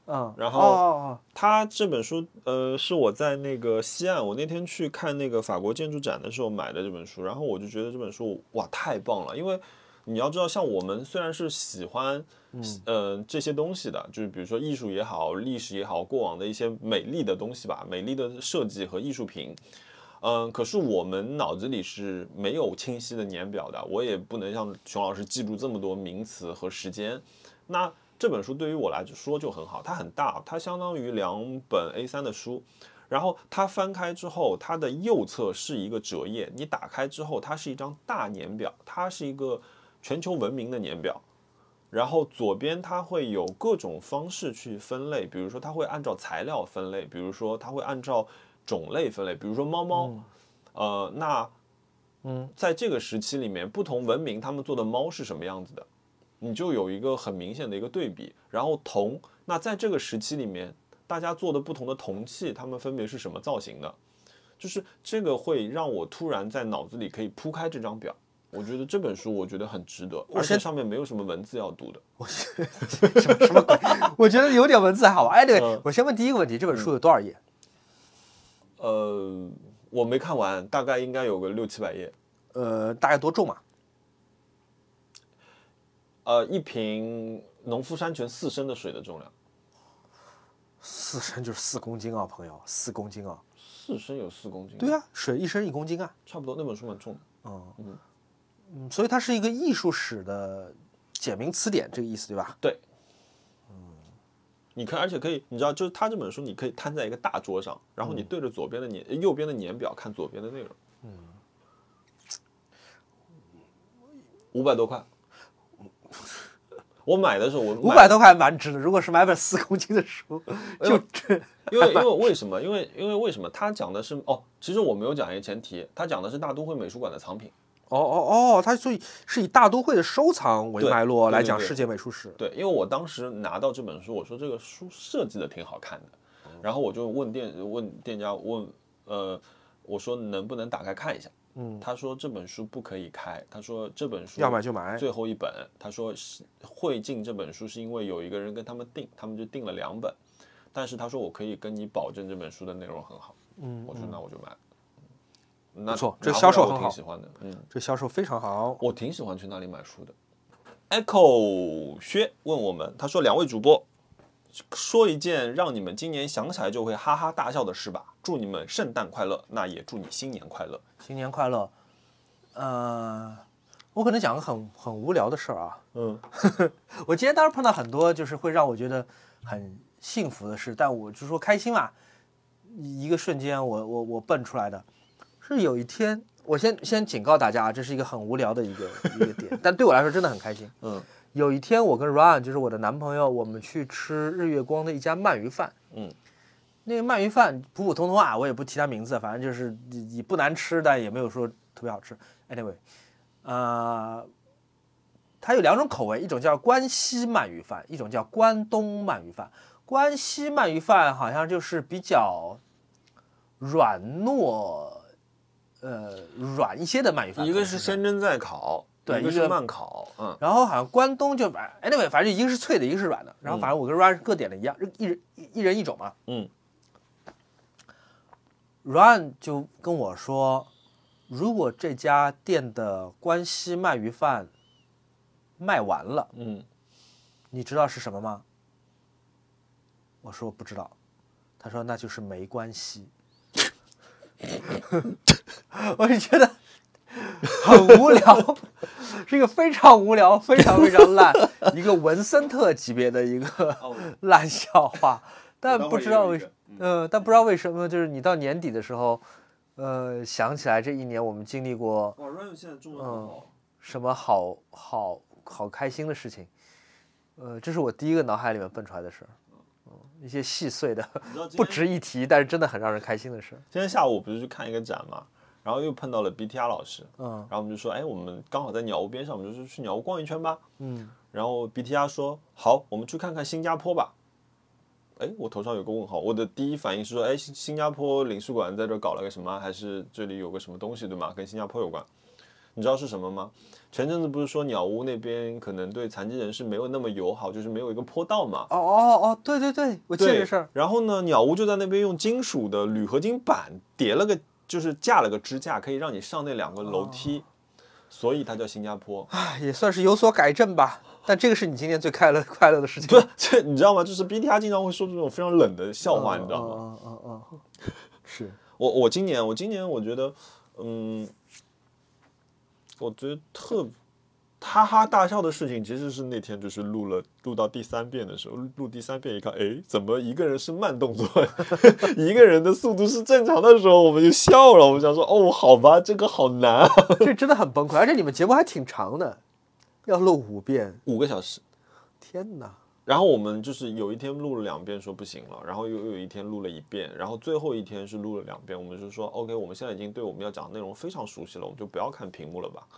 嗯， 然后哦哦他这本书，呃，是我在那个西岸，我那天去看那个法国建筑展的时候买的这本书，然后我就觉得这本书哇太棒了，因为你要知道，像我们虽然是喜欢，嗯、呃，这些东西的，就是比如说艺术也好，历史也好，过往的一些美丽的东西吧，美丽的设计和艺术品。嗯，可是我们脑子里是没有清晰的年表的，我也不能像熊老师记住这么多名词和时间。那这本书对于我来说就很好，它很大，它相当于两本 A 三 的书。然后它翻开之后，它的右侧是一个折页，你打开之后，它是一张大年表，它是一个全球闻名的年表。然后左边它会有各种方式去分类，比如说它会按照材料分类，比如说它会按照种类分类，比如说猫猫，嗯、呃，那，嗯，在这个时期里面，不同文明他们做的猫是什么样子的，你就有一个很明显的一个对比。然后铜，那在这个时期里面，大家做的不同的铜器，它们分别是什么造型的，就是这个会让我突然在脑子里可以铺开这张表。我觉得这本书我觉得很值得，而且上面没有什么文字要读的。 我什么什么鬼？我觉得有点文字还好吧。哎，对，嗯、我先问第一个问题，这本书有多少页？ 呃，我没看完，大概应该有个六七百页。 呃，大概多重啊？ 呃，一瓶农夫山泉四升的水的重量。 四升就是四公斤啊，朋友，四公斤啊。 四升有四公斤？ 对啊，水一升一公斤啊。 差不多，那本书蛮重的。 嗯嗯嗯，所以它是一个艺术史的简明词典，这个意思对吧？ 对。嗯，你可以，而且可以，你知道，就是它这本书，你可以摊在一个大桌上，然后你对着左边的年、嗯、右边的年表看左边的内容。嗯。五百多块。我买的时候，我五百多块蛮值的。如果是买本四公斤的书，就这， 因为因为为什么？因为因为为什么？他讲的是哦，其实我没有讲一个前提，他讲的是大都会美术馆的藏品。 哦哦哦，他所以是以大都会的收藏为脉络来讲世界美术史。 对，对， 对， 对，因为我当时拿到这本书，我说这个书设计的挺好看的，嗯、然后我就问店问店家问呃，我说能不能打开看一下？嗯，他说这本书不可以开，他说这本书要买就买， 最后一本，他说会进这本书是因为有一个人跟他们订，他们就订了两本，但是他说我可以跟你保证这本书的内容很好。嗯，我说那我就买了。 不错，这销售很好， 我挺喜欢的。嗯， 这销售非常好， 我挺喜欢去那里买书的。Echo 薛问我们，他说两位主播，说一件让你们今年想起来就会哈哈大笑的事吧。祝你们圣诞快乐，那也祝你新年快乐。 新年快乐。呃，我可能讲个很很无聊的事儿啊。嗯，我今天当然碰到很多就是会让我觉得很幸福的事，但我就说开心嘛，一个瞬间我我我蹦出来的。是有一天，我先先警告大家啊，这是一个很无聊的一个一个点，但对我来说真的很开心。嗯，有一天我跟 Ryan 就是我的男朋友，我们去吃日月光的一家鳗鱼饭。嗯，那个鳗鱼饭普普通通啊，我也不提它名字，反正就是也不难吃，但也没有说特别好吃。Anyway， 呃，它有两种口味，一种叫关西鳗鱼饭，一种叫关东鳗鱼饭。关西鳗鱼饭好像就是比较软糯。呃，软一些的鳗鱼饭， 一个是先蒸再烤， 对， 一个是慢烤，嗯， 然后好像关东就，anyway，反正一个是脆的，一个是软的，然后反正我跟 Ryan 各点了一样，一人一人一种嘛，嗯 ，Ryan 就跟我说，如果这家店的关西鳗鱼饭卖完了，嗯，你知道是什么吗？我说不知道，他说那就是没关系。我就觉得很无聊，是一个非常无聊、非常非常烂、一个文森特级别的一个烂笑话。但不知道为什么，呃，但不知道为什么，就是你到年底的时候，呃，想起来这一年我们经历过， 哇 ，Ryan 现在中文很好， 什么好好好开心的事情，呃，这是我第一个脑海里面蹦出来的事儿。一些细碎的不值一提，但是真的很让人开心的事。 今天下午不是去看一个展嘛，然后又碰到了 B T R 老师，嗯，然后我们就说，哎，我们刚好在鸟屋边上，我们就说去鸟屋逛一圈吧，嗯，然后 B T R 说，好，我们去看看新加坡吧。哎，我头上有个问号，我的第一反应是说，哎，新加坡领事馆在这搞了个什么，还是这里有个什么东西，对吗？跟新加坡有关。 你知道是什么吗？前阵子不是说鸟屋那边可能对残疾人士没有那么友好，就是没有一个坡道嘛。 哦哦哦，对对对，我记得这事儿。 然后呢，鸟屋就在那边用金属的铝合金板叠了个，就是架了个支架，可以让你上那两个楼梯，哦、所以它叫新加坡。 唉，也算是有所改正吧。但这个是你今天最快乐快乐的事情。 不，这你知道吗？就是 B T R 经常会说这种非常冷的笑话， 嗯、 你知道吗？ 嗯嗯嗯嗯，是我我今年我今年我觉得，嗯。我觉得特哈哈大笑的事情，其实是那天就是录了录到第三遍的时候，录第三遍一看，哎，怎么一个人是慢动作，一个人的速度是正常的时候，我们就笑了。我们想说，哦，好吧，这个好难啊， 这真的很崩溃。而且你们节目还挺长的，要录五遍， 五个小时， 天哪！ 然后我们就是有一天录了两遍，说不行了，然后又有一天录了一遍，然后最后一天是录了两遍。我们就说 ，OK， 我们现在已经对我们要讲的内容非常熟悉了，我们就不要看屏幕了吧。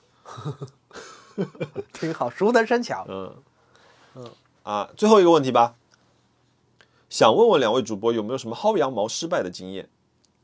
挺好，熟能生巧。 嗯嗯啊，最后一个问题吧，想问问两位主播有没有什么薅羊毛失败的经验？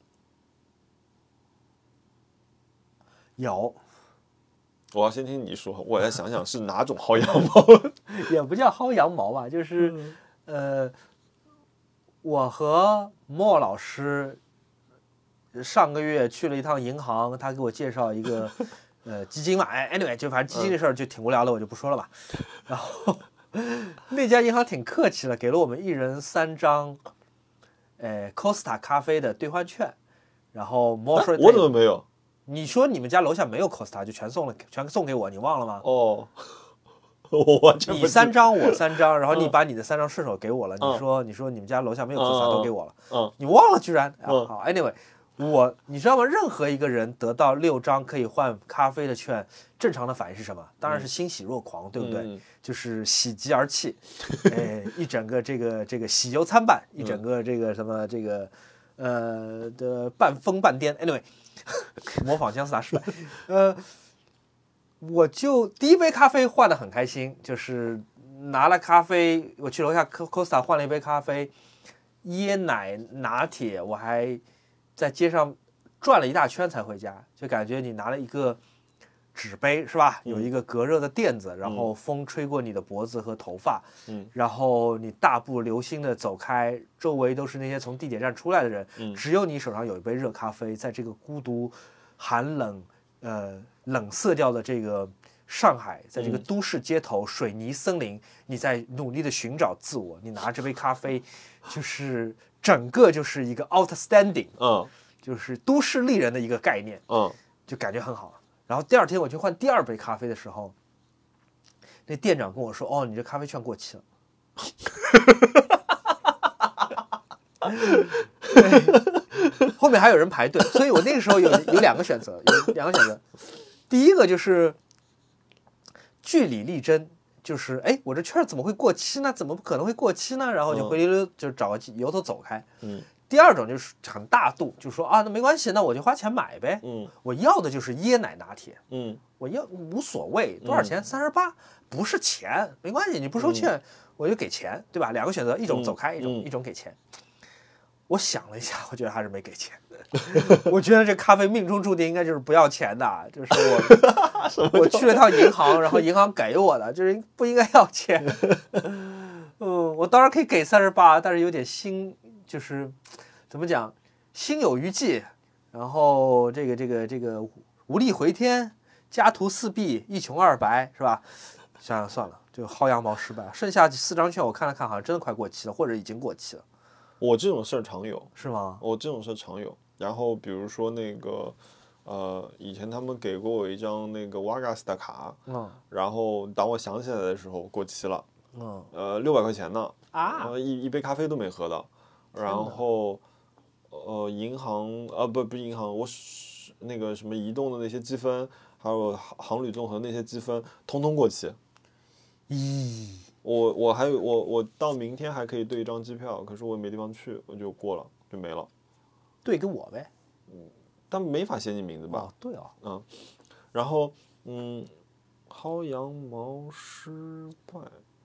有。 我要先听你说，我来想想是哪种薅羊毛。 也不叫薅羊毛吧，就是、嗯、呃，我和莫老师上个月去了一趟银行，他给我介绍一个呃基金嘛，哎 ，anyway 就反正基金的事儿就挺无聊的，我就不说了吧。然后那家银行挺客气的，给了我们一人三张，呃 Costa 咖啡的兑换券，然后莫说、 啊、我怎么没有？ 你说你们家楼下没有 Costa 就全送了，全送给我，你忘了吗？ 哦，我完全不。 你三张我三张，然后你把你的三张顺手给我了。嗯、你说你说你们家楼下没有 Costa、嗯、都给我了，嗯，你忘了居然、嗯、好 ，anyway， 我你知道吗？任何一个人得到六张可以换咖啡的券，正常的反应是什么？当然是欣喜若狂，嗯、对不对？嗯、就是喜极而泣，哎，一整个这个这个喜忧参半，一整个这个什么这个呃的半疯半癫 ，anyway。模仿姜思达失败，呃，我就第一杯咖啡换得很开心，就是拿了咖啡，我去楼下 Costa 换了一杯咖啡，椰奶拿铁，我还在街上转了一大圈才回家，就感觉你拿了一个纸杯是吧？有一个隔热的垫子，然后风吹过你的脖子和头发，嗯，然后你大步流星的走开，周围都是那些从地铁站出来的人，嗯，只有你手上有一杯热咖啡，在这个孤独、寒冷、呃冷色调的这个上海，在这个都市街头、水泥森林，你在努力的寻找自我，你拿这杯咖啡，就是整个就是一个 outstanding， 嗯，就是都市丽人的一个概念，嗯，就感觉很好。然后第二天我去换第二杯咖啡的时候，那店长跟我说：“哦，你这咖啡券过期了。”后面还有人排队，所以我那个时候有有两个选择，有两个选择。第一个就是据理力争，就是哎，我这券怎么会过期呢？怎么可能会过期呢？然后就回溜溜就找个由头走开。嗯。第二种就是很大度，就说啊，那没关系，那我就花钱买呗。嗯，我要的就是椰奶拿铁。嗯，我要无所谓多少钱，三十八，不是钱，没关系，你不收券，嗯、我就给钱，对吧？两个选择，一种走开，嗯、一种、嗯、一种给钱。我想了一下，我觉得还是没给钱。我觉得这咖啡命中注定应该就是不要钱的，就是我我去了趟银行，然后银行给我的，就是不应该要钱。嗯，我当然可以给三十八，但是有点心。就是怎么讲，心有余悸，然后这个这个这个无力回天，家徒四壁，一穷二白，是吧？想想算了，就薅羊毛失败。剩下四张券我看了看，好像真的快过期了，或者已经过期了。 我这种事儿常有， 是吗？ 我这种事儿常有。然后比如说那个，呃，以前他们给过我一张那个 Vargas 的卡，嗯，然后当我想起来的时候过期了，嗯，呃，六百块钱呢，啊，呃、一一杯咖啡都没喝到。然后，呃，银行呃不不是银行，我是那个什么移动的那些积分，还有航旅综合那些积分，通通过期。咦，我我还有我我到明天还可以兑一张机票，可是我没地方去，我就过了，就没了。 兑给我呗。 嗯，但没法写你名字吧？ 哦，对哦。 嗯，然后嗯，薅羊毛失败。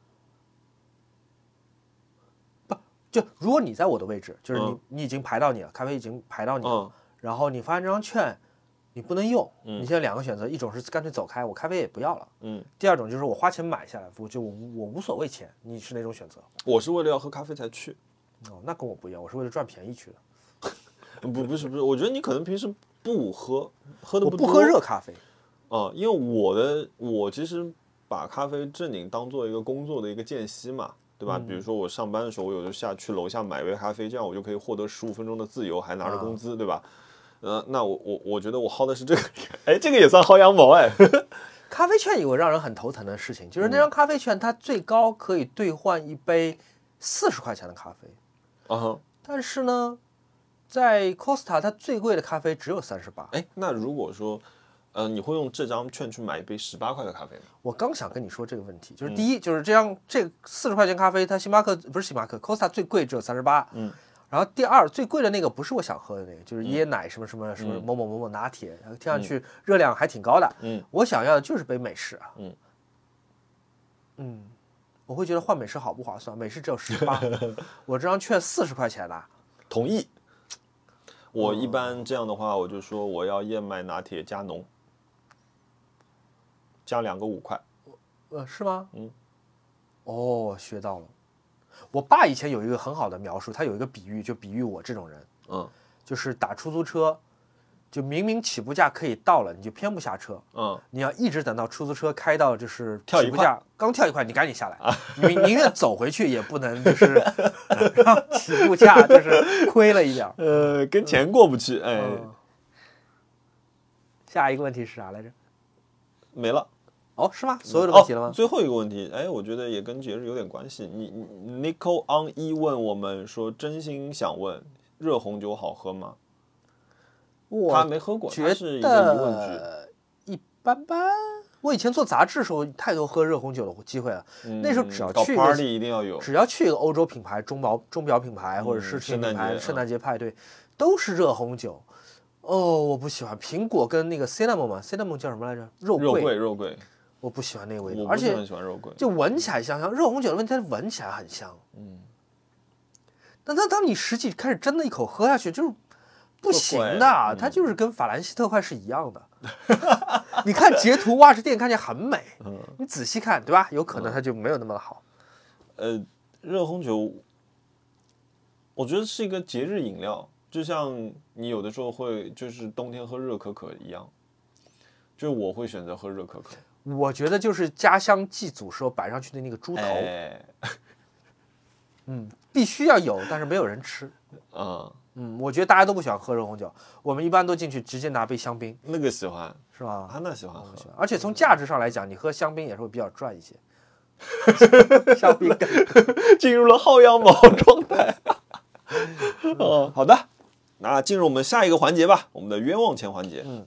就如果你在我的位置，就是你、嗯、你已经排到你了，咖啡已经排到你了，嗯、然后你发这张券， 你不能用。 嗯你现在两个选择，一种是干脆走开，我咖啡也不要了。 嗯， 第二种就是我花钱买下来，我就我我无所谓钱。你是哪种选择？ 我是为了要喝咖啡才去。 哦，那跟我不一样，我是为了赚便宜去的。 不不是不是，我觉得你可能平时不喝，喝的多。 我不喝热咖啡。 啊、因为我的我其实把咖啡正经当做一个工作的一个间隙嘛，对吧？ 嗯、 比如说我上班的时候，我有就下去楼下买杯咖啡，这样我就可以获得十五分钟的自由，还拿着工资，啊、对吧？呃，那我我我觉得我薅的是这个，哎，这个也算薅羊毛哎。 咖啡券有个让人很头疼的事情，就是那张咖啡券它最高可以兑换一杯四十块钱的咖啡， 啊哈， 但是呢，在 Costa 它最贵的咖啡只有三十八。 哎，那如果说，呃，你会用这张券去买一杯十八块的咖啡吗？ 我刚想跟你说这个问题，就是第一，嗯、就是这样，这四十块钱咖啡，它星巴克不是星巴克 ，Costa 最贵只有三十八。 嗯。 然后第二，最贵的那个不是我想喝的那个，就是椰奶什么什么什么某某某某拿铁，然后听上去热量还挺高的。 嗯。 我想要的就是杯美式啊。 嗯。 嗯，我会觉得换美式好不划算？美式只有十八，我这张券四十块钱的。 同意。我一般这样的话，我就说我要燕麦拿铁加浓，加两个五块。 呃，是吗？ 嗯。 哦，学到了。我爸以前有一个很好的描述，他有一个比喻，就比喻我这种人， 嗯， 就是打出租车，就明明起步价可以到了，你就偏不下车， 嗯， 你要一直等到出租车开到就是跳起步价刚跳一块，你赶紧下来，啊、你宁愿走回去也不能就是让起步价就是亏了一点， 呃，跟钱过不去，哎、 嗯。下一个问题是啥来着？ 没了。 哦，是吗？所有的问题了吗？ 哦、最后一个问题，哎，我觉得也跟节日有点关系。你你 Nico on 一问我们说，真心想问，热红酒好喝吗？他没喝过，他是一个疑问句。 一般般。我以前做杂志的时候，太多喝热红酒的机会了。嗯、那时候只要去搞 party 一定要有， 只要去一个欧洲品牌、钟表钟表品牌或者是品牌，圣诞节派对，都是热红酒。哦，我不喜欢苹果跟那个 cinnamon 嘛 ，cinnamon 叫什么来着？肉桂， 肉桂，肉桂。 我不喜欢那个味道， 而且很喜欢肉桂， 就闻起来香香。热红酒的问题，它闻起来很香， 嗯， 但当当你实际开始真的一口喝下去，就是不行的，嗯、它就是跟法兰西特快是一样的。你看截图，袜子店看起来很美，嗯、你仔细看，对吧？有可能它就没有那么好。 呃，热红酒，我觉得是一个节日饮料，就像你有的时候会就是冬天喝热可可一样，就是我会选择喝热可可。 我觉得就是家乡祭祖时候摆上去的那个猪头， 哎、 嗯，必须要有，但是没有人吃。 嗯嗯，我觉得大家都不喜欢喝热红酒，我们一般都进去直接拿杯香槟。 那个喜欢是吧？ 啊，那喜欢喝， 喜欢而且从价值上来讲，你喝香槟也是会比较赚一些。香槟进入了薅羊毛状态。哦，好的，那进入我们下一个环节吧，我们的冤枉钱环节。 嗯。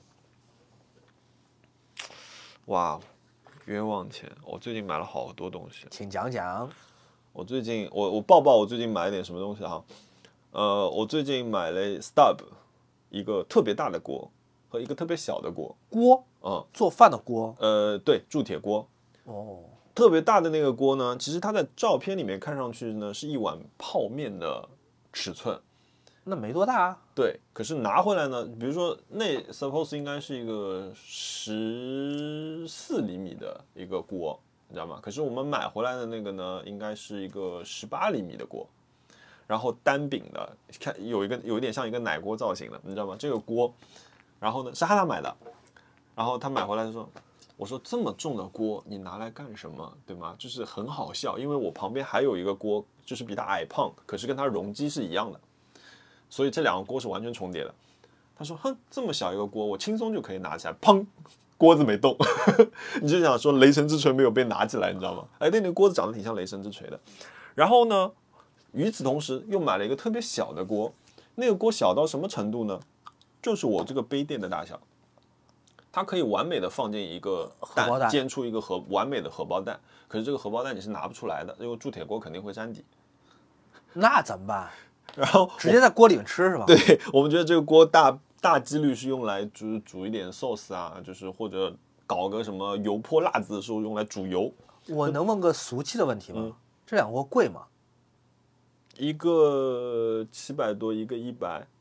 哇，冤枉钱！我最近买了好多东西， 请讲讲。 我最近，我我报报我最近买了点什么东西哈。呃，我最近买了 Stub 一个特别大的锅和一个特别小的锅。 锅？ 嗯， 做饭的锅。 呃，对，铸铁锅。 哦。 特别大的那个锅呢，其实它在照片里面看上去呢是一碗泡面的尺寸。 那没多大啊。 对，可是拿回来呢，比如说那 suppose 应该是一个十四厘米的一个锅，你知道吗？可是我们买回来的那个呢，应该是一个十八厘米的锅，然后单柄的，看有一个有一点像一个奶锅造型的，你知道吗？这个锅，然后呢是哈娜买的，然后他买回来就说，我说这么重的锅你拿来干什么，对吗？就是很好笑，因为我旁边还有一个锅，就是比它矮胖，可是跟它容积是一样的。所以这两个锅是完全重叠的。他说：“哼，这么小一个锅，我轻松就可以拿起来，砰，锅子没动。”你就想说雷神之锤没有被拿起来，你知道吗？哎，那个锅子长得挺像雷神之锤的。然后呢，与此同时又买了一个特别小的锅，那个锅小到什么程度呢？就是我这个杯垫的大小，它可以完美的放进一个蛋，煎出一个荷完美的荷包蛋。可是这个荷包蛋你是拿不出来的，因为铸铁锅肯定会粘底。 那怎么办？ 然后直接在锅里面吃是吧？ 对，我们觉得这个锅大大几率是用来煮煮一点 sauce 啊，就是或者搞个什么油泼辣子的时候用来煮油。 我能问个俗气的问题吗？嗯、这两锅贵吗？ 一个七百多，一个一百。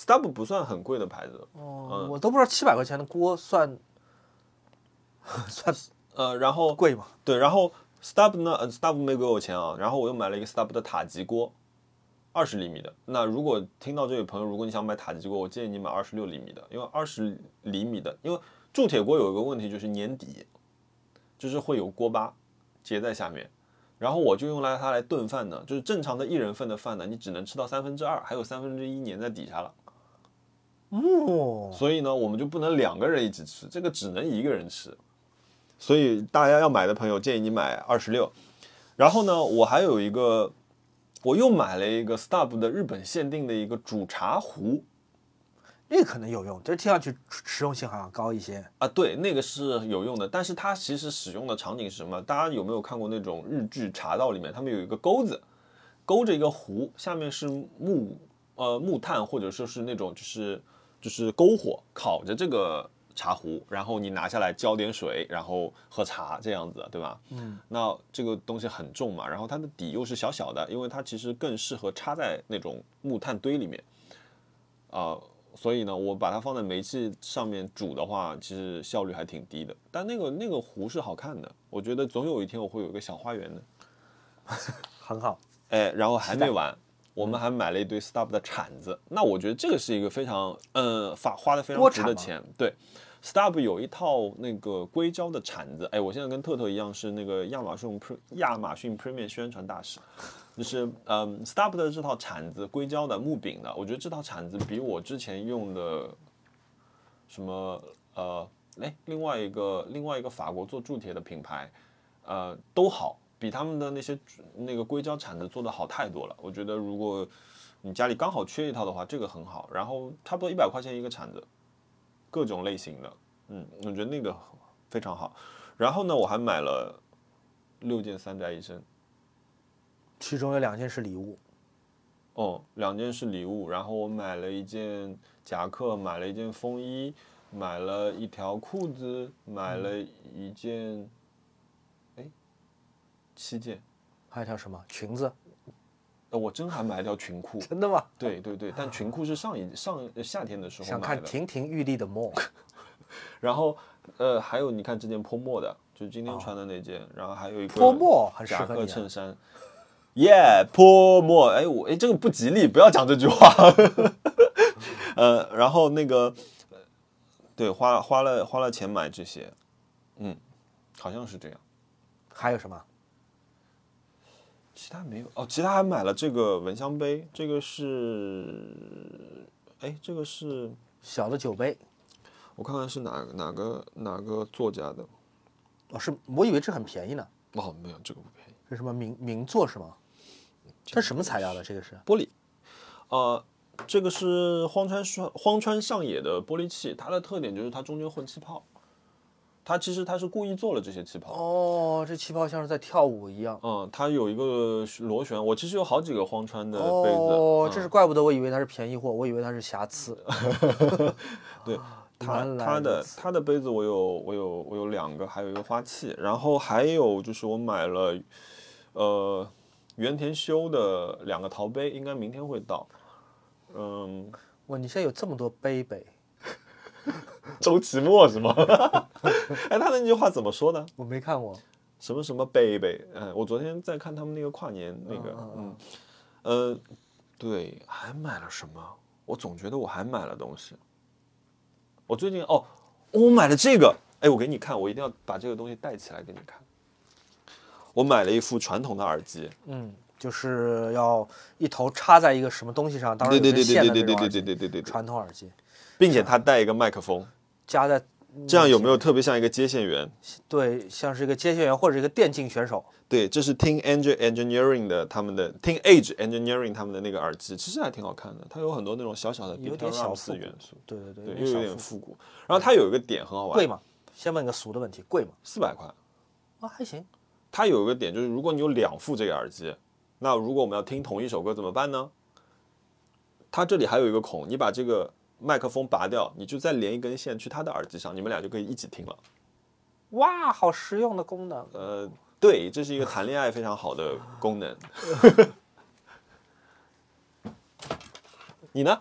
Stub 不算很贵的牌子。 哦， 嗯、 我都不知道七百块钱的锅算算呃，然后贵吗？ 对，然后 Stub 呢、呃、，Stub 没给我钱啊，然后我又买了一个 Stub 的塔吉锅，二十厘米的。那如果听到这位朋友，如果你想买塔吉锅，我建议你买二十六厘米的，因为二十厘米的，因为铸铁锅有一个问题就是粘底，就是会有锅巴结在下面。然后我就用来它来炖饭呢，就是正常的一人份的饭呢，你只能吃到三分之二，还有三分之一粘在底下了。 哦， 所以呢，我们就不能两个人一起吃，这个只能一个人吃。所以大家要买的朋友，建议你买二十六。然后呢，我还有一个，我又买了一个 Stub 的日本限定的一个煮茶壶。 那个可能有用，这听上去实用性好像高一些啊。对，那个是有用的，但是它其实使用的场景是什么？大家有没有看过那种日剧茶道里面，他们有一个钩子，勾着一个壶，下面是木呃木炭或者说是那种就是就是篝火烤着这个茶壶，然后你拿下来浇点水，然后喝茶这样子，对吧？ 嗯， 那这个东西很重嘛，然后它的底又是小小的，因为它其实更适合插在那种木炭堆里面啊。呃所以呢，我把它放在煤气上面煮的话，其实效率还挺低的。但那个那个壶是好看的，我觉得总有一天我会有一个小花园的， 很好。 哎，然后还没完，我们还买了一堆 Stub 的铲子。那我觉得这个是一个非常呃花花的非常值的钱。对 ，Stub 有一套那个硅胶的铲子，哎，我现在跟特特一样是那个亚马逊亚马逊 Premium 宣传大使。就是嗯 ，Stub 的这套铲子，硅胶的木柄的，我觉得这套铲子比我之前用的什么呃，哎，另外一个另外一个法国做铸铁的品牌，呃，都好，比他们的那些那个硅胶铲子做的好太多了。我觉得如果你家里刚好缺一套的话，这个很好。然后差不多一百块钱一个铲子，各种类型的，嗯，我觉得那个非常好。然后呢，我还买了六件三宅一生。 其中有两件是礼物， 哦，两件是礼物，然后我买了一件夹克，买了一件风衣，买了一条裤子，买了一件，哎、嗯，七件， 还有一条什么裙子？ 呃，我真还买了条裙裤。 真的吗？ 对对对，但裙裤是上一上夏天的时候买的。 想看亭亭玉立的梦。 然后，呃，还有你看这件泼墨的，就是今天穿的那件，哦、然后还有一个泼墨很适合夹克你、啊。 衬衫。耶，泼墨，哎我哎这个不吉利，不要讲这句话。呃，然后那个，对，花花了花了钱买这些，嗯，好像是这样。 还有什么？ 其他没有哦，其他还买了这个蚊香杯，这个是，哎，这个是小的酒杯， 我看看是哪哪个哪个作家的。 哦，是我以为这很便宜呢。 哦，没有，这个不便宜。 是什么名名作是吗？这是什么材料的？这个是玻璃，呃，这个是荒川荒川上野的玻璃器，它的特点就是它中间混气泡，它其实它是故意做了这些气泡。 哦，这气泡像是在跳舞一样。 嗯，它有一个螺旋，我其实有好几个荒川的杯子。 哦， 嗯、 这是怪不得我以为它是便宜货，我以为它是瑕疵。 对，它它的它的杯子我有我有我有两个，还有一个花器，然后还有就是我买了，呃。原田修的两个陶杯，应该明天会到。嗯， 哇，你现在有这么多杯杯， 周奇墨是吗？哎，他的那句话怎么说呢？ 我没看过。 什么什么杯杯？嗯，我昨天在看他们那个跨年那个，嗯，嗯呃，对，还买了什么？我总觉得我还买了东西。我最近哦，我买了这个，哎，我给你看，我一定要把这个东西带起来给你看。我买了一副传统的耳机， 嗯，就是要一头插在一个什么东西上，当然有根线的那种耳机，对对对对对对对，传统耳机， 并且它带一个麦克风， 夹在， 这样有没有特别像一个接线员？ 对，像是一个接线员或者一个电竞选手。 对，这是 Ting Edge Engineering 的他们的 Ting Edge Engineering 他们的那个耳机，其实还挺好看的，它有很多那种小小的有点小复古元素， 对对对， 对，又有点复古。然后它有一个点很好玩， 贵吗？先问个俗的问题，贵吗？ 四百块， 啊，还行。 它有一个点就是，如果你有两副这个耳机，那如果我们要听同一首歌怎么办呢？它这里还有一个孔，你把这个麦克风拔掉，你就再连一根线去它的耳机上，你们俩就可以一起听了。 哇，好实用的功能。 呃，对，这是一个谈恋爱非常好的功能。你呢？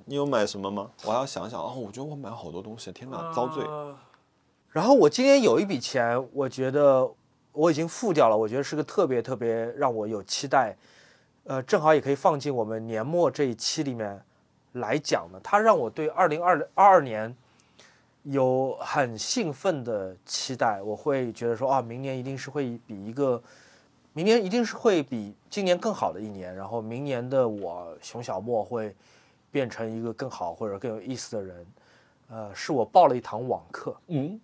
你有买什么吗？我还要想想哦，我觉得我买了好多东西，天哪，遭罪。 呃然后我今年有一笔钱，我觉得我已经付掉了，我觉得是个特别特别让我有期待，呃，正好也可以放进我们年末这一期里面来讲的。它让我对二零二二年有很兴奋的期待，我会觉得说啊，明年一定是会比一个，明年一定是会比今年更好的一年，然后明年的我熊小莫会变成一个更好或者更有意思的人。呃，是我报了一堂网课， 嗯，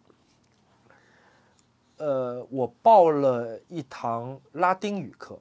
呃，我报了一堂拉丁语课。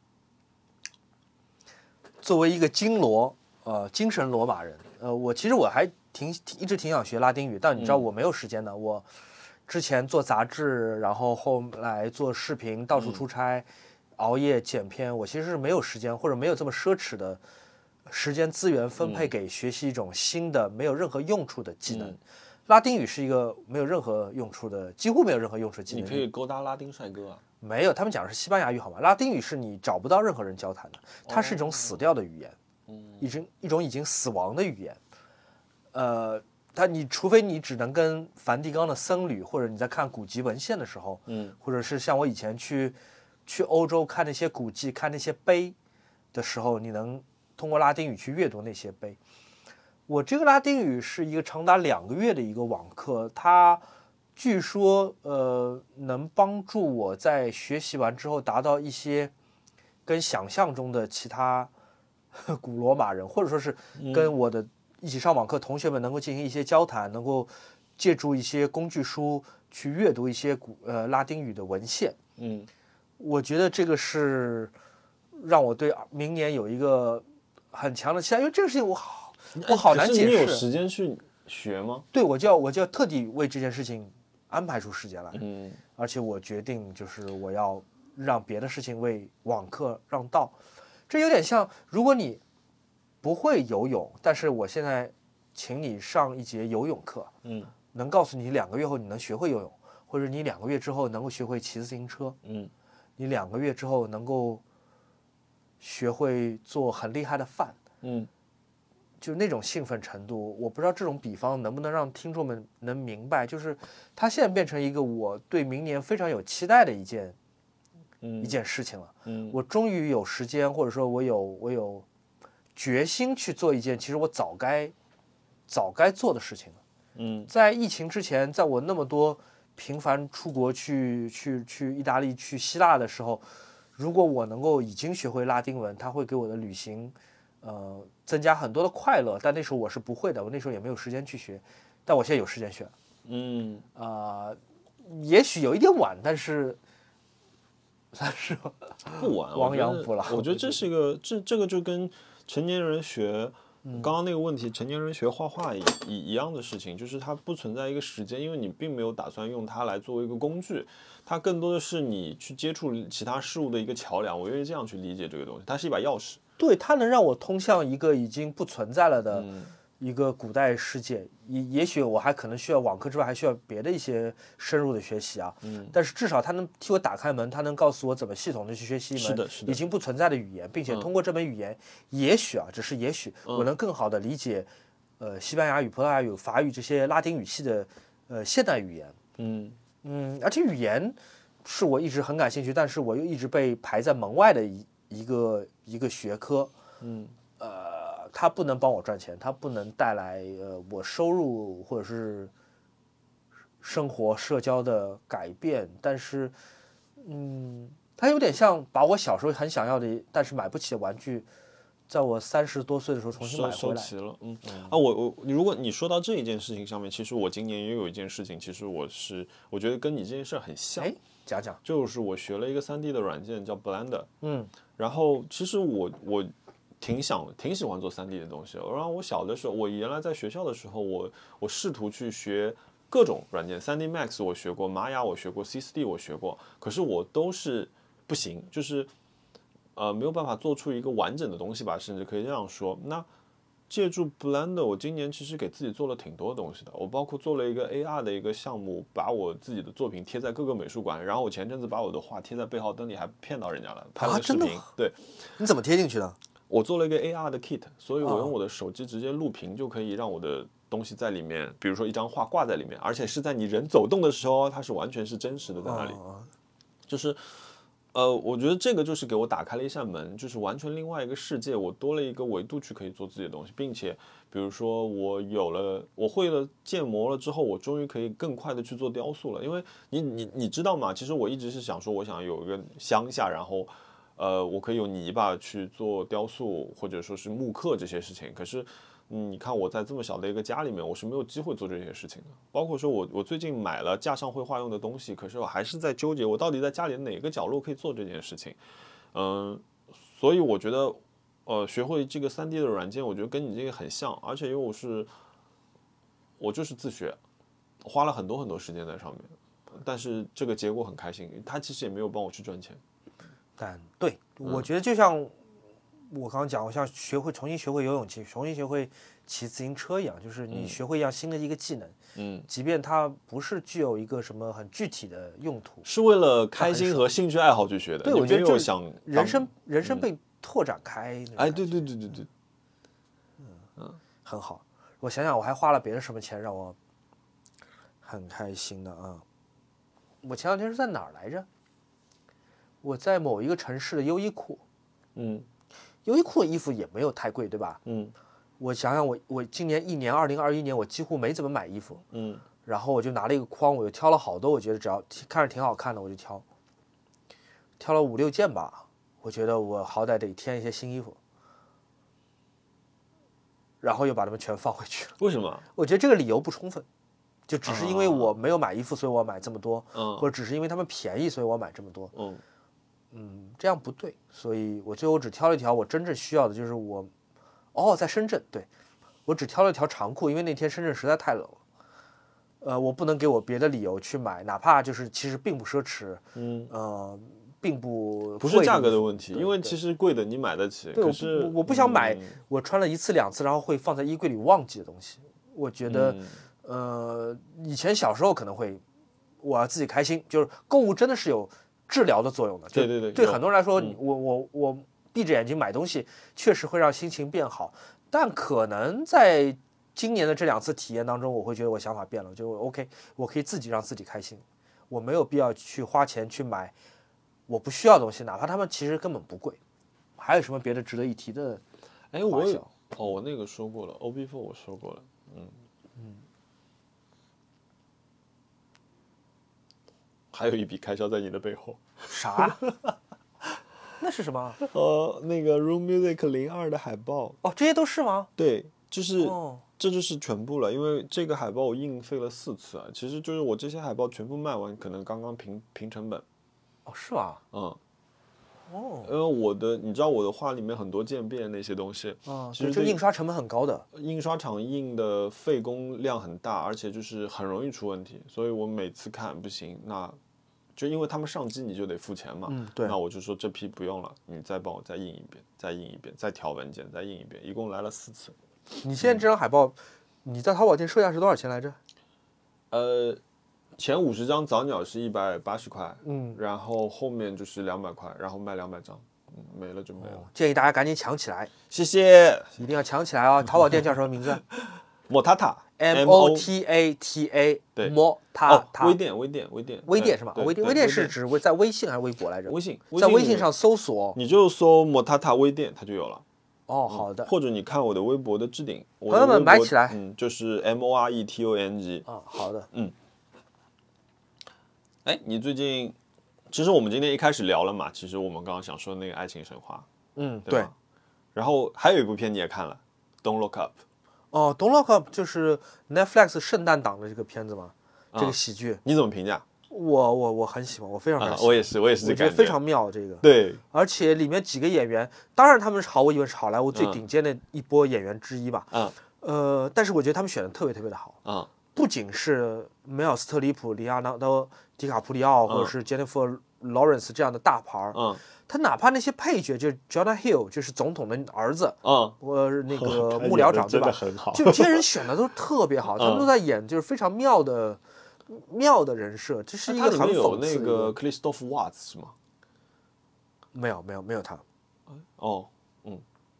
作为一个金罗，呃，精神罗马人，呃，我其实我还挺一直挺想学拉丁语，但你知道我没有时间的。我之前做杂志，然后后来做视频，到处出差，熬夜剪片，我其实是没有时间或者没有这么奢侈的时间资源分配给学习一种新的、没有任何用处的技能。拉丁语是一个没有任何用处的，几乎没有任何用处的技能。 你可以勾搭拉丁帅哥啊。 没有，他们讲的是西班牙语好吗？拉丁语是你找不到任何人交谈的，它是一种死掉的语言，一种一种已经死亡的语言。呃，它你除非你只能跟梵蒂冈的僧侣，或者你在看古籍文献的时候， 嗯， 或者是像我以前去去欧洲看那些古迹、看那些碑的时候，你能通过拉丁语去阅读那些碑。我这个拉丁语是一个长达两个月的一个网课，它据说呃能帮助我在学习完之后达到一些跟想象中的其他古罗马人，或者说是跟我的一起上网课同学们能够进行一些交谈，能够借助一些工具书去阅读一些古呃拉丁语的文献。 嗯， 我觉得这个是让我对明年有一个很强的期待，因为这个事情我好我好难解释。 可是你有时间去学吗？ 对，我就要我就要特地为这件事情安排出时间来。 嗯， 而且我决定就是我要让别的事情为网课让道。这有点像，如果你不会游泳，但是我现在请你上一节游泳课， 嗯， 能告诉你两个月后你能学会游泳，或者你两个月之后能够学会骑自行车， 嗯， 你两个月之后能够学会做很厉害的饭， 嗯， 就那种兴奋程度，我不知道这种比方能不能让听众们能明白，就是它现在变成一个我对明年非常有期待的一件、 嗯、 一件事情了。 嗯， 我终于有时间，或者说我有我有决心去做一件其实我早该早该做的事情了。 嗯， 在疫情之前，在我那么多频繁出国去去去意大利、去希腊的时候，如果我能够已经学会拉丁文，它会给我的旅行。呃，增加很多的快乐，但那时候我是不会的，我那时候也没有时间去学，但我现在有时间学。 嗯， 啊、呃，也许有一点晚，但是，但是不晚， 亡羊补牢。 我觉得这是一个，这这个就跟成年人学刚刚那个问题，成年人学画画一一一样的事情，就是它不存在一个时间，因为你并没有打算用它来作为一个工具，它更多的是你去接触其他事物的一个桥梁。我愿意这样去理解这个东西，它是一把钥匙。 对，它能让我通向一个已经不存在了的一个古代世界。也也许我还可能需要网课之外，还需要别的一些深入的学习啊。 嗯， 但是至少它能替我打开门，它能告诉我怎么系统的去学习一门已经不存在的语言，并且通过这门语言，也许啊，只是也许我能更好的理解，呃，西班牙语、葡萄牙语、法语这些拉丁语系的呃现代语言。 嗯嗯，而且语言是我一直很感兴趣，但是我又一直被排在门外的一。一个一个学科， 嗯， 呃，它不能帮我赚钱，它不能带来呃我收入或者是生活社交的改变，但是，嗯，它有点像把我小时候很想要的但是买不起的玩具，在我三十多岁的时候重新买回来。 收齐了，嗯啊，我我如果你说到这一件事情上面，其实我今年也有一件事情，其实我是我觉得跟你这件事很像。 哎，讲讲， 就是我学了一个 三 D 的软件叫 Blender， 嗯。 然后其实我我挺想挺喜欢做 三 D 的东西。然后我小的时候，我原来在学校的时候，我我试图去学各种软件 ，三 D Max 我学过，玛雅我学过 ，C 四 D 我学过，可是我都是不行，就是呃没有办法做出一个完整的东西吧，甚至可以这样说。那借助 Blender， 我今年其实给自己做了挺多东西的。我包括做了一个 A R 的一个项目，把我自己的作品贴在各个美术馆。然后我前阵子把我的画贴在背号灯里，还骗到人家了，拍了个视频。 啊、 对， 你怎么贴进去的？ 我做了一个 A R 的 kit， 所以我用我的手机直接录屏就可以让我的东西在里面，比如说一张画挂在里面，而且是在你人走动的时候，它是完全是真实的在那里，就是。呃，我觉得这个就是给我打开了一扇门，就是完全另外一个世界，我多了一个维度去可以做自己的东西，并且，比如说我有了，我会了建模了之后，我终于可以更快的去做雕塑了。因为你你你知道吗？其实我一直是想说，我想有一个乡下，然后，呃，我可以用泥巴去做雕塑，或者说是木刻这些事情。可是，嗯，你看我在这么小的一个家里面，我是没有机会做这些事情的。包括说我我最近买了架上绘画用的东西，可是我还是在纠结，我到底在家里的哪个角落可以做这件事情。嗯，所以我觉得，呃，学会这个三 D 的软件，我觉得跟你这个很像，而且因为我是我就是自学，花了很多很多时间在上面，但是这个结果很开心，他其实也没有帮我去赚钱。 但对，我觉得就像。我刚刚讲，我像学会重新学会游泳，去重新学会骑自行车一样，就是你学会一样新的一个技能， 嗯， 即便它不是具有一个什么很具体的用途， 是为了开心和兴趣爱好去学的。 对，我觉得就想人生人生被拓展开。 哎，对对对对对， 嗯嗯，很好。我想想，我还花了别人什么钱让我很开心的啊？我前两天是在哪儿来着？我在某一个城市的优衣库。 嗯， 优衣库的衣服也没有太贵，对吧？ 嗯， 我想想我，我我今年一年，二零二一年，我几乎没怎么买衣服。 嗯， 然后我就拿了一个筐，我就挑了好多，我觉得只要看着挺好看的，我就挑，挑了五六件吧。我觉得我好歹得添一些新衣服，然后又把它们全放回去了。 为什么？ 我觉得这个理由不充分，就只是因为我没有买衣服，所以我买这么多， 嗯， 或者只是因为他们便宜，所以我买这么多。 嗯。 嗯，这样不对，所以我最后只挑了一条我真正需要的，就是我，哦，在深圳，对，我只挑了一条长裤，因为那天深圳实在太冷了，呃，我不能给我别的理由去买，哪怕就是其实并不奢侈， 嗯， 呃，并不不是价格的问题，因为其实贵的你买得起， 对， 可是我我不想买、 嗯、 我穿了一次两次，然后会放在衣柜里忘记的东西，我觉得， 嗯、 呃，以前小时候可能会，我要自己开心，就是购物真的是有。治疗的作用的， 对对对， 对很多人来说， 嗯、 我我我闭着眼睛买东西，确实会让心情变好。但可能在今年的这两次体验当中，我会觉得我想法变了，就 OK， 我可以自己让自己开心，我没有必要去花钱去买我不需要的东西，哪怕他们其实根本不贵。还有什么别的值得一提的？ 哎，我有哦，我那个说过了 ，O B 四 我说过了，嗯嗯。还有一笔开销在你的背后， 啥？那是什么？ 呃，那个 Room Music 零二的海报。 哦，这些都是吗？ 对，就是、 哦、 这就是全部了。因为这个海报我印费了四次啊，其实就是我这些海报全部卖完，可能刚刚平平成本。 哦，是吗？ 嗯。 哦。 因为我的，你知道我的画里面很多渐变那些东西， 啊， 其实这印刷成本很高的， 印刷厂印的费工量很大，而且就是很容易出问题，所以我每次看不行，那。就因为他们上机你就得付钱嘛， 嗯，对， 那我就说这批不用了，你再帮我再印一遍，再印一遍，再调文件，再印一遍，一共来了四次。 你现在这张海报，嗯、你在淘宝店售价是多少钱来着？ 呃，前五十张早鸟是一百八十块， 嗯， 然后后面就是两百块，然后卖两百张，嗯，没了就没了、哦。 建议大家赶紧抢起来， 谢谢， 一定要抢起来哦！淘宝店叫什么名字？ 莫塔塔。 M O T A T A， 对， 摩塔塔， 微店，微店，微店， 微店是吧？微店，微店是指在微信还是微博来着？ 微信， 在微信上搜索， 你就搜摩塔塔微店，它就有了。 哦，好的。 或者你看我的微博的置顶， 朋友们买起来， 嗯，就是 M O R E T O N G。 啊，好的， 嗯。哎，你最近，其实我们今天一开始聊了嘛，其实我们刚刚想说那个爱情神话， 嗯， 对。然后还有一部片你也看了，《Don't Look Up》。 哦，《Don't Look Up》就是 Netflix 圣诞档的这个片子嘛，这个喜剧， 你怎么评价？ 我我我很喜欢，我非常非常喜欢， 我也是，我也是这感觉，非常妙这个。 对， 而且里面几个演员，当然他们是毫无疑问是好莱坞最顶尖的一波演员之一吧。 嗯。 呃，但是我觉得他们选的特别特别的好。 嗯。 不仅是梅尔斯特里普、里亚纳多·迪卡普里奥或者是 Jennifer Lawrence 这样的大牌， 嗯。 他哪怕那些配角，就是 Jonah Hill， 就是总统的儿子， 嗯， 我那个幕僚长，对吧？ 很好， 就这些人选的都特别好，他们都在演就是非常妙的、妙的人设，这是一个很讽刺的。 有那个 Christoph Waltz 是吗？ 没有，没有，没有他。 哦，嗯，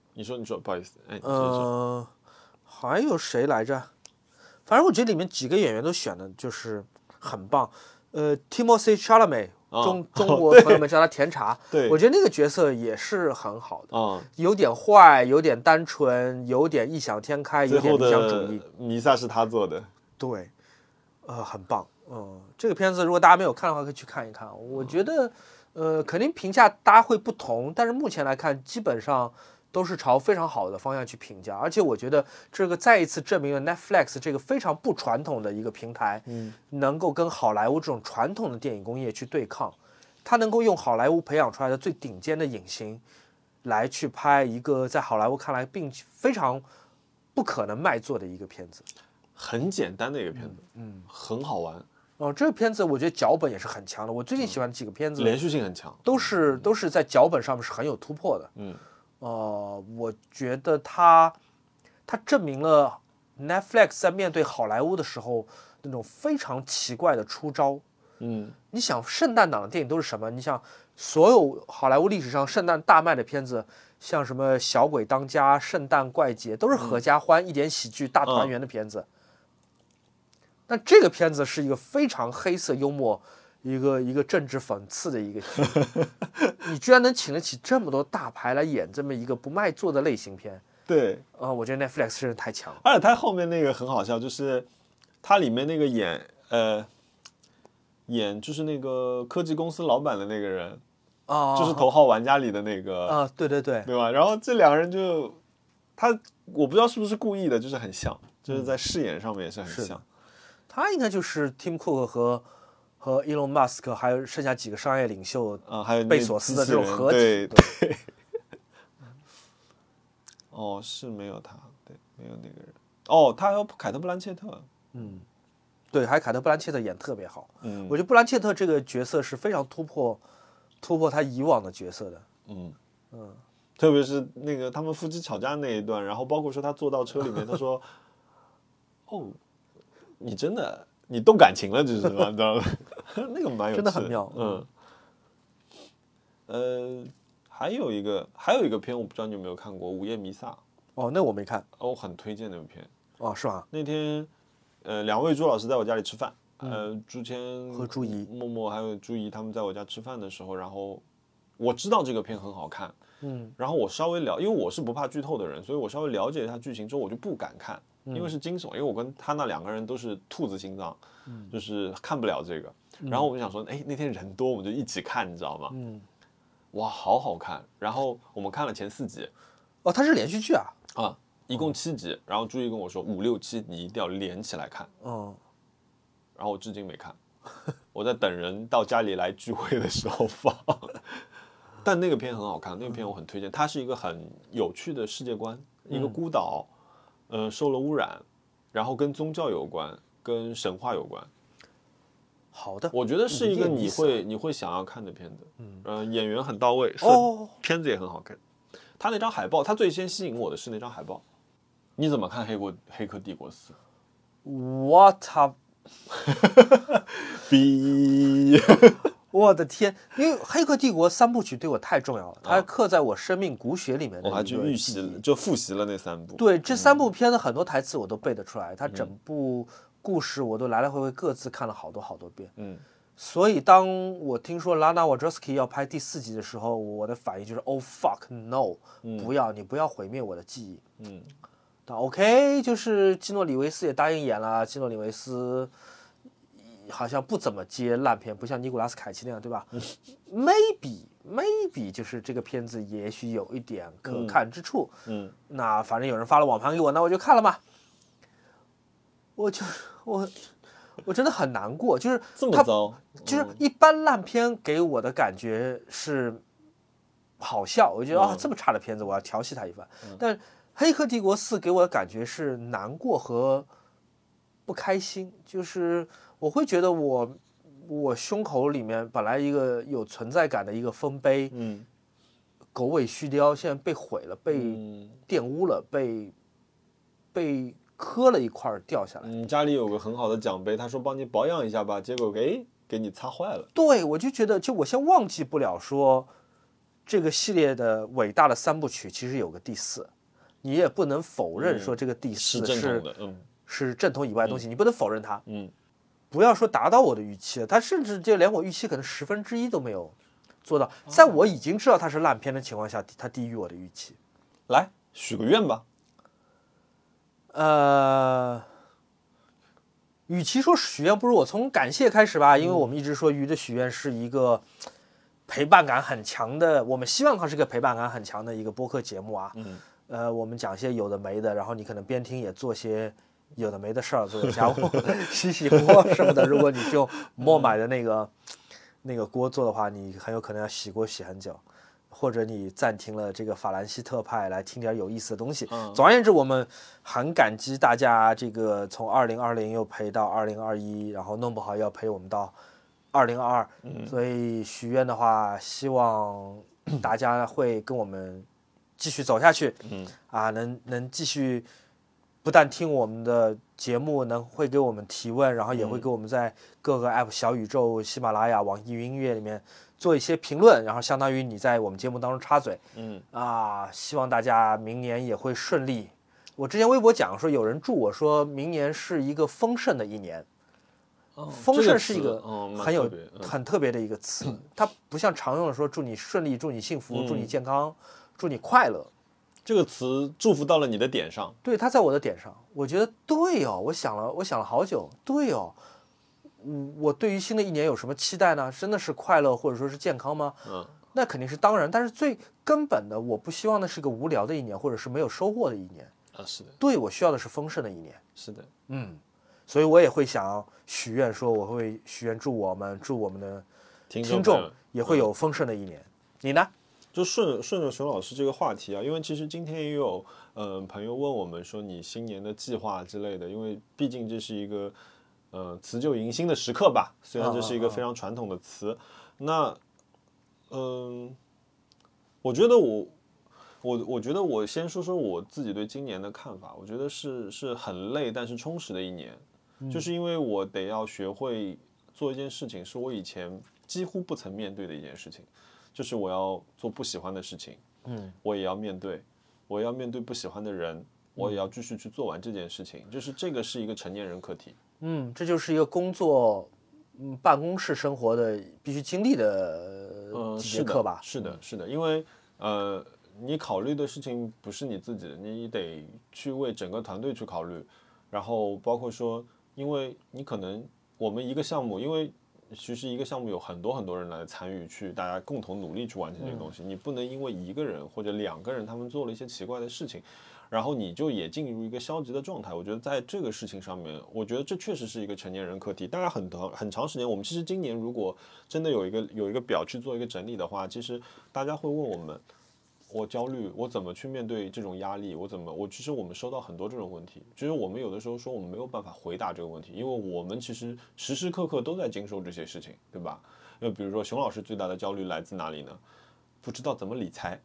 你说你说，不好意思，哎， 嗯、呃，还有谁来着？反正我觉得里面几个演员都选的就是很棒。呃 ，Timothée Chalamet，中、 啊、 中国朋友们叫他甜茶， 对， 我觉得那个角色也是很好的， 啊、 有点坏，有点单纯，有点异想天开，有点理想主义。 弥撒是他做的， 对，呃，很棒。嗯，这个片子如果大家没有看的话，可以去看一看。我觉得，呃，肯定评价大家会不同，但是目前来看，基本上都是朝非常好的方向去评价。而且我觉得这个再一次证明了 Netflix 这个非常不传统的一个平台， 嗯， 能够跟好莱坞这种传统的电影工业去对抗。它能够用好莱坞培养出来的最顶尖的影星，来去拍一个在好莱坞看来并非常不可能卖座的一个片子。 很简单的一个片子， 嗯，嗯很好玩。 哦，这个片子我觉得脚本也是很强的。我最近喜欢的几个片子， 连续性很强， 都是都是在脚本上面是很有突破的。 嗯， 呃，我觉得它它证明了 Netflix 在面对好莱坞的时候那种非常奇怪的出招。 嗯， 你想，圣诞档的电影都是什么？你想，所有好莱坞历史上圣诞大卖的片子，像什么《小鬼当家》《圣诞怪杰》，都是合家欢、一点喜剧、大团圆的片子。但这个片子是一个非常黑色幽默、一个一个政治讽刺的一个剧。你居然能请得起这么多大牌来演这么一个不卖座的类型片？ 对， 啊、呃，我觉得 Netflix 真是太强了。 而且他后面那个很好笑，就是他里面那个演呃演就是那个科技公司老板的那个人， 啊、 就是《头号玩家》里的那个啊、对对对， 对吧？然后这两个人就他我不知道是不是故意的，就是很像，就是在饰演上面也是很像。 他应该就是 Tim Cook 和和 Elon Musk 还有剩下几个商业领袖啊，还有贝索斯的这种合体。 对对对。哦，是没有他，对，没有那个人。哦，他还有凯特·布兰切特。 嗯，对，还有凯特·布兰切特演特别好。 嗯， 我觉得布兰切特这个角色是非常突破突破他以往的角色的。 嗯嗯， 特别是那个他们夫妻吵架那一段，然后包括说他坐到车里面，他说：“哦，你真的你动感情了，这是吗？你知道吗？那个蛮有趣的， 真的很妙。 嗯，呃，还有一个还有一个片，我不知道你有没有看过《午夜弥撒》。 哦，那我没看。 哦，我很推荐那部片。 哦，是吗？ 那天，呃，两位朱老师在我家里吃饭，呃，朱谦和朱怡、 默默还有朱怡他们在我家吃饭的时候，然后我知道这个片很好看， 嗯， 然后我稍微了，因为我是不怕剧透的人，所以我稍微了解一下剧情之后，我就不敢看，因为是惊悚，因为我跟他那两个人都是兔子心脏，嗯、就是看不了这个。然后我就想说，哎，那天人多，我们就一起看，你知道吗？ 嗯， 哇，好好看。然后我们看了前四集。 哦，它是连续剧啊。 啊，一共七集。然后朱毅跟我说，五六七你一定要连起来看。 嗯， 然后我至今没看，我在等人到家里来聚会的时候放。但那个片很好看，那个片我很推荐。它是一个很有趣的世界观，一个孤岛，呃，受了污染，然后跟宗教有关，跟神话有关。 好的， 我觉得是一个你会你会想要看的片子。嗯，呃，演员很到位， 哦， 片子也很好看。他那张海报，他最先吸引我的是那张海报。你怎么看《黑国黑客帝国四》？ 我操！ 逼！ 我的天！因为《黑客帝国》三部曲对我太重要了，它刻在我生命骨血里面的。 我还去预习了，就复习了那三部。 对，这三部片的很多台词我都背得出来，它整部故事我都来来回回各自看了好多好多遍。 嗯。 所以当我听说 Lana Wachowski 要拍第四集的时候，我的反应就是 Oh fuck no！、嗯、不要，你不要毁灭我的记忆。 嗯。 但 OK， 就是基诺里维斯也答应演了，基诺里维斯好像不怎么接烂片，不像尼古拉斯凯奇那样，对吧、嗯、？Maybe maybe 就是这个片子也许有一点可看之处。 嗯。嗯那反正有人发了网盘给我，那我就看了嘛。我就我。我真的很难过，就是这么糟， 就是一般烂片给我的感觉是好笑，我觉得啊、 嗯、 这么差的片子我要调戏他一番。嗯、但《黑客帝国四》给我的感觉是难过和不开心，就是我会觉得我我胸口里面本来一个有存在感的一个丰碑， 嗯， 狗尾续貂，现在被毁了，被玷污了， 嗯、 被被。磕了一块掉下来。 你、嗯、家里有个很好的奖杯，他说帮你保养一下吧，结果给给你擦坏了。 对，我就觉得，就我先忘记不了说， 这个系列的伟大的三部曲其实有个第四，你也不能否认说这个第四是、 嗯、是正统的，嗯， 是正统以外的东西，嗯、你不能否认它。 嗯， 不要说达到我的预期了，它甚至就连我预期可能十分之一都没有做到。在我已经知道它是烂片的情况下，它低于我的预期。 来许个愿吧。 呃，与其说许愿，不如我从感谢开始吧，因为我们一直说鱼的许愿是一个陪伴感很强的，我们希望它是个陪伴感很强的一个播客节目啊。 嗯， 呃，我们讲些有的没的，然后你可能边听也做些有的没的事儿，做点家务，洗洗锅什么的。如果你是用莫买的那个那个锅做的话，你很有可能要洗锅洗很久。或者你暂停了这个法兰西特派来听点有意思的东西。 嗯、 总而言之，我们很感激大家这个从二零二零又陪到二零二一，然后弄不好要陪我们到二零二二。所以许愿的话，希望大家会跟我们继续走下去。 嗯啊，能能继续不但听我们的节目，能会给我们提问，然后也会给我们在各个 app 小宇宙、喜马拉雅、网易云音乐里面做一些评论，然后相当于你在我们节目当中插嘴。 嗯啊，希望大家明年也会顺利。我之前微博讲说，有人祝我说明年是一个丰盛的一年。 哦、 丰盛是一个很有、 这个嗯、 很特别的一个词，它不像常用的说祝你顺利、祝你幸福、 嗯、 祝你健康、祝你快乐。 这个词祝福到了你的点上。 对，它在我的点上，我觉得对哦，我想了，我想了好久，对哦。嗯，我对于新的一年有什么期待呢？真的是快乐或者说是健康吗？ 嗯， 那肯定是当然，但是最根本的，我不希望的是个无聊的一年，或者是没有收获的一年。 啊，是的。 对，我需要的是丰盛的一年。 是的， 嗯，所以我也会想许愿，说我会许愿祝我们祝我们的听众也会有丰盛的一年。嗯、你呢？ 就顺顺着熊老师这个话题啊，因为其实今天也有嗯、呃、朋友问我们说你新年的计划之类的，因为毕竟这是一个。呃，辞旧迎新的时刻吧，虽然这是一个非常传统的词。啊啊啊那，嗯、呃，我觉得我，我我觉得我先说说我自己对今年的看法。我觉得是是很累但是充实的一年， 嗯、 就是因为我得要学会做一件事情，是我以前几乎不曾面对的一件事情，就是我要做不喜欢的事情， 嗯， 我也要面对，我要面对不喜欢的人，我也要继续去做完这件事情，就是这个是一个成年人课题。 嗯，这就是一个工作，嗯，办公室生活的必须经历的几节课吧？ 呃、是的，是的，是的，因为呃，你考虑的事情不是你自己的，你得去为整个团队去考虑，然后包括说，因为你可能我们一个项目，因为其实一个项目有很多很多人来参与，去大家共同努力去完成这个东西，嗯、你不能因为一个人或者两个人他们做了一些奇怪的事情。然后你就也进入一个消极的状态，我觉得在这个事情上面，我觉得这确实是一个成年人课题。大概很长很长时间，我们其实今年如果真的有一个有一个表去做一个整理的话，其实大家会问我们，我焦虑，我怎么去面对这种压力？我怎么我其实我们收到很多这种问题，其实我们有的时候说我们没有办法回答这个问题，因为我们其实时时刻刻都在经受这些事情，对吧？那比如说熊老师最大的焦虑来自哪里呢？不知道怎么理财。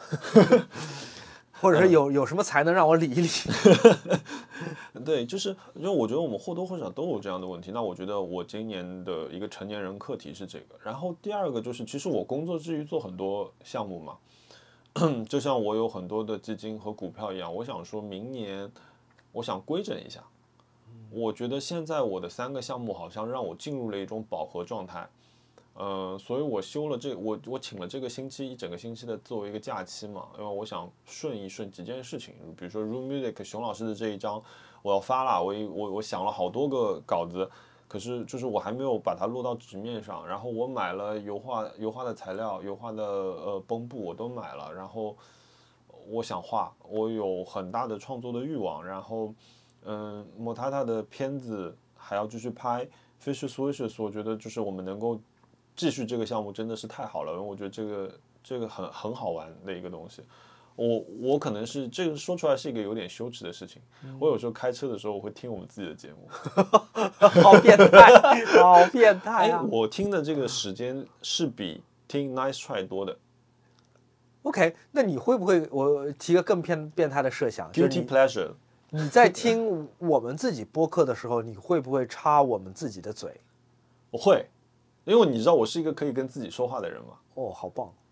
或者是有有什么才能让我理一理？ 对，就是因为我觉得我们或多或少都有这样的问题。那我觉得我今年的一个成年人课题是这个。然后第二个就是，其实我工作之余做很多项目嘛，就像我有很多的基金和股票一样，我想说明年我想规整一下。我觉得现在我的三个项目好像让我进入了一种饱和状态。呃，所以我休了这我我请了这个星期一整个星期的作为一个假期嘛，因为我想顺一顺几件事情，比如说 Room Music 熊老师的这一章我要发了，我我我想了好多个稿子，可是就是我还没有把它落到纸面上，然后我买了油画油画的材料，油画的呃绷布我都买了，然后我想画，我有很大的创作的欲望，然后嗯，莫塔塔的片子还要继续拍 Fishes Wishes， 我觉得就是我们能够继续这个项目真的是太好了，因为我觉得这个这个很很好玩的一个东西。我我可能是这个说出来是一个有点羞耻的事情。嗯、我有时候开车的时候我会听我们自己的节目， 好变态，好变态啊！ 我听的这个时间是比听 Nice Try 多的。 OK， 那你会不会我提个更变变态的设想 ？Guilty pleasure。 你在听我们自己播客的时候，你会不会插我们自己的嘴？ 我会。因为你知道我是一个可以跟自己说话的人嘛。 哦，好棒！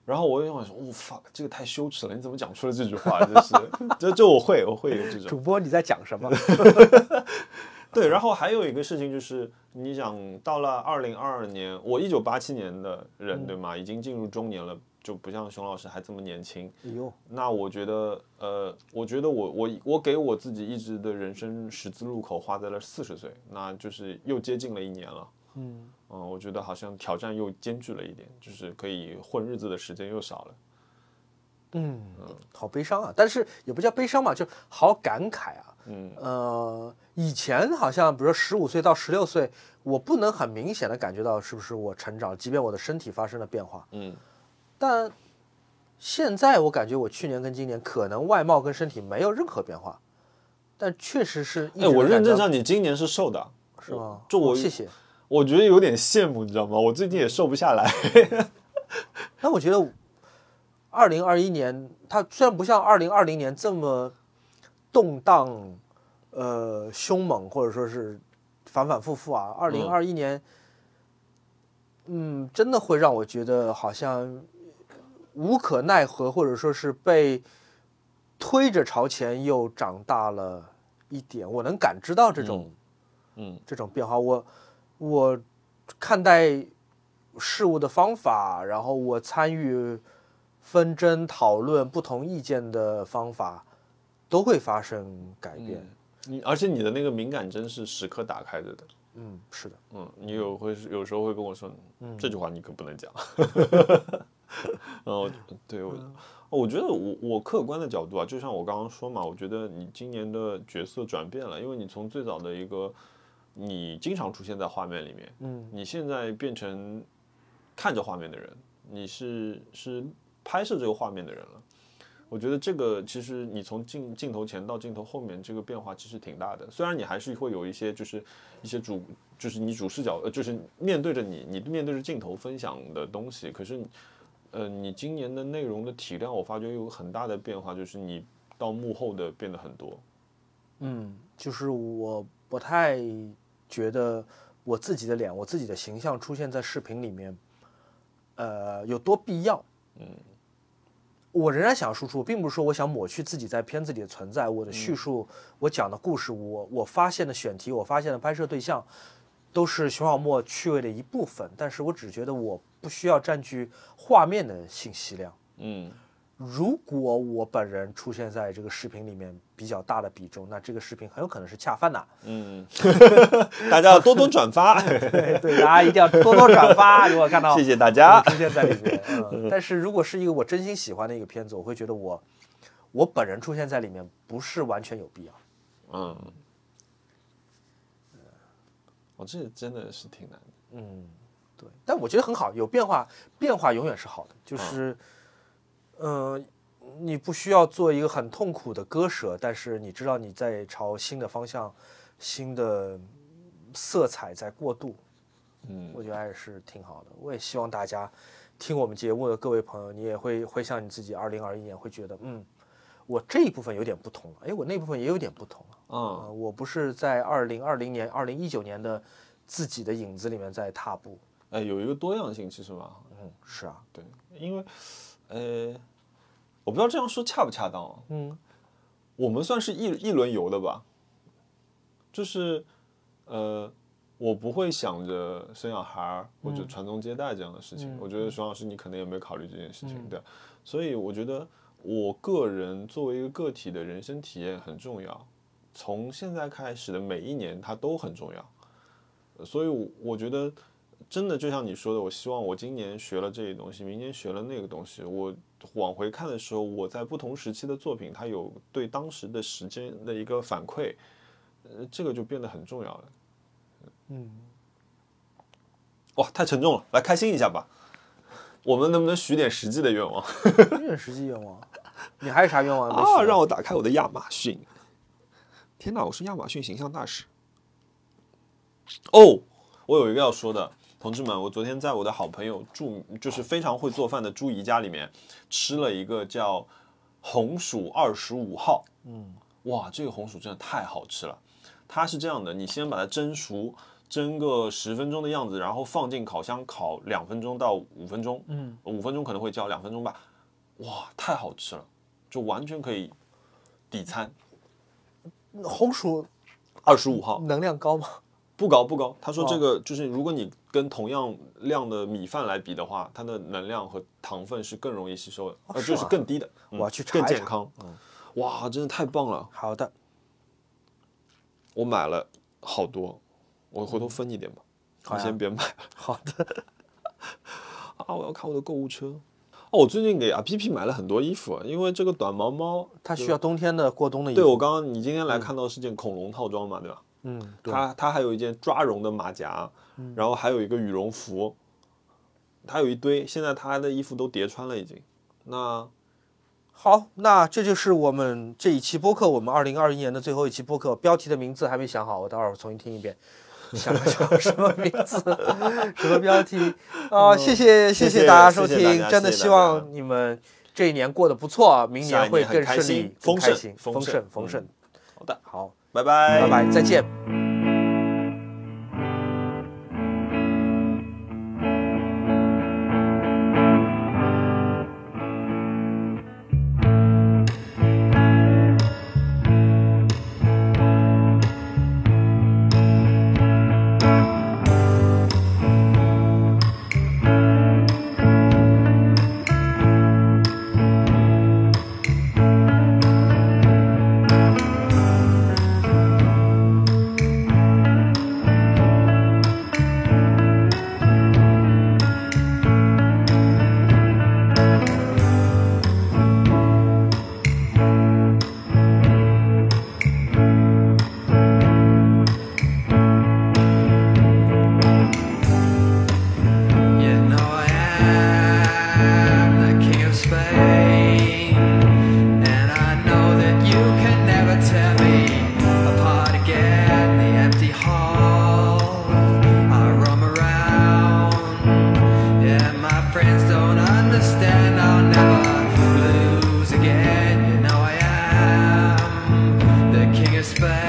然后我就想说，我、哦、fuck，这个太羞耻了，你怎么讲出了这句话？这是，这这我会，我会有这种。 主播你在讲什么？ 对，然后还有一个事情就是，你想到了二零二二年，我一九八七年的人，嗯、对吗？已经进入中年了，就不像熊老师还这么年轻。 哎呦， 那我觉得，呃，我觉得我我我给我自己一直的人生十字路口画在了四十岁，那就是又接近了一年了。嗯嗯，我觉得好像挑战又艰巨了一点，就是可以混日子的时间又少了。 嗯，好悲伤啊，但是也不叫悲伤嘛，就好感慨啊。嗯，呃，以前好像比如说十五岁到十六岁，我不能很明显的感觉到是不是我成长，即便我的身体发生了变化。嗯，但现在我感觉我去年跟今年可能外貌跟身体没有任何变化，但确实是一直。 哎，我认真讲，你今年是瘦的， 是吗？ 就我、 哦、谢谢。 我觉得有点羡慕，你知道吗？我最近也瘦不下来。 但我觉得二零二一年它虽然不像二零二零年这么动荡、呃凶猛，或者说是反反复复啊，二零二一年，嗯, 嗯，真的会让我觉得好像无可奈何，或者说是被推着朝前又长大了一点，我能感知到这种，嗯，嗯这种变化。我我看待事物的方法，然后我参与纷争讨论不同意见的方法都会发生改变。 嗯、你而且你的那个敏感针是时刻打开着的。 嗯，是的。 嗯，你有会有时候会跟我说，嗯、这句话你可不能讲。然后对我，我觉得我我客观的角度啊，就像我刚刚说嘛，我觉得你今年的角色转变了，因为你从最早的一个你经常出现在画面里面，嗯，你现在变成看着画面的人，你是是拍摄这个画面的人了。我觉得这个其实你从镜镜头前到镜头后面这个变化其实挺大的。虽然你还是会有一些就是一些主就是你主视角，呃，就是面对着你你面对着镜头分享的东西，可是呃，你今年的内容的体量，我发觉有很大的变化，就是你到幕后的变得很多。 嗯，就是我不太觉得我自己的脸，我自己的形象出现在视频里面，呃，有多必要。嗯，我仍然想输出，并不是说我想抹去自己在片子里的存在，我的叙述，嗯、我讲的故事，我我发现的选题，我发现的拍摄对象，都是熊小莫趣味的一部分。但是我只觉得我不需要占据画面的信息量。嗯。如果我本人出现在这个视频里面比较大的比重，那这个视频很有可能是恰饭的。 嗯，大家要多多转发， 对对，大家一定要多多转发。如果看到， 谢谢大家出现在里面。嗯，但是如果是一个我真心喜欢的一个片子，我会觉得我我本人出现在里面不是完全有必要。 嗯，我、哦、这真的是挺难的。 嗯，对，但我觉得很好，有变化，变化永远是好的，就是。嗯嗯、呃，你不需要做一个很痛苦的割舍，但是你知道你在朝新的方向、新的色彩在过渡，嗯，我觉得还是挺好的。我也希望大家听我们节目的各位朋友，你也会回想你自己二零二一年，会觉得，嗯，我这一部分有点不同了，哎，我那部分也有点不同了，嗯、呃，我不是在二零二零年、二零一九年的自己的影子里面在踏步， 哎，有一个多样性，其实嘛， 嗯，是啊， 对，因为。呃，我不知道这样说恰不恰当啊。嗯，我们算是一一轮游的吧，就是呃，我不会想着生小孩或者传宗接代这样的事情。嗯、我觉得熊老师你可能也没考虑这件事情，嗯、对。所以我觉得我个人作为一个个体的人生体验很重要，从现在开始的每一年它都很重要。所以我，我觉得。真的就像你说的，我希望我今年学了这些东西，明年学了那个东西。我往回看的时候，我在不同时期的作品，它有对当时的时间的一个反馈，呃，这个就变得很重要了。嗯，哇，太沉重了，来开心一下吧。我们能不能许点实际的愿望？ 许点实际愿望，你还有啥愿望没许啊？让我打开我的亚马逊。天哪，我是亚马逊形象大使。哦，我有一个要说的。同志们，我昨天在我的好朋友朱，就是非常会做饭的朱姨家里面吃了一个叫红薯二十五号。嗯，哇，这个红薯真的太好吃了。它是这样的，你先把它蒸熟， 蒸个十分钟的样子，然后放进烤箱烤两分钟到五分钟， 嗯， 五分钟可能会焦，两分钟吧，哇，太好吃了，就完全可以抵餐。 红薯二十五号能量高吗？ 不高不高，他说这个就是如果你跟同样量的米饭来比的话，它的能量和糖分是更容易吸收的，呃，就是更低的， 我要去查一查更健康。嗯，哇，真的太棒了！ 好的， 我买了好多，我回头分你点吧，你先别买了。 好的。 啊，我要看我的购物车。哦，我最近给 R P P 买了很多衣服，因为这个短毛猫它需要冬天的过冬的衣服。 对，我刚刚你今天来看到是件恐龙套装嘛，对吧？ 嗯，对， 它它还有一件抓绒的马甲，嗯、然后还有一个羽绒服，它有一堆，现在它的衣服都叠穿了已经。那好，那这就是我们这一期播客，我们二零二一年的最后一期播客，标题的名字还没想好，我待会儿重新听一遍，想一想什么名字，什么标题啊、呃？谢谢谢谢大家收听， 谢谢真的希望你们这一年过得不错，明年会更顺利、 丰盛、丰盛、 丰盛。 好的， 好， 拜拜， 拜拜，再见。Spain.